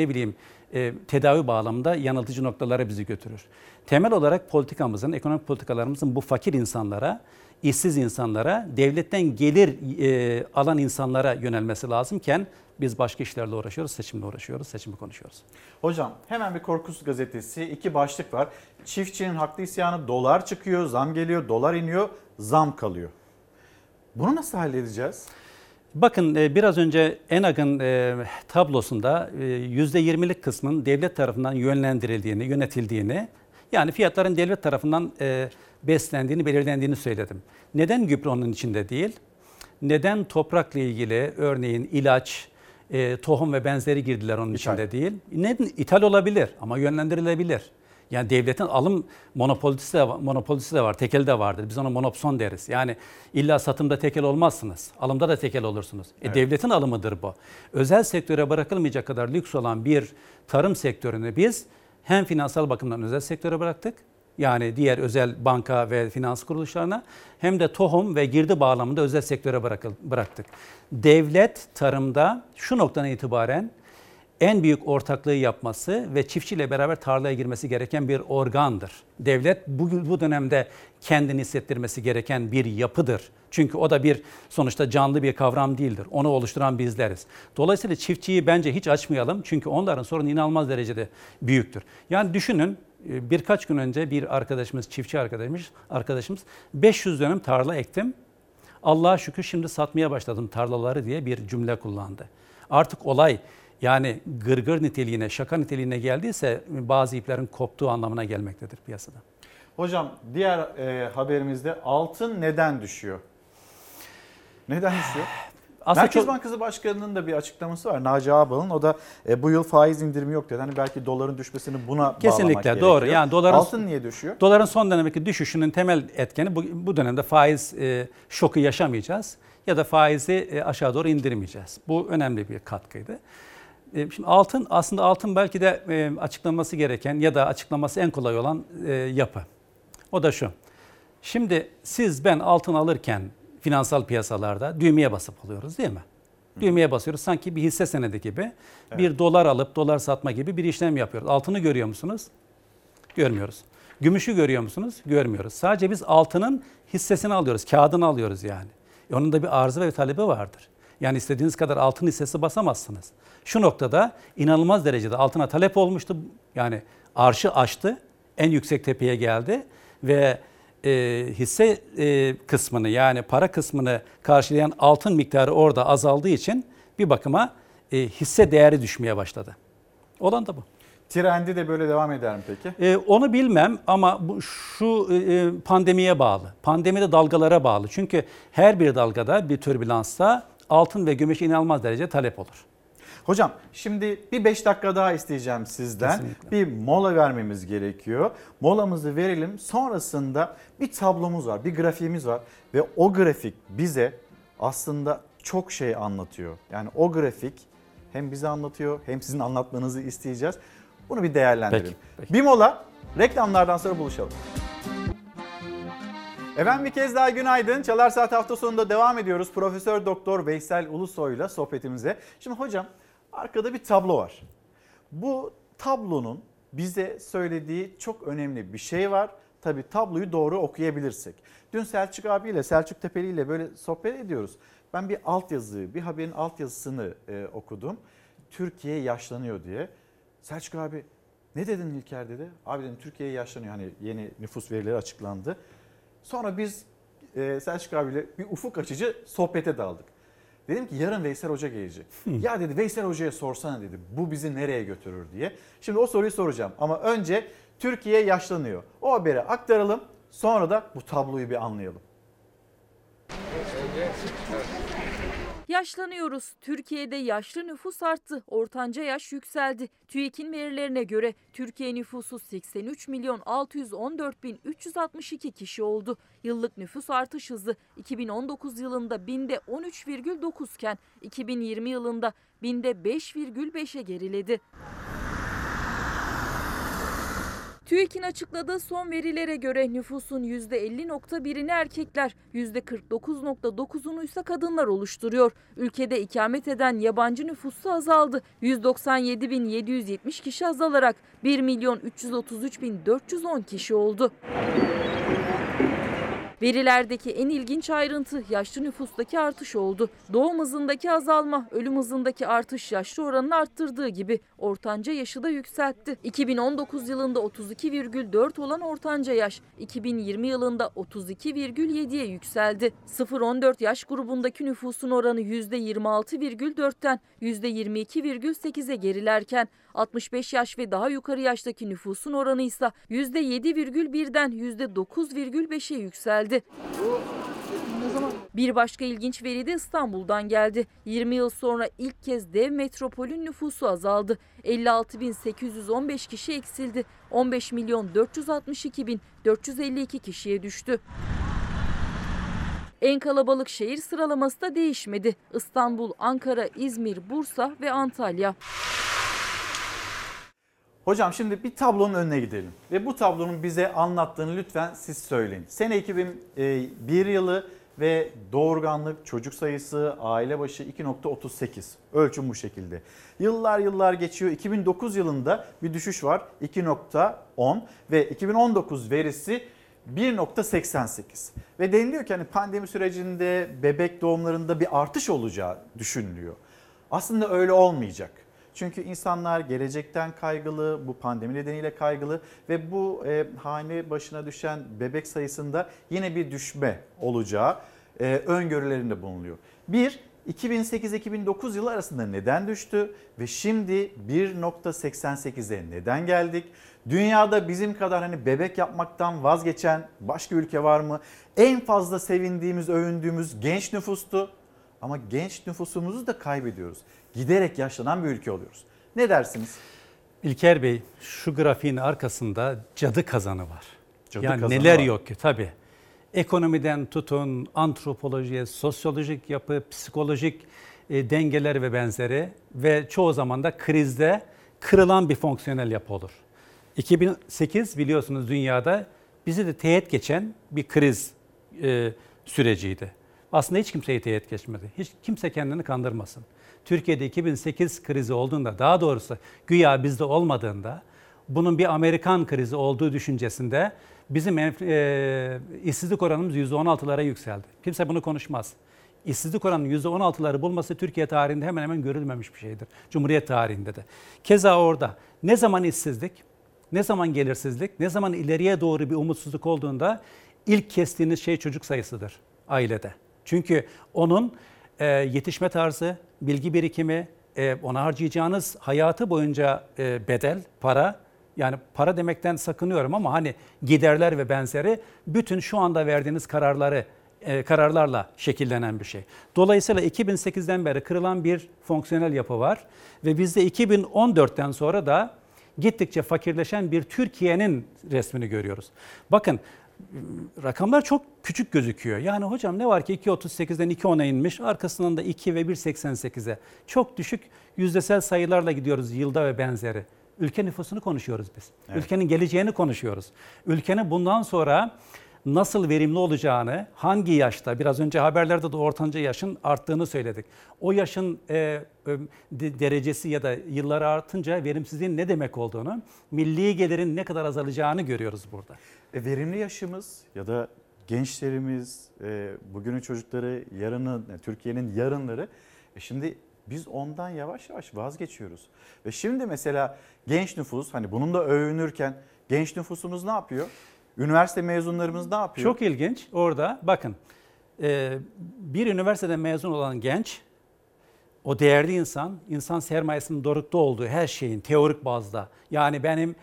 tedavi bağlamında yanıltıcı noktalara bizi götürür. Temel olarak politikamızın, ekonomik politikalarımızın bu fakir insanlara, işsiz insanlara, devletten gelir alan insanlara yönelmesi lazımken biz başka işlerle uğraşıyoruz, seçimle uğraşıyoruz, seçimi konuşuyoruz. Hocam hemen bir Korkus gazetesi 2 başlık var. Çiftçinin haklı isyanı, dolar çıkıyor, zam geliyor, dolar iniyor, zam kalıyor. Bunu nasıl halledeceğiz? Bakın biraz önce ENAG'ın tablosunda %20'lik kısmın devlet tarafından yönlendirildiğini, yönetildiğini, yani fiyatların devlet tarafından beslendiğini, belirlendiğini söyledim. Neden gübre onun içinde değil? Neden toprakla ilgili örneğin ilaç, tohum ve benzeri girdiler onun içinde değil? Neden? İthal olabilir ama yönlendirilebilir. Yani devletin alım monopolisi de var, tekeli de vardır. Biz ona monopson deriz. Yani illa satımda tekel olmazsınız, alımda da tekel olursunuz. Evet. Devletin alımıdır bu. Özel sektöre bırakılmayacak kadar lüks olan bir tarım sektörünü biz hem finansal bakımdan özel sektöre bıraktık yani diğer özel banka ve finans kuruluşlarına hem de tohum ve girdi bağlamında özel sektöre bıraktık. Devlet tarımda şu noktadan itibaren en büyük ortaklığı yapması ve çiftçiyle beraber tarlaya girmesi gereken bir organdır. Devlet bu dönemde kendini hissettirmesi gereken bir yapıdır. Çünkü o da bir sonuçta canlı bir kavram değildir. Onu oluşturan bizleriz. Dolayısıyla çiftçiyi bence hiç açmayalım. Çünkü onların sorunu inanılmaz derecede büyüktür. Yani düşünün, birkaç gün önce bir arkadaşımız, çiftçi arkadaşımız 500 dönüm tarla ektim. Allah'a şükür şimdi satmaya başladım tarlaları diye bir cümle kullandı. Artık olay yani gırgır niteliğine, şaka niteliğine geldiyse bazı iplerin koptuğu anlamına gelmektedir piyasada. Hocam diğer haberimizde altın neden düşüyor? Neden düşüyor? Merkez Bankası Başkanı'nın da bir açıklaması var. Naci Ağbal'ın. O da bu yıl faiz indirimi yok dedi. Hani belki doların düşmesini buna bağlamak gerekiyor. Kesinlikle doğru. Yani altın niye düşüyor? Doların son dönemdeki düşüşünün temel etkeni bu dönemde faiz şoku yaşamayacağız ya da faizi aşağı doğru indirmeyeceğiz. Bu önemli bir katkıydı. Şimdi altın belki de açıklanması gereken ya da açıklaması en kolay olan yapı. O da şu. Şimdi ben altın alırken finansal piyasalarda düğmeye basıp alıyoruz değil mi? Düğmeye basıyoruz sanki bir hisse senedi gibi. Evet. Bir dolar alıp dolar satma gibi bir işlem yapıyoruz. Altını görüyor musunuz? Görmüyoruz. Gümüşü görüyor musunuz? Görmüyoruz. Sadece biz altının hissesini alıyoruz, kağıdını alıyoruz yani. Onun da bir arzı ve talebi vardır. Yani istediğiniz kadar altın hissesi basamazsınız. Şu noktada inanılmaz derecede altına talep olmuştu. Yani arşı aştı, en yüksek tepeye geldi ve hisse kısmını yani para kısmını karşılayan altın miktarı orada azaldığı için bir bakıma hisse değeri düşmeye başladı. Olan da bu. Trendi de böyle devam eder mi peki? Onu bilmem ama şu pandemiye bağlı. Pandemide dalgalara bağlı. Çünkü her bir dalgada bir türbülansta altın ve gümüşe inanılmaz derece talep olur. Hocam şimdi bir 5 dakika daha isteyeceğim sizden. Kesinlikle. Bir mola vermemiz gerekiyor. Molamızı verelim. Sonrasında bir tablomuz var, bir grafiğimiz var. Ve o grafik bize aslında çok şey anlatıyor. Yani o grafik hem bize anlatıyor hem sizin anlatmanızı isteyeceğiz. Bunu bir değerlendirelim. Peki. Bir mola, reklamlardan sonra buluşalım. Efendim bir kez daha günaydın. Çalar Saat hafta sonunda devam ediyoruz. Profesör Doktor Veysel Ulusoy'la sohbetimize. Şimdi hocam arkada bir tablo var. Bu tablonun bize söylediği çok önemli bir şey var. Tabii tabloyu doğru okuyabilirsek. Dün Selçuk abiyle, Selçuk Tepeli ile böyle sohbet ediyoruz. Ben bir haberin altyazısını okudum. Türkiye yaşlanıyor diye. Selçuk abi ne dedin İlker dedi. Abi dedim Türkiye yaşlanıyor. Hani yeni nüfus verileri açıklandı. Sonra biz Selçuk abiyle bir ufuk açıcı sohbete daldık. Dedim ki yarın Veysel Hoca gelecek. Ya dedi Veysel Hoca'ya sorsana dedi. Bu bizi nereye götürür diye. Şimdi o soruyu soracağım. Ama önce Türkiye yaşlanıyor. O haberi aktaralım. Sonra da bu tabloyu bir anlayalım. Yaşlanıyoruz. Türkiye'de yaşlı nüfus arttı. Ortanca yaş yükseldi. TÜİK'in verilerine göre Türkiye nüfusu 83.614.362 kişi oldu. Yıllık nüfus artış hızı 2019 yılında binde 13,9 iken 2020 yılında binde 5,5'e geriledi. TÜİK'in açıkladığı son verilere göre nüfusun %50.1'ini erkekler, %49.9'unu ise kadınlar oluşturuyor. Ülkede ikamet eden yabancı nüfusu azaldı. 197.770 kişi azalarak 1.333.410 kişi oldu. Verilerdeki en ilginç ayrıntı yaşlı nüfustaki artış oldu. Doğum hızındaki azalma, ölüm hızındaki artış yaşlı oranını arttırdığı gibi ortanca yaşı da yükseltti. 2019 yılında 32,4 olan ortanca yaş 2020 yılında 32,7'ye yükseldi. 0-14 yaş grubundaki nüfusun oranı %26,4'ten %22,8'e gerilerken 65 yaş ve daha yukarı yaştaki nüfusun oranı ise %7,1'den %9,5'e yükseldi. Bir başka ilginç veri de İstanbul'dan geldi. 20 yıl sonra ilk kez dev metropolün nüfusu azaldı. 56.815 kişi eksildi. 15.462.452 kişiye düştü. En kalabalık şehir sıralaması da değişmedi. İstanbul, Ankara, İzmir, Bursa ve Antalya. Hocam şimdi bir tablonun önüne gidelim ve bu tablonun bize anlattığını lütfen siz söyleyin. Sene 2001 yılı ve doğurganlık, çocuk sayısı, aile başı 2.38. Ölçüm bu şekilde. Yıllar geçiyor. 2009 yılında bir düşüş var, 2.10 ve 2019 verisi 1.88 ve deniliyor ki hani pandemi sürecinde bebek doğumlarında bir artış olacağı düşünülüyor. Aslında öyle olmayacak. Çünkü insanlar gelecekten kaygılı, bu pandemi nedeniyle kaygılı ve bu hane başına düşen bebek sayısında yine bir düşme olacağı öngörülerinde bulunuyor. 2008-2009 yılı arasında neden düştü ve şimdi 1.88'e neden geldik? Dünyada bizim kadar hani bebek yapmaktan vazgeçen başka ülke var mı? En fazla sevindiğimiz, övündüğümüz genç nüfustu. Ama genç nüfusumuzu da kaybediyoruz. Giderek yaşlanan bir ülke oluyoruz. Ne dersiniz? İlker Bey, şu grafiğin arkasında cadı kazanı var. Cadı yani kazanı neler var. yok ki tabii. Ekonomiden tutun, antropolojiye, sosyolojik yapı, psikolojik dengeler ve benzeri ve çoğu zaman da krizde kırılan bir fonksiyonel yapı olur. 2008 biliyorsunuz dünyada bizi de teğet geçen bir kriz süreciydi. Aslında hiç kimseyi teğet geçmedi. Hiç kimse kendini kandırmasın. Türkiye'de 2008 krizi olduğunda, daha doğrusu güya bizde olmadığında, bunun bir Amerikan krizi olduğu düşüncesinde bizim işsizlik oranımız %16'lara yükseldi. Kimse bunu konuşmaz. İşsizlik oranının %16'ları bulması Türkiye tarihinde hemen hemen görülmemiş bir şeydir. Cumhuriyet tarihinde de. Keza orada ne zaman işsizlik, ne zaman gelirsizlik, ne zaman ileriye doğru bir umutsuzluk olduğunda ilk kestiğiniz şey çocuk sayısıdır ailede. Çünkü onun yetişme tarzı, bilgi birikimi, ona harcayacağınız hayatı boyunca bedel, para, yani para demekten sakınıyorum ama hani giderler ve benzeri bütün şu anda verdiğiniz kararlarla şekillenen bir şey. Dolayısıyla 2008'den beri kırılan bir fonksiyonel yapı var ve bizde 2014'ten sonra da gittikçe fakirleşen bir Türkiye'nin resmini görüyoruz. Bakın rakamlar çok küçük gözüküyor. Yani hocam ne var ki 2.38'den 2.10'a inmiş, arkasından da 2 ve 1.88'e. Çok düşük yüzdesel sayılarla gidiyoruz yılda ve benzeri. Ülke nüfusunu konuşuyoruz biz. Evet. Ülkenin geleceğini konuşuyoruz. Ülkenin bundan sonra nasıl verimli olacağını, hangi yaşta, biraz önce haberlerde de ortanca yaşın arttığını söyledik. O yaşın derecesi ya da yılları artınca verimsizliğin ne demek olduğunu, milli gelirin ne kadar azalacağını görüyoruz burada. Verimli yaşımız ya da gençlerimiz, bugünün çocukları, yarının, Türkiye'nin yarınları. Şimdi biz ondan yavaş yavaş vazgeçiyoruz. Ve şimdi mesela genç nüfus, hani bununla övünürken genç nüfusumuz ne yapıyor? Üniversite mezunlarımız ne yapıyor? Çok ilginç. Orada bakın bir üniversiteden mezun olan genç, o değerli insan sermayesinin dorukta olduğu her şeyin teorik bazda. Yani benim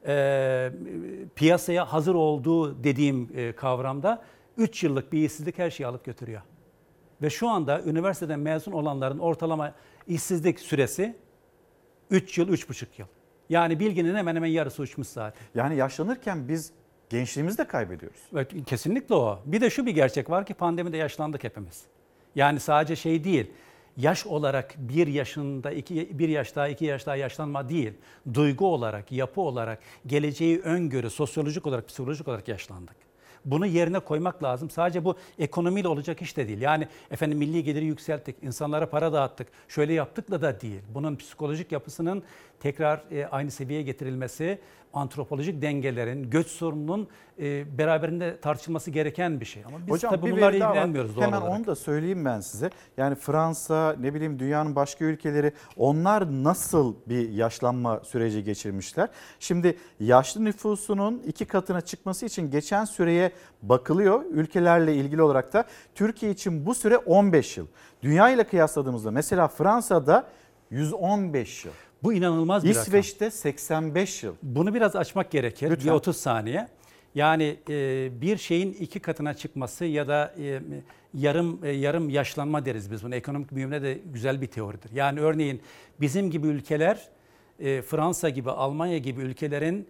piyasaya hazır olduğu dediğim kavramda 3 yıllık bir işsizlik her şeyi alıp götürüyor. Ve şu anda üniversiteden mezun olanların ortalama işsizlik süresi 3 yıl, 3,5 yıl. Yani bilginin hemen hemen yarısı uçmuş zaten. Yani yaşlanırken biz gençliğimizi de kaybediyoruz. Evet, kesinlikle o. Bir de şu bir gerçek var ki pandemide yaşlandık hepimiz. Yani sadece şey değil, yaş olarak bir yaş daha 2 yaş daha yaşlanma değil. Duygu olarak, yapı olarak, geleceği öngörü, sosyolojik olarak, psikolojik olarak yaşlandık. Bunu yerine koymak lazım. Sadece bu ekonomiyle olacak iş de değil. Yani efendim milli geliri yükselttik, insanlara para dağıttık, şöyle yaptıkla da değil. Bunun psikolojik yapısının tekrar aynı seviyeye getirilmesi, antropolojik dengelerin, göç sorununun beraberinde tartışılması gereken bir şey. Ama biz hocam, tabii bunlarla ilgilenmiyoruz doğal olarak. Hemen onu da söyleyeyim ben size. Yani Fransa, ne bileyim dünyanın başka ülkeleri, onlar nasıl bir yaşlanma süreci geçirmişler? Şimdi yaşlı nüfusunun 2 katına çıkması için geçen süreye bakılıyor. Ülkelerle ilgili olarak da Türkiye için bu süre 15 yıl. Dünya ile kıyasladığımızda mesela Fransa'da 115 yıl. Bu inanılmaz bir rakam. İsveç'te 85 yıl. Bunu biraz açmak gerekir. Lütfen. Bir 30 saniye. Yani bir şeyin 2 katına çıkması ya da yarım yaşlanma deriz biz buna. Ekonomik büyüme de güzel bir teoridir. Yani örneğin bizim gibi ülkeler, Fransa gibi, Almanya gibi ülkelerin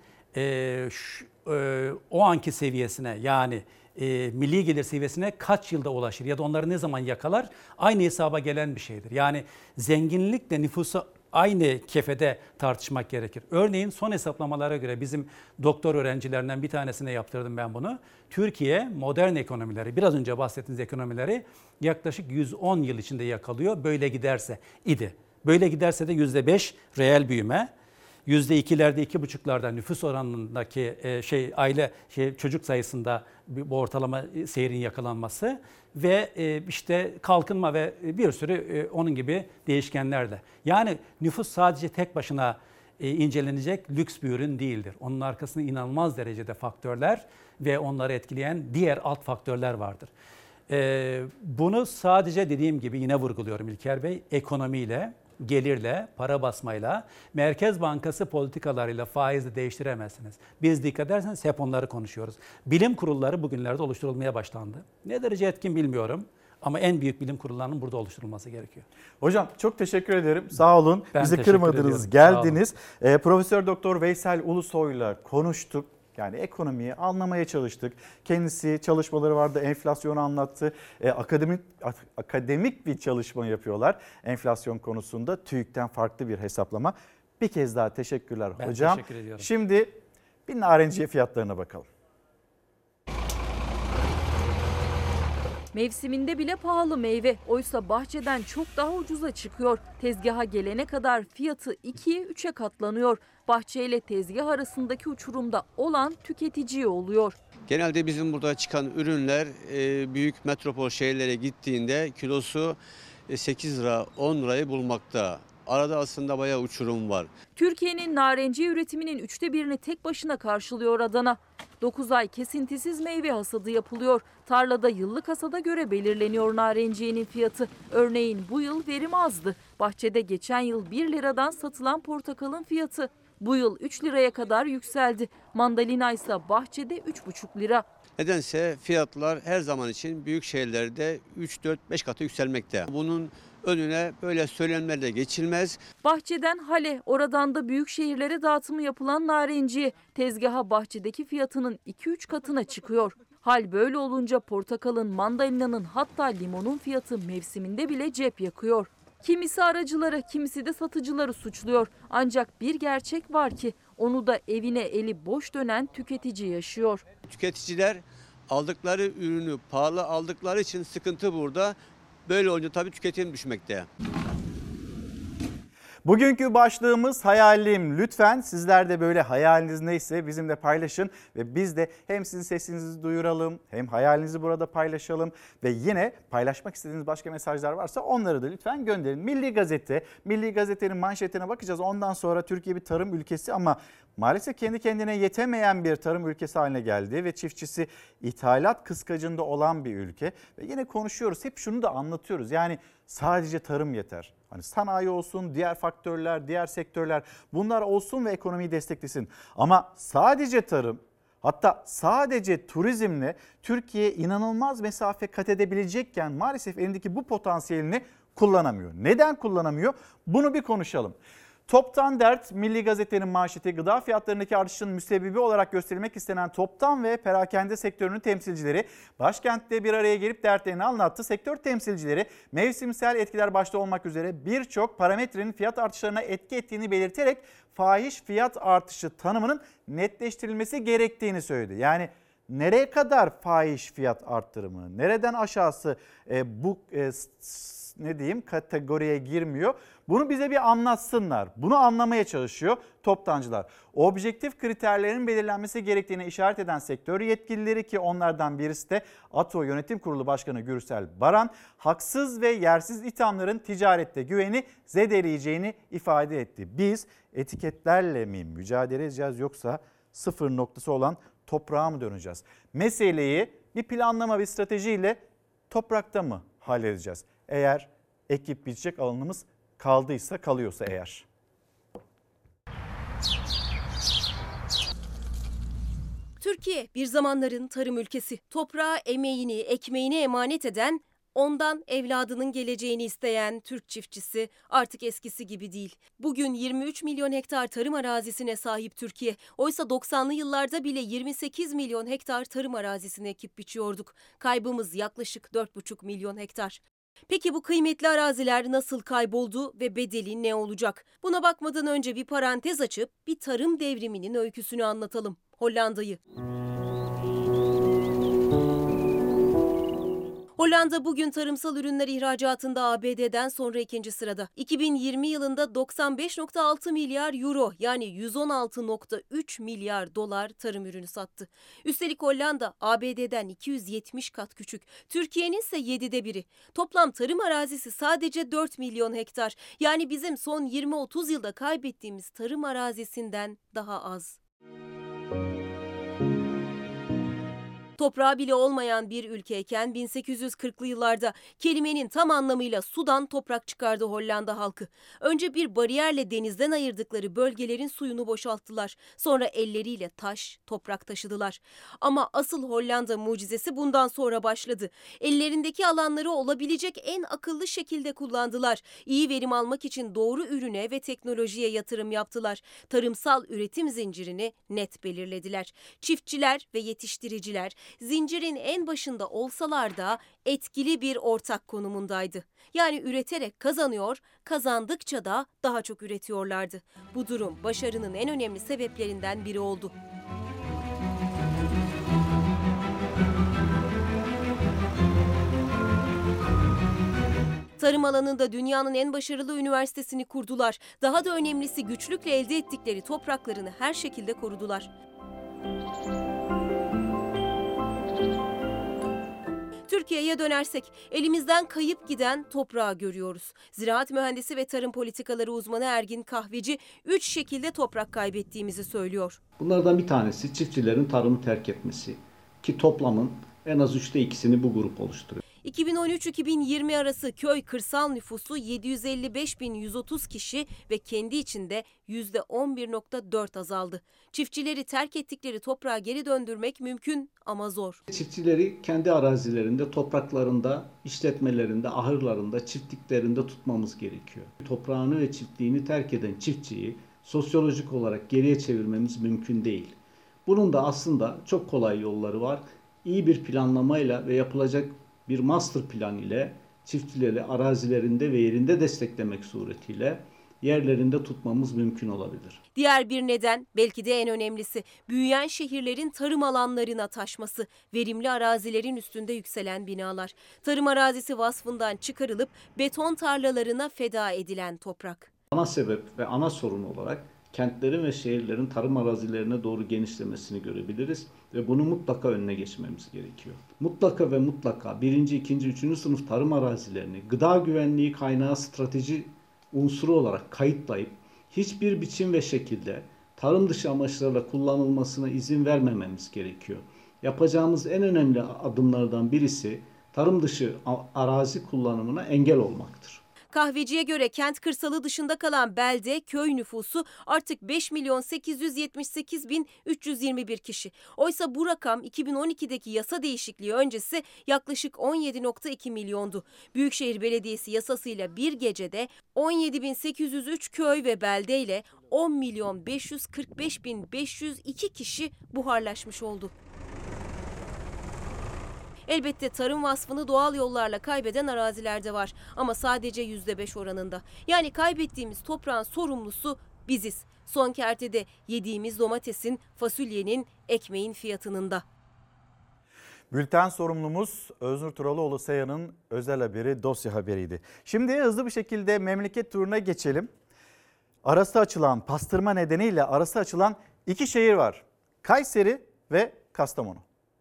o anki seviyesine, yani milli gelir seviyesine kaç yılda ulaşır ya da onları ne zaman yakalar, aynı hesaba gelen bir şeydir. Yani zenginlikle nüfusa aynı kefede tartışmak gerekir. Örneğin son hesaplamalara göre bizim doktor öğrencilerinden bir tanesine yaptırdım ben bunu. Türkiye modern ekonomileri, biraz önce bahsettiğiniz ekonomileri yaklaşık 110 yıl içinde yakalıyor. Böyle giderse idi. Böyle giderse de %5 reel büyüme, %2'lerde, %2,5'larda nüfus oranındaki çocuk sayısında bu ortalama seyrin yakalanması ve işte kalkınma ve bir sürü onun gibi değişkenlerle. Yani nüfus sadece tek başına incelenecek lüks bir ürün değildir. Onun arkasında inanılmaz derecede faktörler ve onları etkileyen diğer alt faktörler vardır. Bunu sadece dediğim gibi yine vurguluyorum İlker Bey, ekonomiyle, gelirle, para basmayla, Merkez Bankası politikalarıyla faizi değiştiremezsiniz. Biz dikkat ederseniz hep onları konuşuyoruz. Bilim kurulları bugünlerde oluşturulmaya başlandı. Ne derece etkin bilmiyorum ama en büyük bilim kurullarının burada oluşturulması gerekiyor. Hocam çok teşekkür ederim. Sağ olun. Ben Bizi teşekkür kırmadınız, ediyorum. geldiniz. Profesör Doktor Veysel Ulusoy'la konuştuk. Yani ekonomiyi anlamaya çalıştık. Kendisi çalışmaları vardı, enflasyonu anlattı. Akademik bir çalışma yapıyorlar enflasyon konusunda. TÜİK'ten farklı bir hesaplama. Bir kez daha teşekkürler ben hocam. Teşekkür ediyorum. Şimdi bir narenciye fiyatlarına bakalım. Mevsiminde bile pahalı meyve. Oysa bahçeden çok daha ucuza çıkıyor. Tezgaha gelene kadar fiyatı 2'ye 3'e katlanıyor. Bahçeyle tezgah arasındaki uçurumda olan tüketiciye oluyor. Genelde bizim burada çıkan ürünler büyük metropol şehirlere gittiğinde kilosu 8 lira 10 lirayı bulmakta. Arada aslında bayağı uçurum var. Türkiye'nin narenciye üretiminin 1/3'ünü tek başına karşılıyor Adana. 9 ay kesintisiz meyve hasadı yapılıyor. Tarlada yıllık hasada göre belirleniyor narenciyenin fiyatı. Örneğin bu yıl verim azdı. Bahçede geçen yıl 1 liradan satılan portakalın fiyatı bu yıl 3 liraya kadar yükseldi. Mandalina ise bahçede 3,5 lira. Nedense fiyatlar her zaman için büyük şehirlerde 3-4-5 katı yükselmekte. Bunun önüne böyle söylemlerle geçilmez. Bahçeden hale, oradan da büyük şehirlere dağıtımı yapılan narenciye tezgaha bahçedeki fiyatının 2-3 katına çıkıyor. Hal böyle olunca portakalın, mandalinanın hatta limonun fiyatı mevsiminde bile cep yakıyor. Kimisi aracıları, kimisi de satıcıları suçluyor. Ancak bir gerçek var ki onu da evine eli boş dönen tüketici yaşıyor. Tüketiciler aldıkları ürünü pahalı aldıkları için sıkıntı burada. Böyle olunca tabii tüketim düşmekte. Bugünkü başlığımız hayalim. Lütfen sizler de böyle hayaliniz neyse bizimle paylaşın ve biz de hem sizin sesinizi duyuralım hem hayalinizi burada paylaşalım ve yine paylaşmak istediğiniz başka mesajlar varsa onları da lütfen gönderin. Milli Gazete'nin manşetine bakacağız. Ondan sonra Türkiye bir tarım ülkesi ama maalesef kendi kendine yetemeyen bir tarım ülkesi haline geldi ve çiftçisi ithalat kıskacında olan bir ülke ve yine konuşuyoruz. Hep şunu da anlatıyoruz. Yani sadece tarım yeter. Hani sanayi olsun, diğer faktörler, diğer sektörler bunlar olsun ve ekonomiyi desteklesin. Ama sadece tarım, hatta sadece turizmle Türkiye inanılmaz mesafe kat edebilecekken maalesef elindeki bu potansiyelini kullanamıyor. Neden kullanamıyor? Bunu bir konuşalım. Toptan dert Milli Gazete'nin manşeti gıda fiyatlarındaki artışın müsebbibi olarak gösterilmek istenen toptan ve perakende sektörünün temsilcileri başkentte bir araya gelip dertlerini anlattı. Sektör temsilcileri mevsimsel etkiler başta olmak üzere birçok parametrenin fiyat artışlarına etki ettiğini belirterek fahiş fiyat artışı tanımının netleştirilmesi gerektiğini söyledi. Yani nereye kadar fahiş fiyat arttırımı, nereden aşağısı bu kategoriye girmiyor? Bunu bize bir anlatsınlar. Bunu anlamaya çalışıyor toptancılar. Objektif kriterlerin belirlenmesi gerektiğine işaret eden sektör yetkilileri ki onlardan birisi de ATO Yönetim Kurulu Başkanı Gürsel Baran, haksız ve yersiz ithamların ticarette güveni zedeleyeceğini ifade etti. Biz etiketlerle mi mücadele edeceğiz yoksa sıfır noktası olan toprağa mı döneceğiz? Meseleyi bir planlama, bir stratejiyle toprakta mı halledeceğiz? Eğer ekip biçecek alanımız kalıyorsa eğer. Türkiye bir zamanların tarım ülkesi. Toprağa emeğini, ekmeğini emanet eden, ondan evladının geleceğini isteyen Türk çiftçisi artık eskisi gibi değil. Bugün 23 milyon hektar tarım arazisine sahip Türkiye. Oysa 90'lı yıllarda bile 28 milyon hektar tarım arazisine ekip biçiyorduk. Kaybımız yaklaşık 4,5 milyon hektar. Peki bu kıymetli araziler nasıl kayboldu ve bedeli ne olacak? Buna bakmadan önce bir parantez açıp bir tarım devriminin öyküsünü anlatalım. Hollanda'yı. Hollanda bugün tarımsal ürünler ihracatında ABD'den sonra 2. sırada. 2020 yılında 95,6 milyar euro yani 116,3 milyar dolar tarım ürünü sattı. Üstelik Hollanda ABD'den 270 kat küçük. Türkiye'nin ise 7'de 1'i. Toplam tarım arazisi sadece 4 milyon hektar. Yani bizim son 20-30 yılda kaybettiğimiz tarım arazisinden daha az. Toprağı bile olmayan bir ülkeyken 1840'lı yıllarda kelimenin tam anlamıyla sudan toprak çıkardı Hollanda halkı. Önce bir bariyerle denizden ayırdıkları bölgelerin suyunu boşalttılar. Sonra elleriyle taş, toprak taşıdılar. Ama asıl Hollanda mucizesi bundan sonra başladı. Ellerindeki alanları olabilecek en akıllı şekilde kullandılar. İyi verim almak için doğru ürüne ve teknolojiye yatırım yaptılar. Tarımsal üretim zincirini net belirlediler. Çiftçiler ve yetiştiriciler zincirin en başında olsalar da etkili bir ortak konumundaydı. Yani üreterek kazanıyor, kazandıkça da daha çok üretiyorlardı. Bu durum başarının en önemli sebeplerinden biri oldu. Tarım alanında dünyanın en başarılı üniversitesini kurdular. Daha da önemlisi güçlükle elde ettikleri topraklarını her şekilde korudular. Türkiye'ye dönersek elimizden kayıp giden toprağı görüyoruz. Ziraat mühendisi ve tarım politikaları uzmanı Ergin Kahveci 3 şekilde toprak kaybettiğimizi söylüyor. Bunlardan bir tanesi çiftçilerin tarımı terk etmesi ki toplamın en az 2/3'ünü bu grup oluşturuyor. 2013-2020 arası köy kırsal nüfusu 755.130 kişi ve kendi içinde %11,4 azaldı. Çiftçileri terk ettikleri toprağa geri döndürmek mümkün ama zor. Çiftçileri kendi arazilerinde, topraklarında, işletmelerinde, ahırlarında, çiftliklerinde tutmamız gerekiyor. Toprağını ve çiftliğini terk eden çiftçiyi sosyolojik olarak geriye çevirmemiz mümkün değil. Bunun da aslında çok kolay yolları var. İyi bir planlamayla ve yapılacak bir master plan ile çiftçileri arazilerinde ve yerinde desteklemek suretiyle yerlerinde tutmamız mümkün olabilir. Diğer bir neden, belki de en önemlisi, büyüyen şehirlerin tarım alanlarına taşması, verimli arazilerin üstünde yükselen binalar. Tarım arazisi vasfından çıkarılıp beton tarlalarına feda edilen toprak. Ana sebep ve ana sorun olarak kentlerin ve şehirlerin tarım arazilerine doğru genişlemesini görebiliriz ve bunu mutlaka önüne geçmemiz gerekiyor. Mutlaka ve mutlaka 1., 2., 3. sınıf tarım arazilerini gıda güvenliği kaynağı strateji unsuru olarak kayıtlayıp hiçbir biçim ve şekilde tarım dışı amaçlarla kullanılmasına izin vermememiz gerekiyor. Yapacağımız en önemli adımlardan birisi tarım dışı arazi kullanımına engel olmaktır. Kahveciye göre kent kırsalı dışında kalan belde, köy nüfusu artık 5.878.321 kişi. Oysa bu rakam 2012'deki yasa değişikliği öncesi yaklaşık 17,2 milyondu. Büyükşehir Belediyesi yasasıyla bir gecede 17.803 köy ve beldeyle 10.545.502 kişi buharlaşmış oldu. Elbette tarım vasfını doğal yollarla kaybeden araziler de var ama sadece %5 oranında. Yani kaybettiğimiz toprağın sorumlusu biziz. Son kertede yediğimiz domatesin, fasulyenin, ekmeğin fiyatının da. Bülten sorumlumuz Öznur Turalıoğlu Seyhan'ın özel haberi, dosya haberiydi. Şimdi hızlı bir şekilde memleket turuna geçelim. Arası açılan, pastırma nedeniyle arası açılan 2 şehir var. Kayseri ve Kastamonu.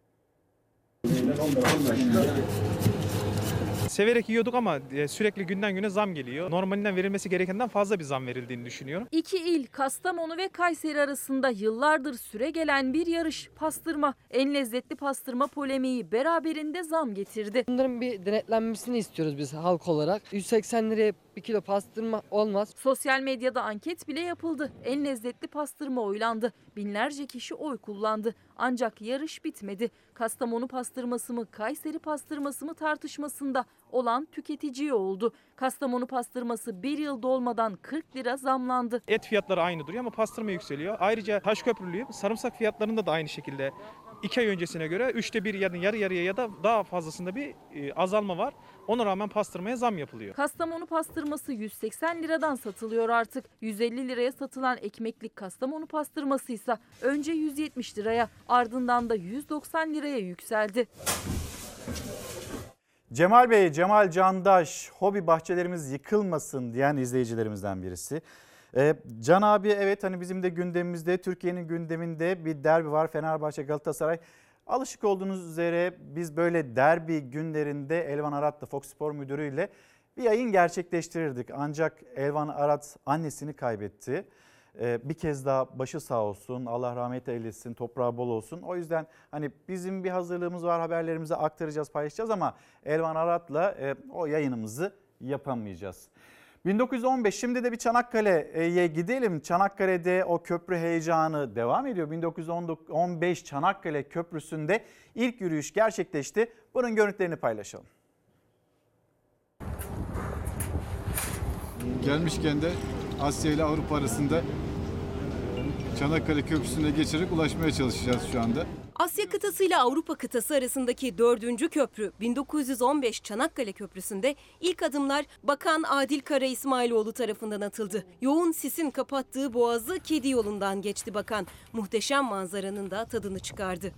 Severek yiyorduk ama sürekli günden güne zam geliyor. Normalinden verilmesi gerekenden fazla bir zam verildiğini düşünüyorum. İki il Kastamonu ve Kayseri arasında yıllardır süre gelen bir yarış pastırma. En lezzetli pastırma polemiği beraberinde zam getirdi. Bunların bir denetlenmesini istiyoruz biz halk olarak. 180 liraya 1 kilo pastırma olmaz. Sosyal medyada anket bile yapıldı. En lezzetli pastırma oylandı. Binlerce kişi oy kullandı. Ancak yarış bitmedi. Kastamonu pastırması mı, Kayseri pastırması mı tartışmasında olan tüketiciye oldu. Kastamonu pastırması bir yıl dolmadan 40 lira zamlandı. Et fiyatları aynı duruyor ama pastırma yükseliyor. Ayrıca Taşköprülüyüm. Sarımsak fiyatlarında da aynı şekilde 2 ay öncesine göre 1/3 yani yarı yarıya ya da daha fazlasında bir azalma var. Ona rağmen pastırmaya zam yapılıyor. Kastamonu pastırması 180 liradan satılıyor artık. 150 liraya satılan ekmeklik Kastamonu pastırması ise önce 170 liraya ardından da 190 liraya yükseldi. Cemal Bey, Cemal Candaş, hobi bahçelerimiz yıkılmasın diyen izleyicilerimizden birisi. Can abi, evet, hani bizim de gündemimizde, Türkiye'nin gündeminde bir derbi var, Fenerbahçe Galatasaray. Alışık olduğunuz üzere biz böyle derbi günlerinde Elvan Arat'la, Fox Spor müdürüyle bir yayın gerçekleştirirdik. Ancak Elvan Arat annesini kaybetti. Bir kez daha başı sağ olsun, Allah rahmet eylesin, toprağı bol olsun. O yüzden hani bizim bir hazırlığımız var, haberlerimizi aktaracağız, paylaşacağız ama Elvan Arat'la o yayınımızı yapamayacağız. 1915, şimdi de bir Çanakkale'ye gidelim. Çanakkale'de o köprü heyecanı devam ediyor. 1915 Çanakkale Köprüsü'nde ilk yürüyüş gerçekleşti. Bunun görüntülerini paylaşalım. Gelmişken de Asya ile Avrupa arasında Çanakkale Köprüsü'ne geçerek ulaşmaya çalışacağız şu anda. Asya kıtası ile Avrupa kıtası arasındaki 4. köprü 1915 Çanakkale Köprüsü'nde ilk adımlar Bakan Adil Kara İsmailoğlu tarafından atıldı. Yoğun sisin kapattığı boğazı Kedi yolundan geçti bakan. Muhteşem manzaranın da tadını çıkardı.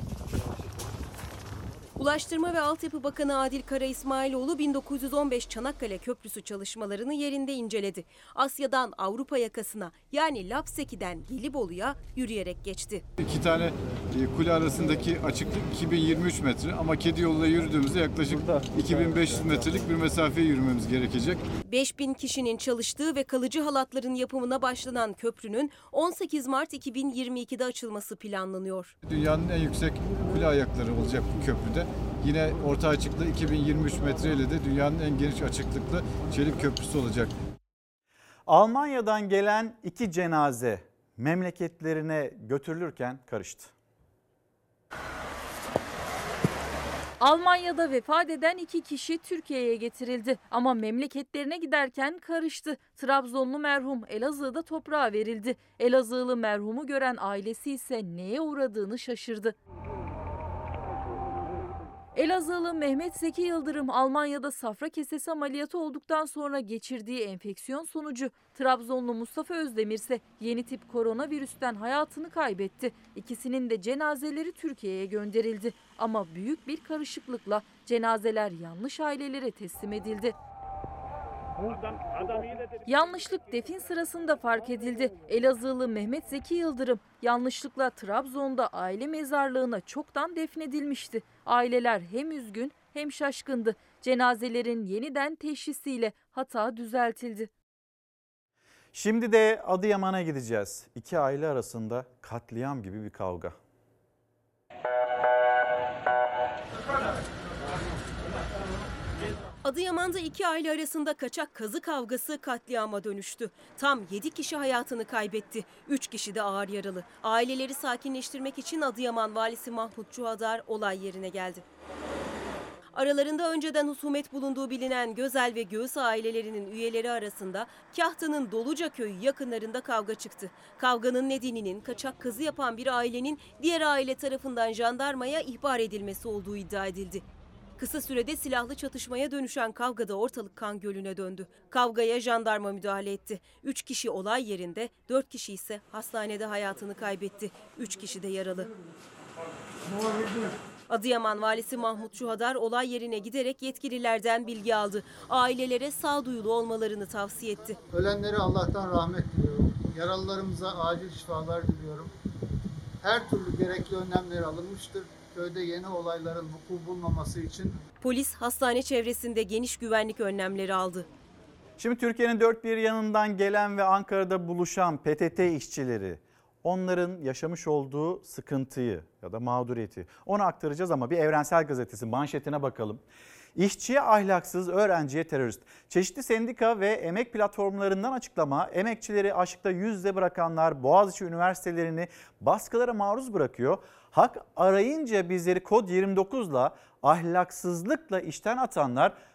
Ulaştırma ve Altyapı Bakanı Adil Kara İsmailoğlu 1915 Çanakkale Köprüsü çalışmalarını yerinde inceledi. Asya'dan Avrupa yakasına yani Lapseki'den Gelibolu'ya yürüyerek geçti. 2 tane kule arasındaki açıklık 2023 metre ama Kedi yoluyla yürüdüğümüzde yaklaşık 2500 metrelik bir mesafeye yürümemiz gerekecek. 5000 kişinin çalıştığı ve kalıcı halatların yapımına başlanan köprünün 18 Mart 2022'de açılması planlanıyor. Dünyanın en yüksek kule ayakları olacak bu köprüde. Yine orta açıklığı 2023 metre ile de dünyanın en geniş açıklıklı çelik köprüsü olacak. Almanya'dan gelen 2 cenaze memleketlerine götürülürken karıştı. Almanya'da vefat eden 2 kişi Türkiye'ye getirildi ama memleketlerine giderken karıştı. Trabzonlu merhum Elazığ'da toprağa verildi. Elazığlı merhumu gören ailesi ise neye uğradığını şaşırdı. Elazığlı Mehmet Zeki Yıldırım Almanya'da safra kesesi ameliyatı olduktan sonra geçirdiği enfeksiyon sonucu Trabzonlu Mustafa Özdemir ise yeni tip koronavirüsten hayatını kaybetti. İkisinin de cenazeleri Türkiye'ye gönderildi ama büyük bir karışıklıkla cenazeler yanlış ailelere teslim edildi. Yanlışlık defin sırasında fark edildi. Elazığlı Mehmet Zeki Yıldırım yanlışlıkla Trabzon'da aile mezarlığına çoktan defnedilmişti. Aileler hem üzgün hem şaşkındı. Cenazelerin yeniden teşhisiyle hata düzeltildi. Şimdi de Adıyaman'a gideceğiz. 2 aile arasında katliam gibi bir kavga. Adıyaman'da 2 aile arasında kaçak kazı kavgası katliama dönüştü. Tam 7 kişi hayatını kaybetti. 3 kişi de ağır yaralı. Aileleri sakinleştirmek için Adıyaman Valisi Mahmut Çuhadar olay yerine geldi. Aralarında önceden husumet bulunduğu bilinen Gözel ve Göğüs ailelerinin üyeleri arasında Kahtı'nın Doluca köyü yakınlarında kavga çıktı. Kavganın nedeninin kaçak kazı yapan bir ailenin diğer aile tarafından jandarmaya ihbar edilmesi olduğu iddia edildi. Kısa sürede silahlı çatışmaya dönüşen kavgada ortalık kan gölüne döndü. Kavgaya jandarma müdahale etti. 3 kişi olay yerinde, 4 kişi ise hastanede hayatını kaybetti. 3 kişi de yaralı. Adıyaman Valisi Mahmut Çuhadar olay yerine giderek yetkililerden bilgi aldı. Ailelere sağduyulu olmalarını tavsiye etti. Ölenlere Allah'tan rahmet diliyorum. Yaralılarımıza acil şifalar diliyorum. Her türlü gerekli önlemler alınmıştır. Köyde yeni olayların vuku bulmaması için. Polis hastane çevresinde geniş güvenlik önlemleri aldı. Şimdi Türkiye'nin dört bir yanından gelen ve Ankara'da buluşan PTT işçileri, onların yaşamış olduğu sıkıntıyı ya da mağduriyeti onu aktaracağız ama bir Evrensel Gazetesi manşetine bakalım. İşçiye ahlaksız, öğrenciye terörist. Çeşitli sendika ve emek platformlarından açıklama, emekçileri açıkta yüzde bırakanlar Boğaziçi üniversitelerini baskılara maruz bırakıyor. Hak arayınca bizleri kod 29'la ahlaksızlıkla işten atanlar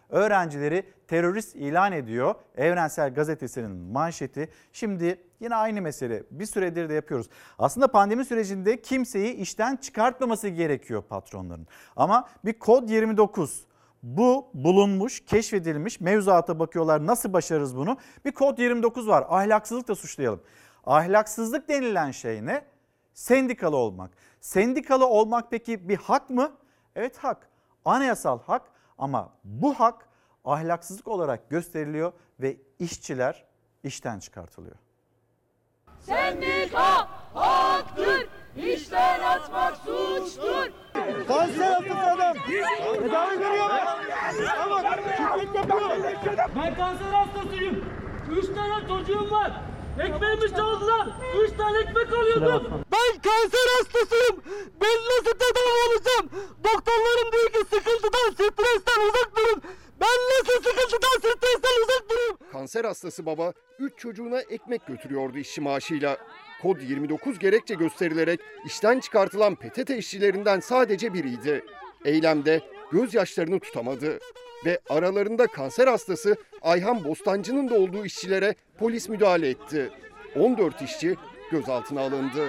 öğrencileri terörist ilan ediyor. Evrensel Gazetesi'nin manşeti. Şimdi yine aynı mesele, bir süredir de yapıyoruz. Aslında pandemi sürecinde kimseyi işten çıkartmaması gerekiyor patronların. Ama bir kod 29 bu bulunmuş, keşfedilmiş, mevzuata bakıyorlar, nasıl başarırız bunu? Bir kod 29 var, ahlaksızlık da suçlayalım. Ahlaksızlık denilen şey ne? Sendikalı olmak. Sendikalı olmak peki bir hak mı? Evet, hak. Anayasal hak, ama bu hak ahlaksızlık olarak gösteriliyor ve işçiler işten çıkartılıyor. Sendika haktır, işten atmak suçtur. Kanser hastası adam. Tedavi görüyor. Ama şirket yapıyor. Ben kanser hastasıyım. 3 tane çocuğum var. Ekmeğimi çaldılar. 3 tane ekmek alıyordum. Ben kanser hastasıyım. Ben nasıl tedavi olacağım? Doktorlarım diyor ki sıkıntıdan, stresten uzak durun. Ben nasıl sıkıntıdan, stresten uzak durayım? Kanser hastası baba 3 çocuğuna ekmek götürüyordu işçi maaşıyla. Kod 29 gerekçe gösterilerek işten çıkartılan PTT işçilerinden sadece biriydi. Eylemde gözyaşlarını tutamadı ve aralarında kanser hastası Ayhan Bostancı'nın da olduğu işçilere polis müdahale etti. 14 işçi gözaltına alındı.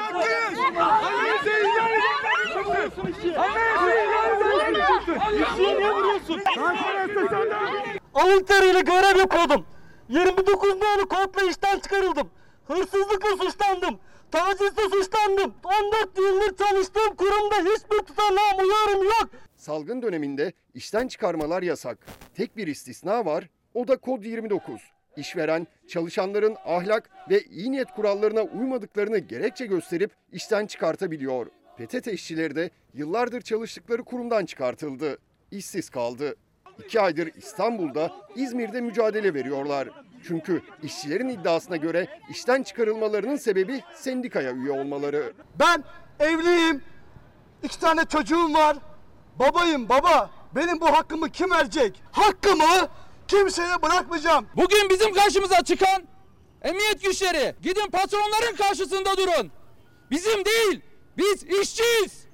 Alın teriyle görev yapıyordum. 29 nolu kodla işten çıkarıldım. Hırsızlıkla suçlandım. Tacizle suçlandım. 14 yıldır çalıştığım kurumda hiçbir tutanağım, uyarım yok. Salgın döneminde işten çıkarmalar yasak. Tek bir istisna var, o da kod 29. İşveren çalışanların ahlak ve iyi niyet kurallarına uymadıklarını gerekçe gösterip işten çıkartabiliyor. PTT işçileri de yıllardır çalıştıkları kurumdan çıkartıldı. İşsiz kaldı. 2 aydır İstanbul'da, İzmir'de mücadele veriyorlar. Çünkü işçilerin iddiasına göre işten çıkarılmalarının sebebi sendikaya üye olmaları. Ben evliyim. 2 tane çocuğum var. Babayım baba. Benim bu hakkımı kim verecek? Hakkımı kimseye bırakmayacağım. Bugün bizim karşımıza çıkan emniyet güçleri, gidin patronların karşısında durun. Bizim değil, biz işçiyiz.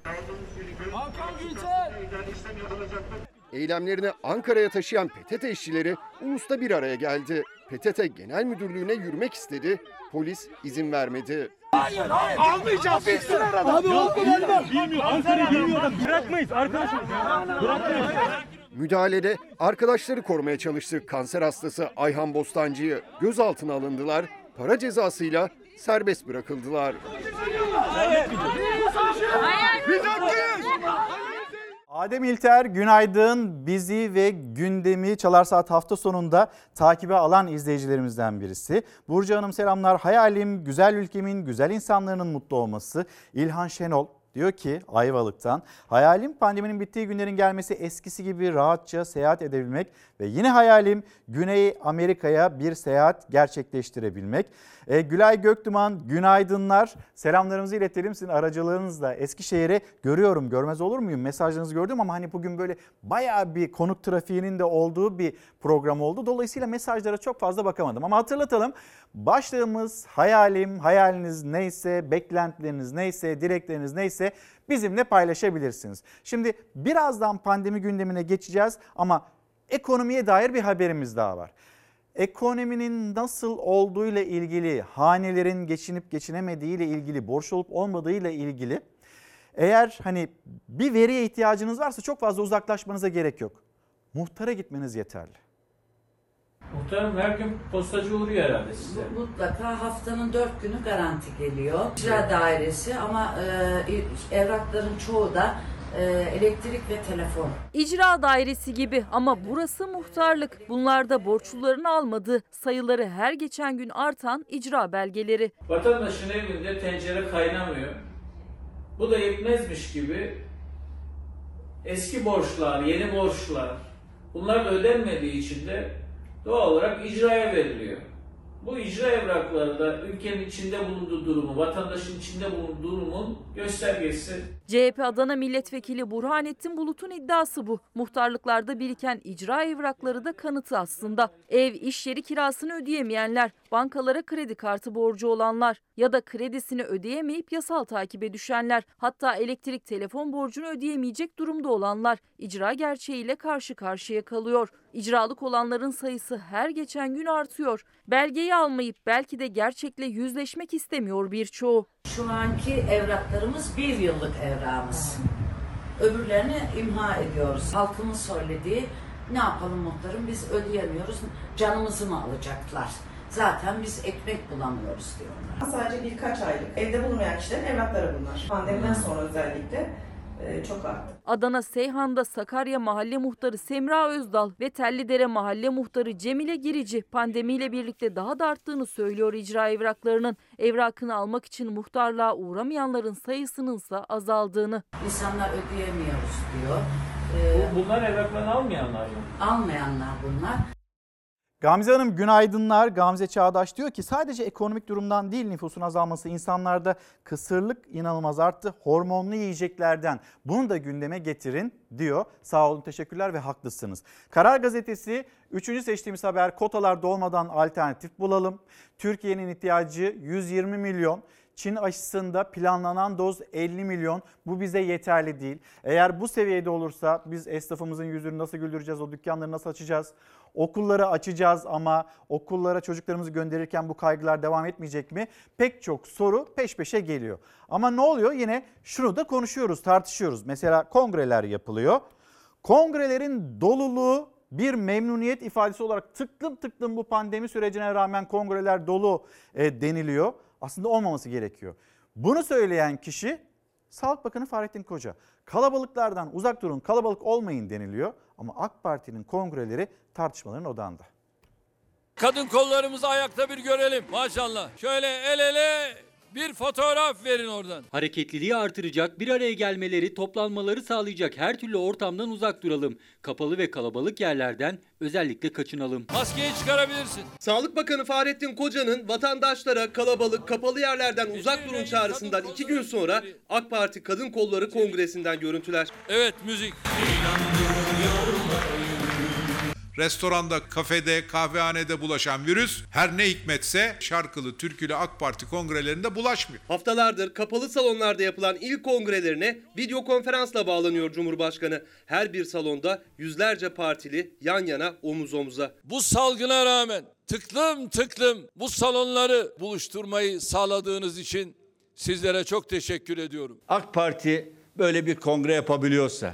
Eylemlerini Ankara'ya taşıyan PTT işçileri Ulus'ta bir araya geldi. PTT Genel Müdürlüğü'ne yürümek istedi, polis izin vermedi. Hayır, almayacağız. Bilsin arada. Abi o kadar bilmiyor. Ankara'yı bilmiyor. Bırakmayız arkadaşım. Bırakmayız. Müdahalede arkadaşları korumaya çalıştı kanser hastası Ayhan Bostancı'yı. Gözaltına alındılar, para cezasıyla serbest bırakıldılar. Adem İlter, günaydın. Bizi ve gündemi Çalar Saat hafta sonunda takibe alan izleyicilerimizden birisi. Burcu Hanım selamlar. Hayalim güzel ülkemin, güzel insanların mutlu olması. İlhan Şenol diyor ki Ayvalık'tan, hayalim pandeminin bittiği günlerin gelmesi, eskisi gibi rahatça seyahat edebilmek ve yine hayalim Güney Amerika'ya bir seyahat gerçekleştirebilmek. Gülay Göktuman, günaydınlar. Selamlarımızı iletelim sizin aracılığınızla. Eskişehir'e görüyorum, görmez olur muyum? Mesajlarınızı gördüm ama hani bugün böyle bayağı bir konuk trafiğinin de olduğu bir program oldu. Dolayısıyla mesajlara çok fazla bakamadım ama hatırlatalım. Başlığımız hayalim, hayaliniz neyse, beklentileriniz neyse, dilekleriniz neyse bizimle paylaşabilirsiniz. Şimdi birazdan pandemi gündemine geçeceğiz ama ekonomiye dair bir haberimiz daha var. Ekonominin nasıl olduğu ile ilgili, hanelerin geçinip geçinemediği ile ilgili, borç olup olmadığı ile ilgili eğer hani bir veriye ihtiyacınız varsa çok fazla uzaklaşmanıza gerek yok. Muhtara gitmeniz yeterli. Muhtarım her gün postacı uğruyor herhalde size. Mutlaka haftanın 4 günü garanti geliyor. İcra dairesi ama evrakların çoğu da elektrik ve telefon. İcra dairesi gibi ama burası muhtarlık. Bunlarda borçluların almadığı, sayıları her geçen gün artan icra belgeleri. Vatandaşın evinde tencere kaynamıyor. Bu da yetmezmiş gibi eski borçlar, yeni borçlar, bunlar da ödenmediği için de doğal olarak icraya veriliyor. Bu icra evrakları da ülkenin içinde bulunduğu durumu, vatandaşın içinde bulunduğu durumun göstergesi. CHP Adana Milletvekili Burhanettin Bulut'un iddiası bu. Muhtarlıklarda biriken icra evrakları da kanıtı aslında. Ev, iş yeri kirasını ödeyemeyenler, bankalara kredi kartı borcu olanlar ya da kredisini ödeyemeyip yasal takibe düşenler, hatta elektrik telefon borcunu ödeyemeyecek durumda olanlar icra gerçeğiyle karşı karşıya kalıyor. İcralık olanların sayısı her geçen gün artıyor. Belgeyi almayıp belki de gerçekle yüzleşmek istemiyor birçoğu. Şu anki evraklarımız 1 yıllık evrağımız. Öbürlerini imha ediyoruz. Halkımız söylediği, ne yapalım muhtarım, biz ödeyemiyoruz, canımızı mı alacaklar? Zaten biz ekmek bulamıyoruz diyorlar. Sadece birkaç aylık evde bulunmayan kişilerin evrakları bunlar. Pandemiden sonra özellikle çok arttı. Adana Seyhan'da Sakarya Mahalle Muhtarı Semra Özdal ve Tellidere Mahalle Muhtarı Cemile Girici pandemiyle birlikte daha da arttığını söylüyor icra evraklarının. Evrakını almak için muhtarlığa uğramayanların sayısının ise azaldığını. İnsanlar ödeyemiyoruz diyor. Bunlar evraklarını almayanlar mı? Almayanlar bunlar. Gamze Hanım günaydınlar. Gamze Çağdaş diyor ki sadece ekonomik durumdan değil nüfusun azalması, insanlarda kısırlık inanılmaz arttı. Hormonlu yiyeceklerden bunu da gündeme getirin diyor. Sağ olun, teşekkürler ve haklısınız. Karar Gazetesi 3. seçtiğimiz haber, kotalar dolmadan alternatif bulalım. Türkiye'nin ihtiyacı 120 milyon. Çin aşısında planlanan doz 50 milyon. Bu bize yeterli değil. Eğer bu seviyede olursa biz esnafımızın yüzünü nasıl güldüreceğiz, o dükkanları nasıl açacağız? Okulları açacağız ama okullara çocuklarımızı gönderirken bu kaygılar devam etmeyecek mi? Pek çok soru peş peşe geliyor. Ama ne oluyor? Yine şunu da konuşuyoruz, tartışıyoruz. Mesela kongreler yapılıyor. Kongrelerin doluluğu bir memnuniyet ifadesi olarak tıklım tıklım bu pandemi sürecine rağmen kongreler dolu deniliyor. Aslında olmaması gerekiyor. Bunu söyleyen kişi Sağlık Bakanı Fahrettin Koca. Kalabalıklardan uzak durun, kalabalık olmayın deniliyor. Ama AK Parti'nin kongreleri tartışmaların odağında. Kadın kollarımızı ayakta bir görelim maşallah. Şöyle el ele bir fotoğraf verin oradan. Hareketliliği artıracak, bir araya gelmeleri, toplanmaları sağlayacak her türlü ortamdan uzak duralım. Kapalı ve kalabalık yerlerden özellikle kaçınalım. Maskeyi çıkarabilirsin. Sağlık Bakanı Fahrettin Koca'nın vatandaşlara kalabalık, kapalı yerlerden uzak durun çağrısından 2 gün sonra AK Parti Kadın Kolları Kongresi'nden görüntüler. Evet, müzik. Restoranda, kafede, kahvehanede bulaşan virüs her ne hikmetse şarkılı, türkülü AK Parti kongrelerinde bulaşmıyor. Haftalardır kapalı salonlarda yapılan ilk kongrelerine video konferansla bağlanıyor Cumhurbaşkanı. Her bir salonda yüzlerce partili yan yana, omuz omuza. Bu salgına rağmen tıklım tıklım bu salonları buluşturmayı sağladığınız için sizlere çok teşekkür ediyorum. AK Parti böyle bir kongre yapabiliyorsa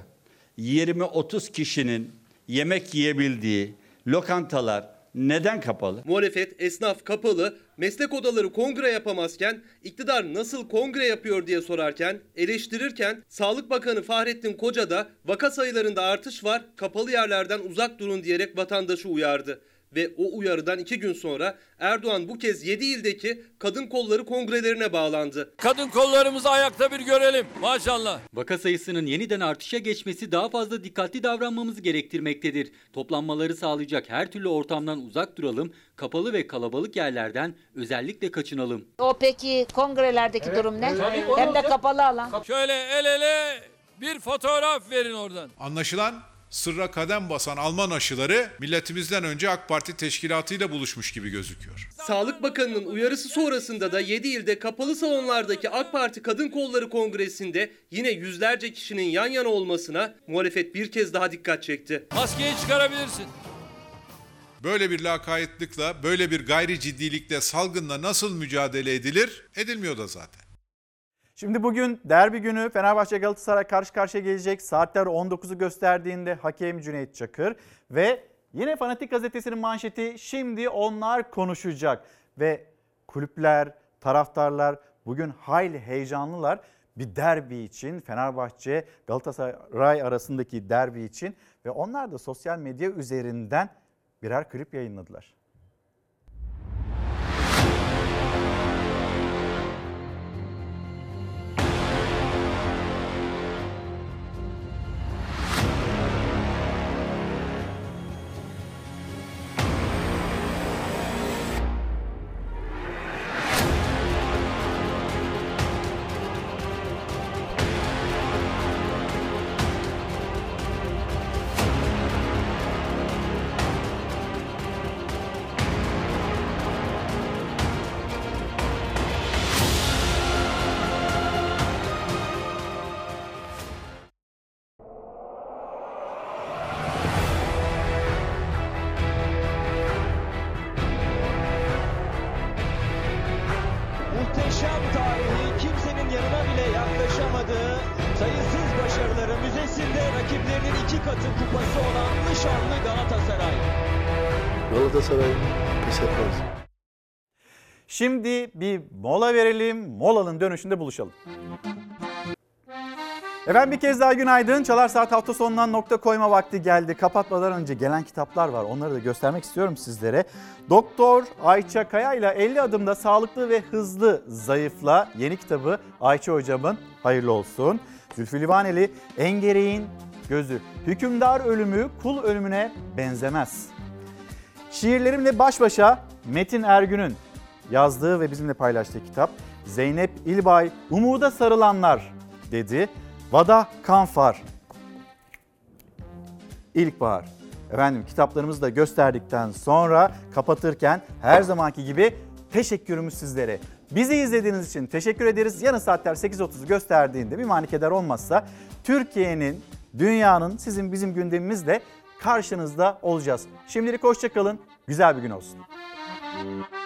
20-30 kişinin yemek yiyebildiği lokantalar neden kapalı? Muhalefet, esnaf kapalı, meslek odaları kongre yapamazken iktidar nasıl kongre yapıyor diye sorarken, eleştirirken Sağlık Bakanı Fahrettin Koca da vaka sayılarında artış var, kapalı yerlerden uzak durun diyerek vatandaşı uyardı. Ve o uyarıdan 2 gün sonra Erdoğan bu kez 7 ildeki kadın kolları kongrelerine bağlandı. Kadın kollarımızı ayakta bir görelim maşallah. Vaka sayısının yeniden artışa geçmesi daha fazla dikkatli davranmamızı gerektirmektedir. Toplanmaları sağlayacak her türlü ortamdan uzak duralım, kapalı ve kalabalık yerlerden özellikle kaçınalım. O peki kongrelerdeki durum ne? Hem de kapalı alan. Şöyle el ele bir fotoğraf verin oradan. Anlaşılan sırra kadem basan Alman aşıları milletimizden önce AK Parti teşkilatıyla buluşmuş gibi gözüküyor. Sağlık Bakanı'nın uyarısı sonrasında da 7 ilde kapalı salonlardaki AK Parti Kadın Kolları Kongresi'nde yine yüzlerce kişinin yan yana olmasına muhalefet bir kez daha dikkat çekti. Maskeyi çıkarabilirsin. Böyle bir lakaytlıkla, böyle bir gayri ciddilikle salgınla nasıl mücadele edilir? Edilmiyor da zaten. Şimdi bugün derbi günü, Fenerbahçe Galatasaray karşı karşıya gelecek. Saatler 19'u gösterdiğinde hakem Cüneyt Çakır ve yine Fanatik Gazetesi'nin manşeti, şimdi onlar konuşacak. Ve kulüpler, taraftarlar bugün hayli heyecanlılar bir derbi için, Fenerbahçe Galatasaray arasındaki derbi için ve onlar da sosyal medya üzerinden birer klip yayınladılar. Sayısız başarıları müzesinde rakiplerinin 2 katı kupası olan şanlı Galatasaray. Galatasaray pes etmez. Şimdi bir mola verelim. Molanın dönüşünde buluşalım. Efendim bir kez daha günaydın. Çalar Saat hafta sonundan nokta koyma vakti geldi. Kapatmadan önce gelen kitaplar var. Onları da göstermek istiyorum sizlere. Doktor Ayça Kaya ile 50 adımda sağlıklı ve hızlı zayıfla yeni kitabı Ayça hocamın hayırlı olsun. Zülfü Livaneli Engereğin Gözü. Hükümdar ölümü kul ölümüne benzemez. Şiirlerimle baş başa Metin Ergün'ün yazdığı ve bizimle paylaştığı kitap. Zeynep İlbay Umuda Sarılanlar dedi. Vada Kanfar İlkbahar. Efendim kitaplarımızı da gösterdikten sonra kapatırken her zamanki gibi teşekkürümüz sizlere. Bizi izlediğiniz için teşekkür ederiz. Yarın saatler 8.30'u gösterdiğinde bir manikeder olmazsa Türkiye'nin, dünyanın, sizin bizim gündemimizle karşınızda olacağız. Şimdilik hoşça kalın. Güzel bir gün olsun.